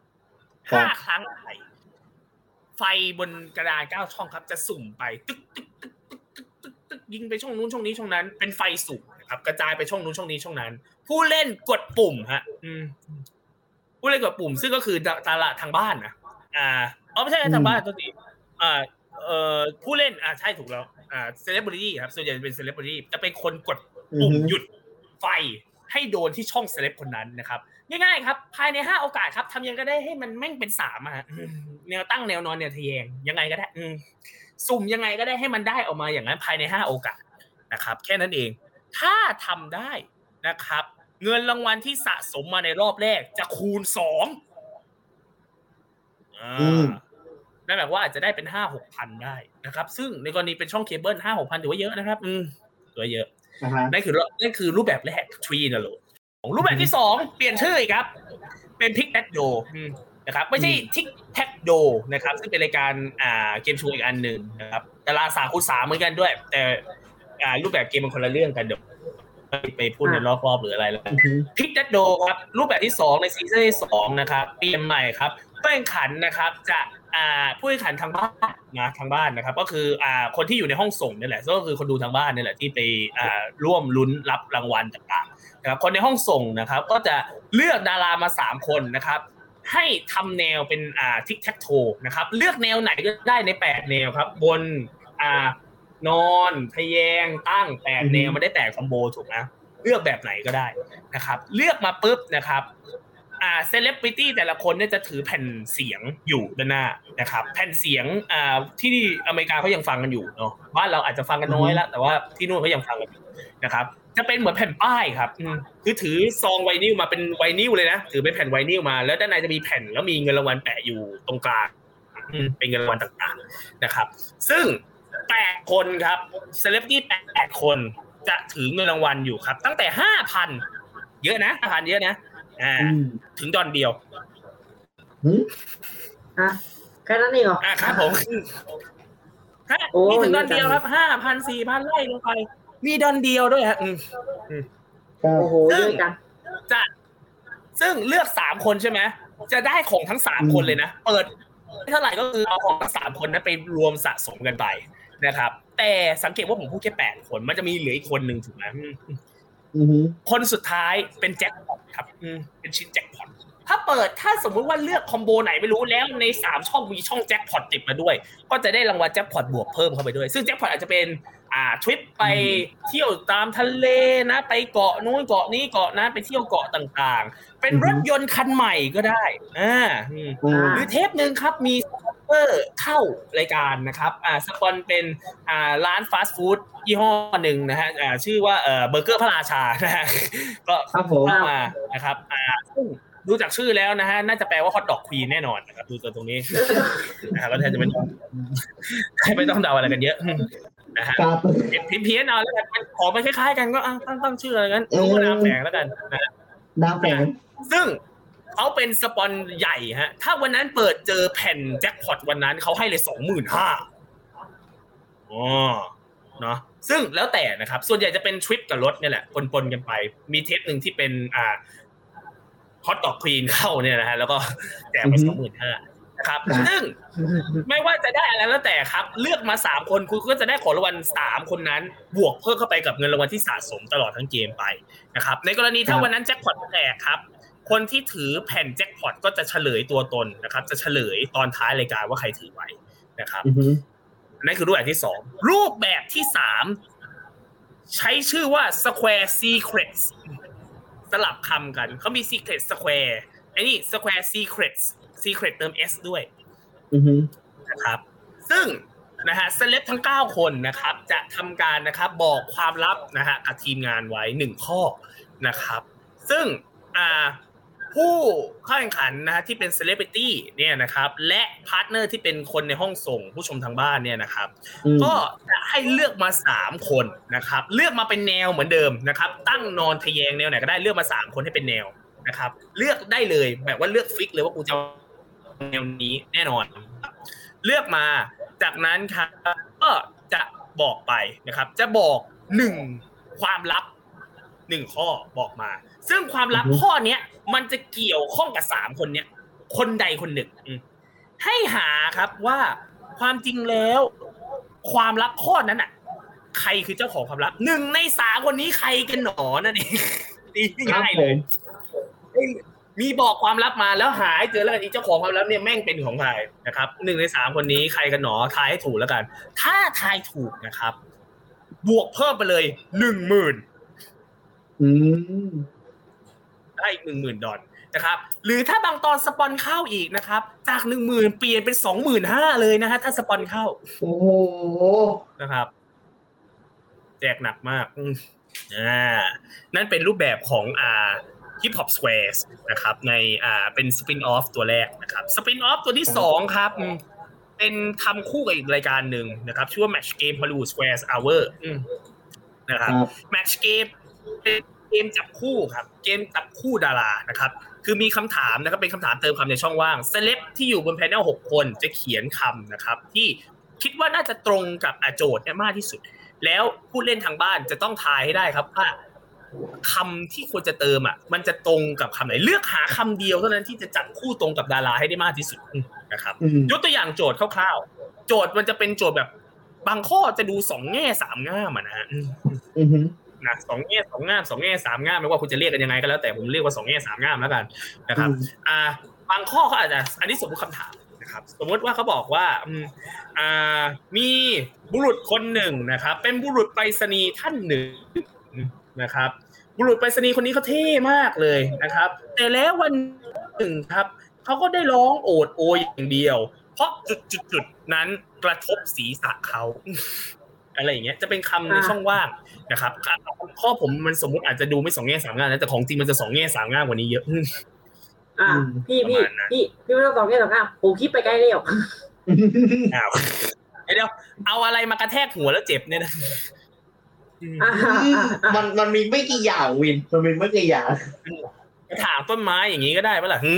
ไฟบนกระดาน9ช่องครับจะสุ่มไปตึ๊กยิงไปช่องนู้นช่องนี้ช่องนั้นเป็นไฟสุ่มนะครับกระจายไปช่องนู้นช่องนี้ช่องนั้นผู้เล่นกดปุ่มฮะผู้เล่นกดปุ่มซึ่งก็คือตลาดทางบ้านนะไม่ใช่ทางบ้านตัวนี้ผู้เล่นใช่ถูกแล้วเซเลบริตี้ครับส่วนใหญ่เป็นเซเลบริตี้จะเป็นคนกดปุ่มหยุดไฟให้โดนที่ช่องเซเลบคนนั้นนะครับง่ายๆครับภายใน5โอกาสครับทำยังไงก็ได้ให้มันแม่งเป็น3ฮะแนวตั้งแนวนอนแนวทะแยงยังไงก็ได้สุ่มยังไงก็ได้ให้มันได้ออกมาอย่างนั้นภายใน5โอกาสนะครับแค่นั้นเองถ้าทำได้นะครับเงินรางวัลที่สะสมมาในรอบแรกจะคูณ2นั่นแปลว่าอาจจะได้เป็น 5-6,000 ได้นะครับซึ่งในกรณีเป็นช่องเคเบิล 5-6,000 ถือว่าเยอะนะครับถือว่าเยอะนั่นคือรูปแบบแรก3 in a row ของรูปแบบที่2เปลี่ยนชื่ออีกครับเป็น Pick That Door นะครับไม่ใช่ทิกแท็กโดนะครับซึ่งเป็นรายการเกมโชว์อีกอันหนึ่งนะครับแต่ละ3x3เหมือนกันด้วยแต่รูปแบบเกมมันคนละเรื่องกันเดี๋ยวไปพูดในรอบๆหรืออะไรแล้วทิกแท็กโดครับรูปแบบที่2ในซีซั่นที่2นะครับเปลี่ยนใหม่ครับผู้แข่งขันนะครับจะผู้แข่งขันทางบ้านนะครับก็คือคนที่อยู่ในห้องส่งนี่แหละก็คือคนดูทางบ้านนี่แหละที่ไปร่วมลุ้นรับรางวัลต่างๆนะครับคนในห้องส่งนะครับก็จะเลือกดารามา3คนนะครับให้ทำแนวเป็นทิกแท็กโทนะครับเลือกแนวไหนก็ได้ใน8แนวครับบนนอนทะแยงตั้ง8แนวมันได้8คอมโบถูกนะเลือกแบบไหนก็ได้นะครับเลือกมาปุ๊บนะครับเซเลบริตี้แต่ละคนเนี่ยจะถือแผ่นเสียงอยู่ด้านหน้านะครับแผ่นเสียงที่อเมริกาเขายังฟังกันอยู่เนาะบ้านเราอาจจะฟังกันน้อยแล้วแต่ว่าที่นู่นเขายังฟังกันอยู่นะครับจะเป็นเหมือนแผ่นป้ายครับคือถือซองไวนิลมาเป็นไวนิลเลยนะถือเป็นแผ่นไวนิลมาแล้วด้านในจะมีแผ่นแล้วมีเงินรางวัลแปะอยู่ตรงกลางเป็นเงินรางวัลต่างๆนะครับซึ่ง8คนครับเซเลบริตี้8คนจะถือเงินรางวัลอยู่ครับตั้งแต่ 5,000 เยอะนะ 5,000 เยอะนะถึงดอนเดียวแค่นั้นเองเหรอครับผมมีถึงดอนเดียวครับ 5,000 4,000 ไล่ลงไปมีดอนเดียวด้วยฮะโอ้โหเยอะจังซึ่งเลือก3คนใช่ไหมจะได้ของทั้ง3คนเลยนะเปิดเท่าไหร่ก็คือเอาของทั้ง3คนนั้นไปรวมสะสมกันไปนะครับแต่สังเกตว่าผมพูดแค่8คนมันจะมีเหลืออีกคนนึงถูกไหมคนสุดท้ายเป็นแจ็คพอตครับเป็นชิ้นแจ็คพอตถ้าสมมุติว่าเลือกคอมโบไหนไม่รู้แล้วใน3ช่องมีช่องแจ็คพอตติดมาด้วยก็จะได้รางวัลแจ็คพอตบวกเพิ่มเข้าไปด้วยซึ่งแจ็คพอตอาจจะเป็นทริปไปเที่ยวตามทะเลนะไปเกาะนู้นเกาะนี้เกาะนั้นไปเที่ยวเกาะต่างๆเป็นรถยนต์คันใหม่ก็ได้หรือเทปนึงครับมีสปอนเซอร์เข้ารายการนะครับสปอนเป็นร้านฟาสต์ฟู้ดยี่ห้อหนึ่งนะฮะชื่อว่าเบอร์เกอร์พระราชานะฮะก็เข้ามานะครับซึ่งดูจากชื่อแล้วนะฮะน่าจะแปลว่าฮอทดอกควีนแน่นอนนะครับดูตัวตรงนี้นะครับก็แทบจะไม่ต้องเดาอะไรกันเยอะนะฮะเพี้ยนเอาแล้วกันมันขอไปคล้ายๆกันก็ตั้งชื่ออะไรกันรู้ว่าน้ำแฝงแล้วกันนะน้ำแฝงซึ่งเขาเป็นสปอนใหญ่ฮะถ้าวันนั้นเปิดเจอแผ่นแจ็คพอตวันนั้นเขาให้เลย 25,000 เนาะซึ่งแล้วแต่นะครับส่วนใหญ่จะเป็นทริปกับรถเนี่ยแหละปนๆกันไปมีเทปนึงที่เป็นฮอตดอกควีนเข้าเนี่ยนะฮะแล้วก็แจกมา 25,000 นะครับซึ่งไม่ว่าจะได้อะไรแล้วแต่ครับเลือกมา3คนคุณก็จะได้ของรางวัล3คนนั้นบวกเพิ่มเข้าไปกับเงินรางวัลที่สะสมตลอดทั้งเกมไปนะครับในกรณีถ้าวันนั้นแจ็คพอตแตกครับคนที่ถือแผ่นแจ็คพอตก็จะเฉลยตัวตนนะครับจะเฉลยตอนท้ายรายการว่าใครถือไว้นะครับนั่นคือรูปแบบที่2รูปแบบที่3ใช้ชื่อว่า Square Secrets สลับคำกันเขามี Secret Square ไอ้นี่ Square Secrets Secret เติม S ด้วยนะครับซึ่งนะฮะเซเลบทั้ง9คนนะครับจะทำการนะครับบอกความลับนะฮะกับทีมงานไว้1ข้อนะครับซึ่งผู้เข้าแข่งขันนะฮะที่เป็นเซเลบริตี้เนี่ยนะครับและพาร์ทเนอร์ที่เป็นคนในห้องส่งผู้ชมทางบ้านเนี่ยนะครับก็จะให้เลือกมา3คนนะครับเลือกมาเป็นแนวเหมือนเดิมนะครับตั้งนอนทะแยงแนวไหนก็ได้เลือกมา3คนให้เป็นแนวนะครับเลือกได้เลยแบบว่าเลือกฟิกเลยว่ากูจะแนวนี้แน่นอนเลือกมาจากนั้นครับก็จะบอกไปนะครับจะบอก1ความลับ1ข้อบอกมาซึ่งความลับข้อเนี้ยมันจะเกี่ยวข้องกับ3คนเนี้ยคนใดคนหนึ่งให้หาครับว่าความจริงแล้วความลับข้อนั้นน่ะใครคือเจ้าของความลับ1ใน3คนนี้ใครกันหนอนั่นเองง่ายเลยมีบอกความลับมาแล้วหาให้เจอแล้วกันอีเจ้าของความลับเนี่ยแม่งเป็นของใครนะครับ1ใน3คนนี้ใครกันหนอทายให้ถูกแล้วกันถ้าทายถูกนะครับบวกเพิ่มไปเลย 10,000ได้อีก 10,000 ดอลนะครับหรือถ้าบางตอนสปอนเข้าอีกนะครับจาก 10,000 เปลี่ยนเป็น 25,000 เลยนะฮะถ้าสปอนเข้าโอ้โหนะครับแจกหนักมากนั่นเป็นรูปแบบของHip Hop Squares นะครับในเป็นสปินออฟตัวแรกนะครับสปินออฟตัวที่2ครับเป็นทำคู่กับอีกรายการหนึ่งนะครับชื่อว่า Match Game Hollywood Squares Hour นะครับ Match Game เป็นเกมจับคู่ครับเกมจับคู่ดารานะครับคือมีคำถามนะครับเป็นคำถามเติมคำในช่องว่างเซเลบที่อยู่บนแพนเนล6คนจะเขียนคำนะครับที่คิดว่าน่าจะตรงกับโจทย์เนี่ยมากที่สุดแล้วผู้เล่นทางบ้านจะต้องทายให้ได้ครับว่าคำที่ควรจะเติมมันจะตรงกับคำไหนเลือกหาคำเดียวเท่านั้นที่จะจับคู่ตรงกับดาราให้ได้มากที่สุดนะครับยกตัวอย่างโจทย์คร่าวๆโจทย์มันจะเป็นโจทย์แบบบางข้อจะดู2แง่3ง่ามนะฮะนะ2แง่2ง่าม2แง่3ง่ามไม่ว่าคุณจะเรียกกันยังไงก็แล้วแต่ผมเรียกว่า2แง่3ง่ามแล้วกันนะครับบางข้อเขาอาจจะอันนี้สมมุติคำถามนะครับสมมติว่าเขาบอกว่ามีบุรุษคนหนึ่งนะครับเป็นบุรุษไปรษณีย์ท่านหนึ่งนะครับบุรุษไปรษณีย์คนนี้เขาเท่มากเลยนะครับแต่แล้ววันหนึ่งครับเขาก็ได้ร้องโอดโอยอย่างเดียวเพราะจุดนั้นกระทบศีรษะเขาอะไรอย่างเงี้ยจะเป็นคำในช่องว่างนะครับข้อผมมันสมมุติอาจจะดูไม่2แง่3ง่ามนะแต่ของจริงมันจะ2แง่3ง่ามกว่านี้เยอะพี่ไม่ต้อง2แง่3ง่ามผมคิดไปไกลแล้วเดี๋ยวเอาอะไรมากระแทกหัวแล้วเจ็บเนี่ยนะมันมีไม่กี่อย่างวินมันมีไม่กี่อย่างกระถางต้นไม้อย่างงี้ก็ได้ป่ะล่ะ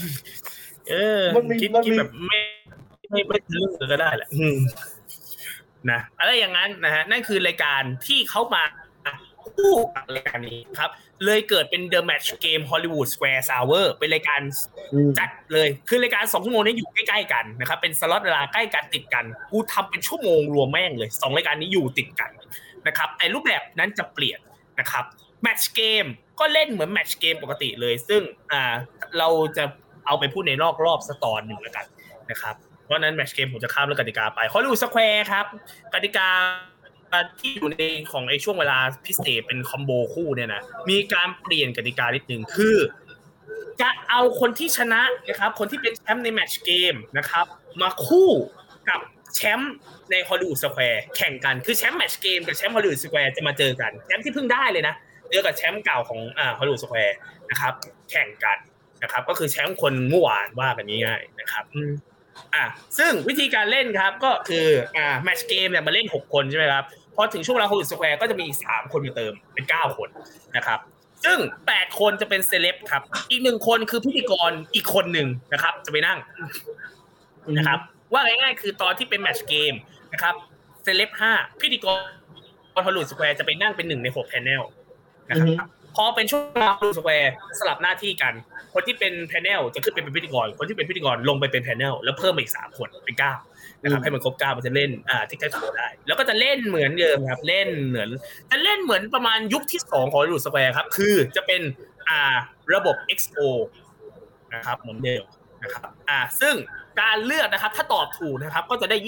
คิดแบบไม่ทะลึ่งก็ได้แหละนะอะไรอย่างนั้นนะฮะนั่นคือรายการที่เขามาคู่กับรายการนี้ครับเลยเกิดเป็น The Match Game Hollywood Square Hour เป็นรายการจัดเลยคือรายการ2ชั่วโมงนี้อยู่ใกล้ๆกันนะครับเป็นสล็อตเวลาใกล้กันติดกันกูทำเป็นชั่วโมงรวมแม่งเลย2รายการนี้อยู่ติดกันนะครับแต่รูปแบบนั้นจะเปลี่ยนนะครับ Match Game ก็เล่นเหมือน Match Game ปกติเลยซึ่งเราจะเอาไปพูดในรอบสตอนหนึ่งแล้วกันนะครับเพราะนั้นแมตช์เกมผมจะข้ามเรื่องกติกาไปฮอลลีวูดสแควร์ครับกติกาที่อยู่ในของไอ้ช่วงเวลาพิเศษเป็นคอมโบคู่เนี่ยนะมีการเปลี่ยนกติกานิดนึงคือจะเอาคนที่ชนะนะครับคนที่เป็นแชมป์ในแมตช์เกมนะครับมาคู่กับแชมป์ในฮอลลีวูดสแควร์แข่งกันคือแชมป์แมตช์เกมกับแชมป์ฮอลลีวูดสแควร์จะมาเจอกันแชมป์ที่เพิ่งได้เลยนะเจอกับแชมป์เก่าของฮอลลีวูดสแควร์นะครับแข่งกันนะครับก็คือแชมป์คนเมื่อวานว่ากันง่ายๆนะครับซึ่งวิธีการเล่นครับก็คือแมตช์เกมเนี่ยมาเล่น6คนใช่ไหมครับพอถึงช่วงเวลาฮอลลีวูดสแควร์ก็จะมีอีก3คนมาเติมเป็น9คนนะครับซึ่ง8คนจะเป็นเซเลบครับอีก1คนคือพิธีกรอีกคนนึงนะครับจะไปนั่งนะครับว่าง่ายๆคือตอนที่เป็นแมตช์เกมนะครับเซเลบ5พิธีกรฮอลลีวูดสแควร์จะไปนั่งเป็น1ใน6แพนเนลนะครับพอเป็นช่วงฮอลลีวูดสแควร์สลับหน้าที่กันคนที่เป็นแพนเนลจะขึ้นไปเป็นพิธีกรคนที่เป็นพิธีกรลงไปเป็นแพนเนลแล้วเพิ่มอีก3คนเป็น9นะครับให้มันครบ9มันจะเล่นทิกเก็ตโชว์ได้แล้วก็จะเล่นเหมือนเดิมครับเล่นเหมือนประมาณยุคที่2ของฮอลลีวูดสแควร์ครับคือจะเป็นระบบ XO นะครับเหมือนเดิมนะครับซึ่งการเลือกนะครับถ้าตอบถูกนะครับก็จะได้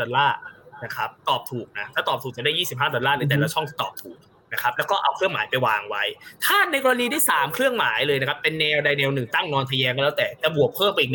$25นะครับตอบถูกนะถ้าตอบถูกจะได้$25ในแต่ละช่องที่ตอบถูกนะครับแล้วก็เอาเครื่องหมายไปวางไว้ถ้าในกรณีที่3เครื่องหมายเลยนะครับเป็นแนวใดแนวหนึ่งตั้งนอนทะแยงก็แล้วแต่จะบวกเพิ่มไปอีก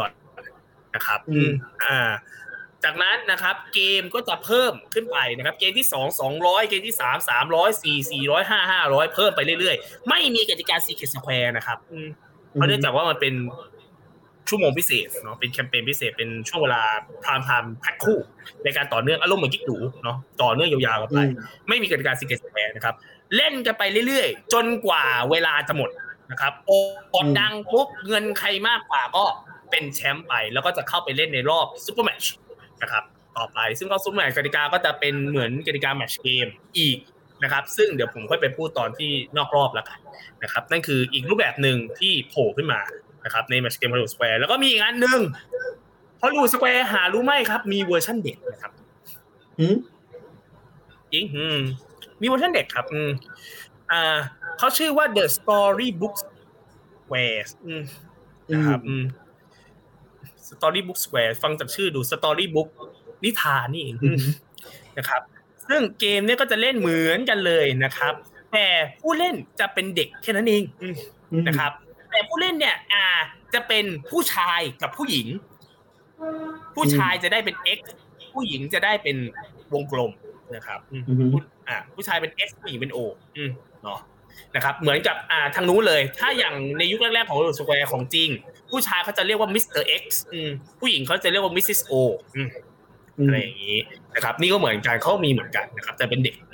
$100นะครับจากนั้นนะครับเกมก็จะเพิ่มขึ้นไปนะครับเกมที่2 200เกมที่3 300 4 400 5 500เพิ่มไปเรื่อยๆไม่มีกติกา Secret Square นะครับเพราะเนื่องจากว่ามันเป็นชั่วโมงพิเศษเนาะเป็นแคมเปญพิเศษเป็นช่วงเวลาพรามไทม์แพ็คคู่ในการต่อเนื่องอารมณ์เหมือนกิ๊กดูเนาะต่อเนื่องยาวๆกันไปไม่มีกติกา Secret Square นะครับเล่นกันไปเรื่อยๆจนกว่าเวลาจะหมดนะครับโอดดังปุ๊บเงินใครมากกว่าก็เป็นแชมป์ไปแล้วก็จะเข้าไปเล่นในรอบซุปเปอร์แมตช์นะครับต่อไปซึ่งรอบซุปเปอร์แมตช์กติกาก็จะเป็นเหมือนกติกาแมตช์เกมอีกนะครับซึ่งเดี๋ยวผมค่อยไปพูดตอนที่นอกรอบแล้วกันนะครับนั่นคืออีกรูปแบบนึงที่โผล่ขึ้นมานะครับในแมตช์เกมฮอลลีวูดสแควร์แล้วก็มีอีกอันนึงฮอลลีวูดสแควร์หารู้ไหมครับมีเวอร์ชั่นเด็กนะครับจริงมีเวอร์ชันเด็กครับเขาชื่อว่า The Storybook Square นะครับStorybook Square ฟังจากชื่อดู Storybook นิทานนี่เองนะครับซึ่งเกมเนี่ยก็จะเล่นเหมือนกันเลยนะครับแต่ผู้เล่นจะเป็นเด็กแค่นั้นเองนะครับแต่ผู้เล่นเนี่ยจะเป็นผู้ชายกับผู้หญิงผู้ชายจะได้เป็น X ผู้หญิงจะได้เป็นวงกลมนะครับผู้ชายเป็น S ผู้หญิงเป็น O เนาะนะครับเหมือนกับทางนู้นเลยถ้าอย่างในยุคแรกๆของสแควร์ของจริงผู้ชายเขาจะเรียกว่ามิสเตอร์ X ผู้หญิงเขาจะเรียกว่ามิสซิส O อะไรอย่างนี้นะครับนี่ก็เหมือนกันเขามีเหมือนกันนะครับแต่เป็นเด็กหน่อย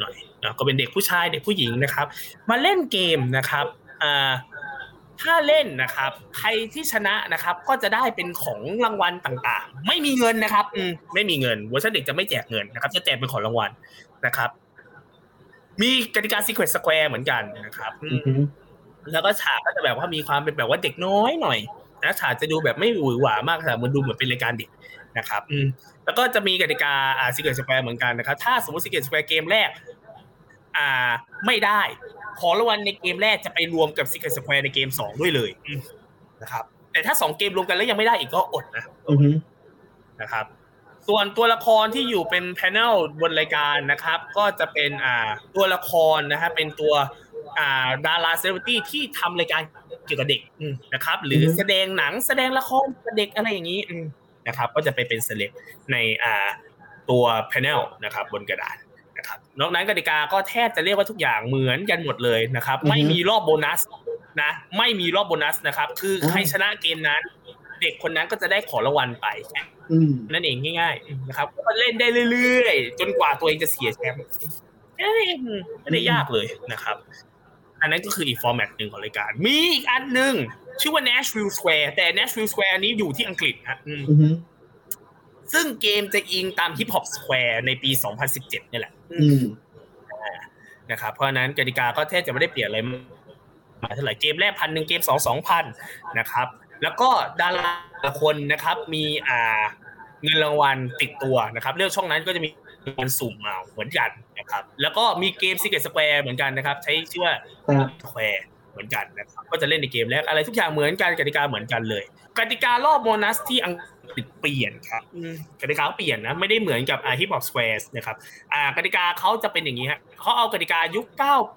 ก็เป็นเด็กผู้ชายเด็กผู้หญิงนะครับมาเล่นเกมนะครับถ้าเล่นนะครับใครที่ชนะนะครับก็จะได้เป็นของรางวัลต่างๆไม่มีเงินนะครับไม่มีเงินเวอร์ชันเด็กจะไม่แจกเงินนะครับจะแจกเป็นของรางวัลนะครับมีกติกา Secret Square เหมือนกันนะครับแล้วก็ฉากก็จะแบบว่ามีความเป็นแบบว่าเด็กน้อยหน่อยนะฉากจะดูแบบไม่หวือหวามากแต่มันดูเหมือนเป็นรายการเด็กนะครับแล้วก็จะมีกติกาSecret Square เหมือนกันนะครับถ้าสมมติ Secret Square เกมแรกไม่ได้ของรางวัลในเกมแรกจะไปรวมกับ Secret Square ในเกม2ด้วยเลยนะครับแต่ถ้า2เกมรวมกันแล้วยังไม่ได้อีกก็อดนะครับส่วนตัวละครที่อยู่เป็นแพนเนลบนรายการนะครับก็จะเป็นตัวละครนะฮะเป็นตัวดาราเซเลบริตี้ที่ทำรายการเกี่ยวกับเด็กนะครับหรือแสดงหนังแสดงละครกับเด็กอะไรอย่างนี้นะครับก็จะไปเป็นเซเลบในตัวแพนเนลนะครับบนกระดานนะครับนอกนั้นกติกาก็แทบจะเรียกว่าทุกอย่างเหมือนกันหมดเลยนะครับไม่มีรอบโบนัสนะไม่มีรอบโบนัสนะครับคือใครชนะเกมนั้นเด็กคนนั้นก็จะได้ของรางวัลไปนั่นเองง่ายๆนะครับก็เล่นได้เรื่อยๆจนกว่าตัวเองจะเสียแชมป์ไม่ได้ยากเลยนะครับอันนั้นก็คืออีกฟอร์แมตหนึ่งของรายการมีอีกอันหนึ่งชื่อว่า Nashville Square แต่ Nashville Square นี้อยู่ที่อังกฤษฮะซึ่งเกมจะอิงตาม Hip Hop Square ในปี 2017 นี่แหละนะครับเพราะนั้นกติกาก็แทบจะไม่ได้เปลี่ยนอะไรมาเท่าไหร่เกมแรก 1,000 เกม 2,000 นะครับแล้วก็ดาราคนนะครับมีเงินรางวัลติดตัวนะครับเลือกช่องนั้นก็จะมีการสุ่มเอาเหมือนกันนะครับแล้วก็มีเกม Secret Square เหมือนกันนะครับใช้ชื่อว่า Square เหมือนกันนะครับก็จะเล่นในเกมแรกอะไรทุกอย่างเหมือนกันกติกาเหมือนกันเลยกติการอบโบนัสที่อังกฤษเปลี่ยนครับกติกาเปลี่ยนนะไม่ได้เหมือนกับHip Hop Squares นะครับกติกาเขาจะเป็นอย่างนี้ฮะเขาเอากติกายุค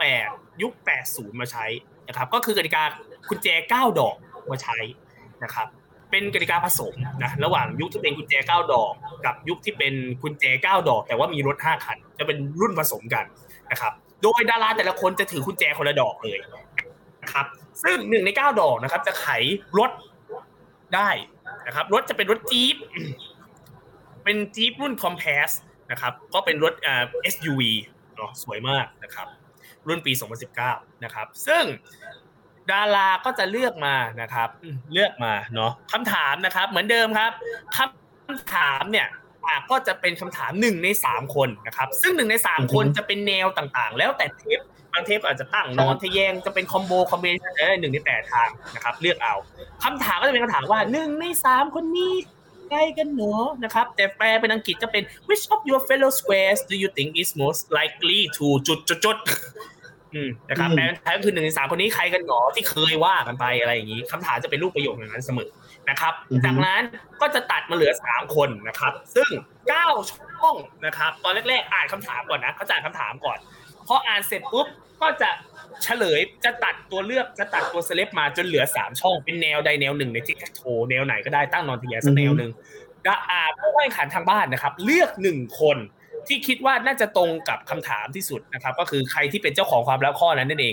98ยุค80มาใช้นะครับก็คือกติกากุญแจ9ดอกมาใช้นะครับเป็นกติกาผสมนะระหว่างยุคที่เป็นกุญแจ9ดอกกับยุคที่เป็นกุญแจ9ดอกแต่ว่ามีรถ5คันจะเป็นรุ่นผสมกันนะครับโดยดาราแต่ละคนจะถือกุญแจคนละดอกเลยนะครับซึ่ง1ใน9ดอกนะครับจะไขรถได้นะครับรถจะเป็นรถจี๊ปเป็นจี๊ปรุ่น Compass นะครับก็เป็นรถSUV เนาะสวยมากนะครับรุ่นปี2019นะครับซึ่งดาราก็จะเลือกมานะครับเลือกมาเนาะคำถามนะครับเหมือนเดิมครับคำถามเนี่ยก็จะเป็นคำถาม1ใน3คนนะครับซึ่ง1ใน3คนจะเป็นแนวต่างๆแล้วแต่เทปบางเทปอาจจะตั้งนอนทะแยงจะเป็นคอมโบคอมบิเนชั่นได้1ใน8ทางนะครับเลือกเอาคำถามก็จะเป็นคำถามว่า1ใน3คนนี้ใกล้กันเนาะนะครับแต่แปลเป็นอังกฤษจะเป็น which of your fellow squares do you think is most likely to จุดนะครับแปลเป็นไทยก็คือ1ใน3คนนี้ใครกันหนอที่เคยว่ากันไปอะไรอย่างนี้คำถามจะเป็นรูปประโยคอย่างนั้นเสมอนะครับจากนั้นก็จะตัดมาเหลือ3คนนะครับซึ่ง9ช่องนะครับตอนแรกๆอ่านคำถามก่อนนะเขาจะอ่านคำถามก่อนพออ่านเสร็จปุ๊บก็จะเฉลยจะตัดตัวเลือกจะตัดตัวเซเลบมาจนเหลือ3ช่องเป็นแนวใดแนวหนึ่งในทิกโทแนวไหนก็ได้ตั้งนอนทะแยงสักแนวนึงผู้แข่งขันทางบ้านนะครับเลือก1คนที่คิดว่าน่าจะตรงกับคำถามที่สุดนะครับก็คือใครที่เป็นเจ้าของความลับข้อนั้นนั่นเอง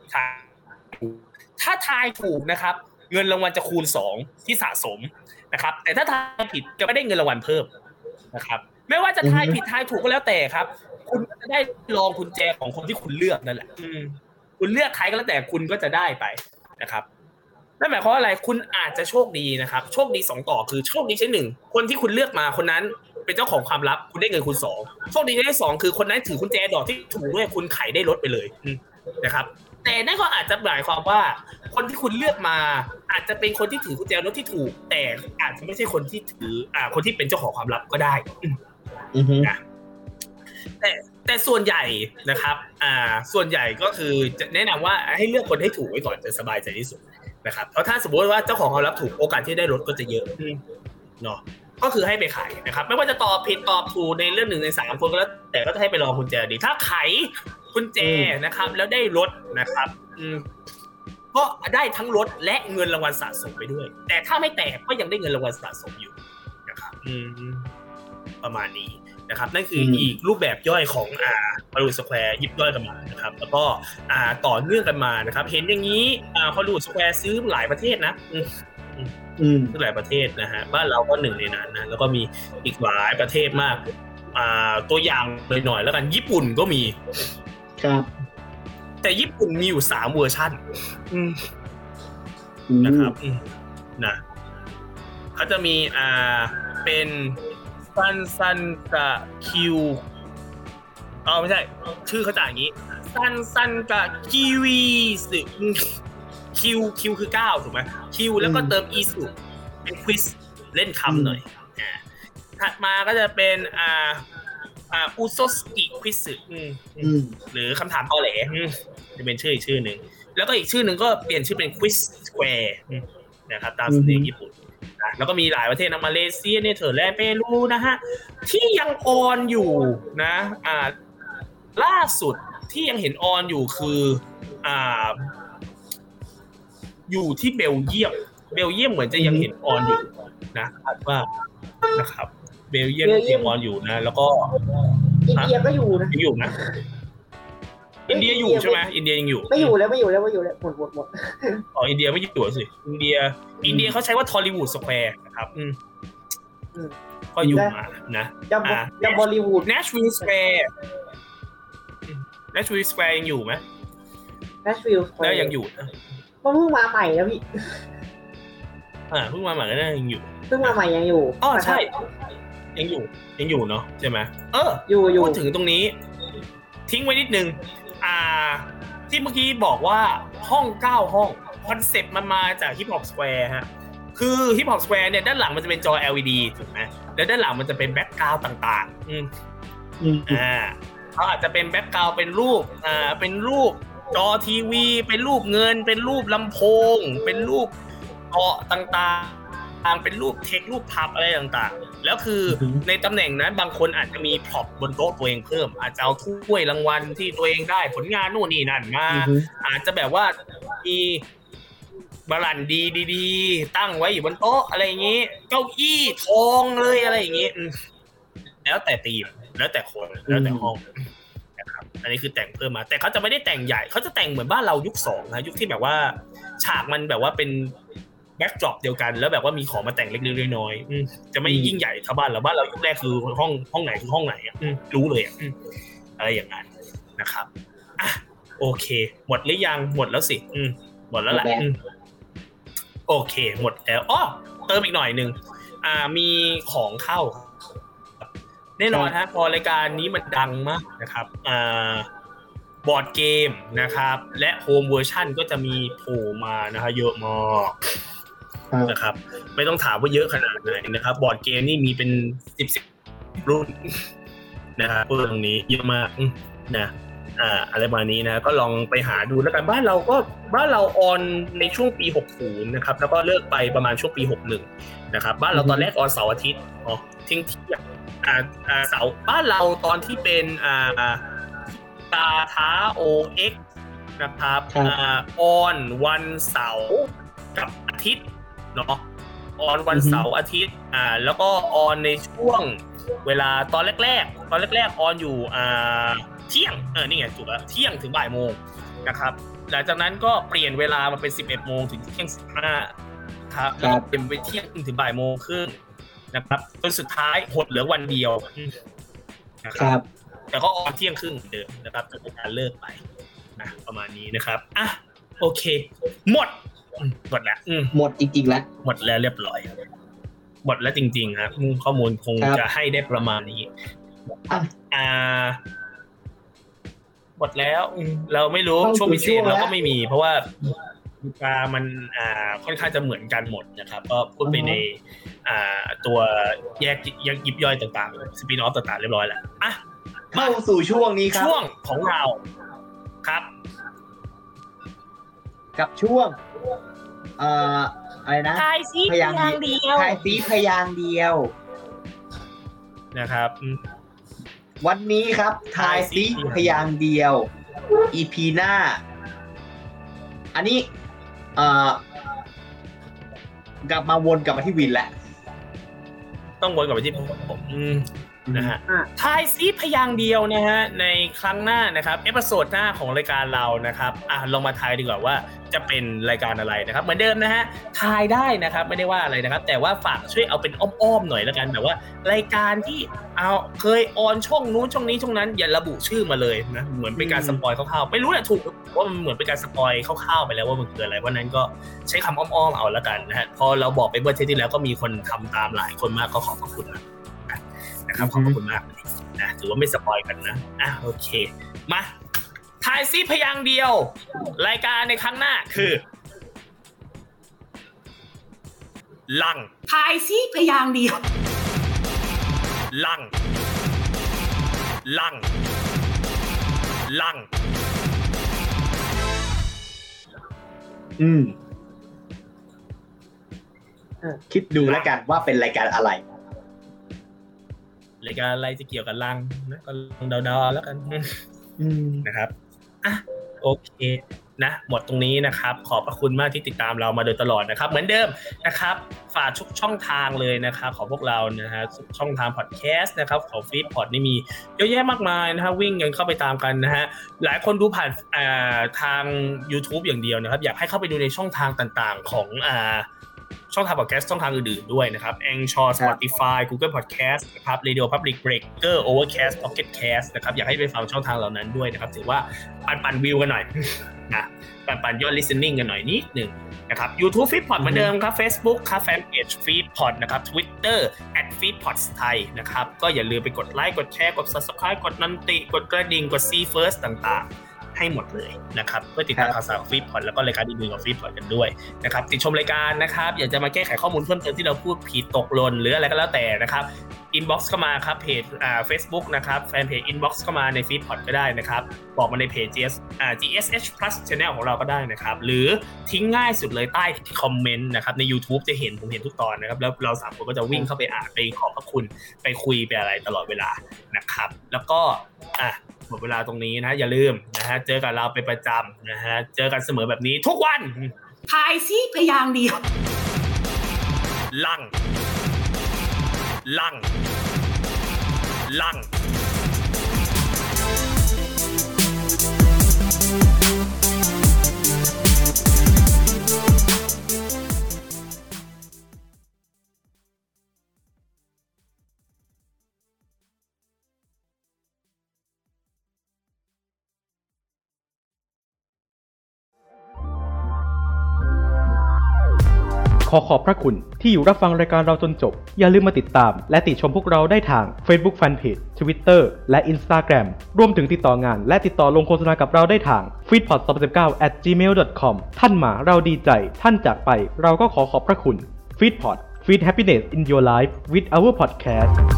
ถ้าทายถูกนะครับเงินรางวัลจะคูณ2ที่สะสมนะครับแต่ถ้าทายผิดจะไม่ได้เงินรางวัลเพิ่มนะครับไม่ว่าจะทายผิดทายถูกก็แล้วแต่ครับคุณก็จะได้ลองกุญแจของคนที่คุณเลือกนั่นแหละคุณเลือกใครก็แล้วแต่คุณก็จะได้ไปนะครับนั่นหมายความว่าอะไรคุณอาจจะโชคดีนะครับโชคดี2ต่อคือโชคดีใช่1คนที่คุณเลือกมาคนนั้นเป็นเจ้าของความลับคุณได้เงินคูณ2โชคดีได้2คือคนนั้นถือกุญแจดอกที่ถูกด้วยคุณไขได้ลดไปเลยนะครับแต่นั่นก็อาจจะหมายความว่าคนที่คุณเลือกมาอาจจะเป็นคนที่ถือกุญแจรถที่ถูกแต่อาจจะไม่ใช่คนที่ถือคนที่เป็นเจ้าของความลับก็ได้นะแต่ส่วนใหญ่นะครับส่วนใหญ่ก็คือจะแนะนำว่าให้เลือกคนให้ถูกไว้ก่อนจะสบายใจที่สุดนะครับเพราะถ้าสมมติว่าเจ้าของความลับถูกโอกาสที่ได้ลดก็จะเยอะเนาะก็คือให้ไปไขนะครับไม่ว่าจะตอบผิดตอบถูกในเรื่อง1ใน3คนก็แล้วแต่ก็จะให้ไปลองกุญแจดีถ้าไขกุญแจนะครับแล้วได้ลดนะครับก็ได้ทั้งลดและเงินรางวัลสะสมไปด้วยแต่ถ้าไม่แตกก็ยังได้เงินรางวัลสะสมอยู่นะครับประมาณนี้นะครับนั่นคืออีกรูปแบบย่อยของฮอลลีวูดสแควร์ยิบย่อยกันมานะครับแล้วก็ต่อเนื่องกันมานะครับเห็นอย่างนี้ฮอลลีวูดสแควร์ซื้อหลายประเทศนะซื้อหลายประเทศนะฮะบ้านเราก็1ในนั้นนะแล้วก็มีอีกหลายประเทศมากตัวอย่างหน่อยๆแล้วกันญี่ปุ่นก็มีครับแต่ญี่ปุ่นมีอยู่3เวอร์ชันนะครับนะเขาจะมีเป็นซันกะคิวไม่ใช่ชื่อเขาจะอย่างนี้ซันกะคิวีสึคิวคือ9ถูกไหมคิวแล้วก็เติมอีสึเป็นควิสเล่นคำหน่อยถัดมาก็จะเป็นอุโซสกิควิสหรือคำถามตอแหลจะเป็นชื่อหนึ่งแล้วก็อีกชื่อหนึ่งก็เปลี่ยนชื่อเป็นควิสสแควร์นะครับตามสำเนียงญี่ปุ่นแล้วก็มีหลายประเทศนะมาเลเซียเนเธอร์แลนด์เปรูนะฮะที่ยังออนอยู่นะล่าสุดที่ยังเห็นออนอยู่คืออยู่ที่เบลเยียมเหมือนจะยังเห็นออนอยู่นะว่านะครับเบลเยียมยังออนอยู่นะแล้วก็อินเดียก็อยู่นะอยู่นะอินเดียอยู่ใช่ไหมอินเดียยังอยู่ไม่อยู่แล้วหมดอินเดียไม่อยู่สิอินเดียเขาใช้ว่าทอลลีวูดสแควร์นะครับก็อยู่มานะจะบอลลีวูดเนชวิลล์สแควร์ยังอยู่ไหมเนชวิลล์สแควร์แล้วยังอยู่เพิ่งมาใหม่แล้วพี่เพิ่งมาใหม่ก็ยังอยู่เพิ่งมาใหม่ยังอยู่ใช่ยังอยู่เนาะใช่ไหมอยู่พูดถึงตรงนี้ทิ้งไว้นิดนึงที่เมื่อกี้บอกว่าห้อง9ห้องคอนเซ็ปต์มันมาจากฮิปฮอปสแควร์ฮะคือฮิปฮอปสแควร์เนี่ยด้านหลังมันจะเป็นจอ LED ถูกไหมแล้วด้านหลังมันจะเป็นแบ็คกราวด์ต่างๆเขาอาจจะเป็นแบ็คกราวด์เป็นรูปจอทีวีเป็นรูปเงินเป็นรูปลำโพงเป็นรูปเกาะต่างๆเป็นรูปเทครูปพับอะไรต่างๆแล้วคือในตำแหน่งนั้นบางคนอาจจะมีพร็อพบนโต๊ะตัวเองเพิ่มอาจจะเอาถ้วยรางวัลที่ตัวเองได้ผลงานนู่นนี่นั่นมาอาจจะแบบว่ามีบาลันดีตั้งไว้อยู่บนโต๊ะอะไรอย่างงี้เก้าอี้ทองเลยอะไรอย่างงี้แล้วแต่ทีมแล้วแต่คนแล้วแต่ห้องนะครับอันนี้คือแต่งเพิ่มมาแต่เขาจะไม่ได้แต่งใหญ่เขาจะแต่งเหมือนบ้านเรายุค2นะยุคที่แบบว่าฉากมันแบบว่าเป็นแบ็คดรอปเดียวกันแล้วแบบว่ามีของมาแต่งเล็กๆน้อยๆจะไม่ยิ่งใหญ่เท่าบ้านเรายุคแรกคือห้องไหนคือห้องไหนรู้เลยอะไรอย่างนั้นนะครับโอเคหมดหรือยังหมดแล้วสิหมดแล้วแหละโอเคหมดแล้วเติมอีกหน่อยนึงมีของเข้าแน่นอนฮะพอรายการนี้มันดังมากนะครับบอร์ดเกมนะครับและโฮมเวอร์ชันก็จะมีโผล่มานะฮะเยอะมากนะครับไม่ต้องถามว่าเยอะขนาดไหนนะครับบอร์ดเกมนี่มีเป็น10รุ่นนะครับพูดตรงนี้เยอะมากนะอะไรประมาณนี้นะก็ลองไปหาดูแล้วกันบ้านเราออนในช่วงปี60นะครับแล้วก็เลิกไปประมาณช่วงปี61นะครับบ้านเราตอนแรกออนเสาร์อาทิตย์ทิ้งเสาร์บ้านเราตอนที่เป็นตาท้า OX นะครับออนวันเสาร์กับอาทิตย์เนาะออนวันเสาร์อาทิตย์แล้วก็ออนในช่วงเวลาตอนแรกออนอยู่เที่ยงนี่ไงถูกแล้วเที่ยงถึงบ่ายโมงนะครับหลังจากนั้นก็เปลี่ยนเวลามาเป็น 11 โมงถึงเที่ยง 15ครับแล้วเปลี่ยนไปเที่ยงถึงบ่ายโมงครึ่งนะครับจนสุดท้ายหดเหลือวันเดียวนะครับแต่ก็ออนเที่ยงครึ่งเดิมนะครับจนเป็นการเลิกไปนะประมาณนี้นะครับโอเคหมดแล้วหมดจริงๆแล้วหมดแล้วเรียบร้อยหมดแล้วจริงๆครับข้อมูลคงจะให้ได้ประมาณนี้หมดแล้วเราไม่รู้ช่วงพิเศษเราก็ไม่มีเพราะว่ามันค่อนข้างจะเหมือนกันหมดนะครับก็พูดไปในตัวแยกยิบย่อยต่างๆสปินออฟต่างๆเรียบร้อยแล้วเข้าสู่ช่วงนี้ครับช่วงของเราครับกับช่วงอะไรนะทายซีพยางค์เดียวทายซีพยางค์เดียวนะครับวันนี้ครับทายซีพยางค์เดียว EP หน้าอันนี้กลับมาที่วินแล้วต้องวนกลับไปที่ผมนะฮะทายซิพยางค์เดียวนะฮะในครั้งหน้านะครับเอพิโซดหน้าของรายการเรานะครับลองมาทายดีกว่าว่าจะเป็นรายการอะไรนะครับเหมือนเดิมนะฮะทายได้นะครับไม่ได้ว่าอะไรนะครับแต่ว่าฝากช่วยเอาเป็นอ้อมๆหน่อยแล้วกันแบบว่ารายการที่เคยออนช่องนู้นช่องนี้ช่องนั้นอย่าระบุชื่อมาเลยนะเหมือนเป็นการสปอยคร่าวๆไม่รู้แหละถูกว่ามันเหมือนเป็นการสปอยคร่าวๆไปแล้วว่ามันคืออะไรเพราะนั้นก็ใช้คำอ้อมๆเอาแล้วกันนะฮะพอเราบอกไปเมื่อเทปที่แล้วก็มีคนทำตามหลายคนมากก็ขอบคุณนะครับขอบคุณมากนะถือว่าไม่สปอยกันนะโอเคมาทายซิพยางค์เดียวรายการในครั้งหน้าคือลังทายซิพยางค์เดียวลังคิดดูแล้วกันว่าเป็นรายการอะไรรายการอะไรจะเกี่ยวกับลังนะก็ลองเดาๆแล้วกันนะครับโอเคนะหมดตรงนี้นะครับขอบพระคุณมากที่ติดตามเรามาโดยตลอดนะครับเหมือนเดิมนะครับฝากทุกช่องทางเลยนะครับของพวกเรานะฮะช่องทางพอดแคสต์นะครับของฟีดพอดนี่มีเยอะแยะมากมายนะฮะวิ่งกันเข้าไปตามกันนะฮะหลายคนดูผ่านทาง YouTube อย่างเดียวนะครับอยากให้เข้าไปดูในช่องทางต่างๆของช่องทางพอดแคสต์ช่องทางอื่นๆด้วยนะครับ Anchor Spotify Google Podcast นะครับ Radio Public Breaker Overcast Pocket Cast นะครับอยากให้ไปฟังช่องทางเหล่านั้นด้วยนะครับถือว่าปั่นวิวกันหน่อยนะปั่นยอด listening กันหน่อยนิดนึงนะครับ YouTube Feedpod เหมือนเดิมครับ Facebook ครับ Fanpage Feedpod นะครับ Twitter @feedpodsthai นะครับก็อย่าลืมไปกดไลค์กดแชร์กด Subscribe กดนันติกดกระดิ่งกด See First ต่างๆให้หมดเลยนะครับเพื่อติดตามข่าวสารของฟีดพอดแล้วก็รายการอื่นๆของฟีดพอดกันด้วยนะครับติดชมรายการนะครับอยากจะมาแก้ไขข้อมูลเพิ่มเติมที่เราพูดผิดตกหล่นหรืออะไรก็แล้วแต่นะครับอินบ็อกซ์เข้ามาครับเพจFacebook นะครับแฟนเพจอินบ็อกซ์เข้ามาในฟีดพอดก็ได้นะครับบอกมาในเพจ GSH Plus Channel ของเราก็ได้นะครับหรือทิ้งง่ายสุดเลยใต้คอมเมนต์นะครับใน YouTube จะเห็นผมเห็นทุกตอนนะครับแล้วเรา3คนก็จะวิ่งเข้าไปอ่านไปขอบพระคุณไปคุยไปอะไรตลอดเวลานะครับแล้วก็หมดเวลาตรงนี้นะอย่าลืมนะฮะเจอกับเราเป็นประจำนะฮะเจอกันเสมอแบบนี้ทุกวันทายซิพยางค์เดียวลังขอขอบพระคุณที่อยู่รับฟังรายการเราจนจบอย่าลืมมาติดตามและติชมพวกเราได้ทาง Facebook Fanpage Twitter และ Instagram รวมถึงติดต่องานและติดต่อลงโฆษณากับเราได้ทาง feedpod2019@gmail.com ท่านมาเราดีใจท่านจากไปเราก็ขอบพระคุณ Feedpod Feed Happiness in Your Life with our podcast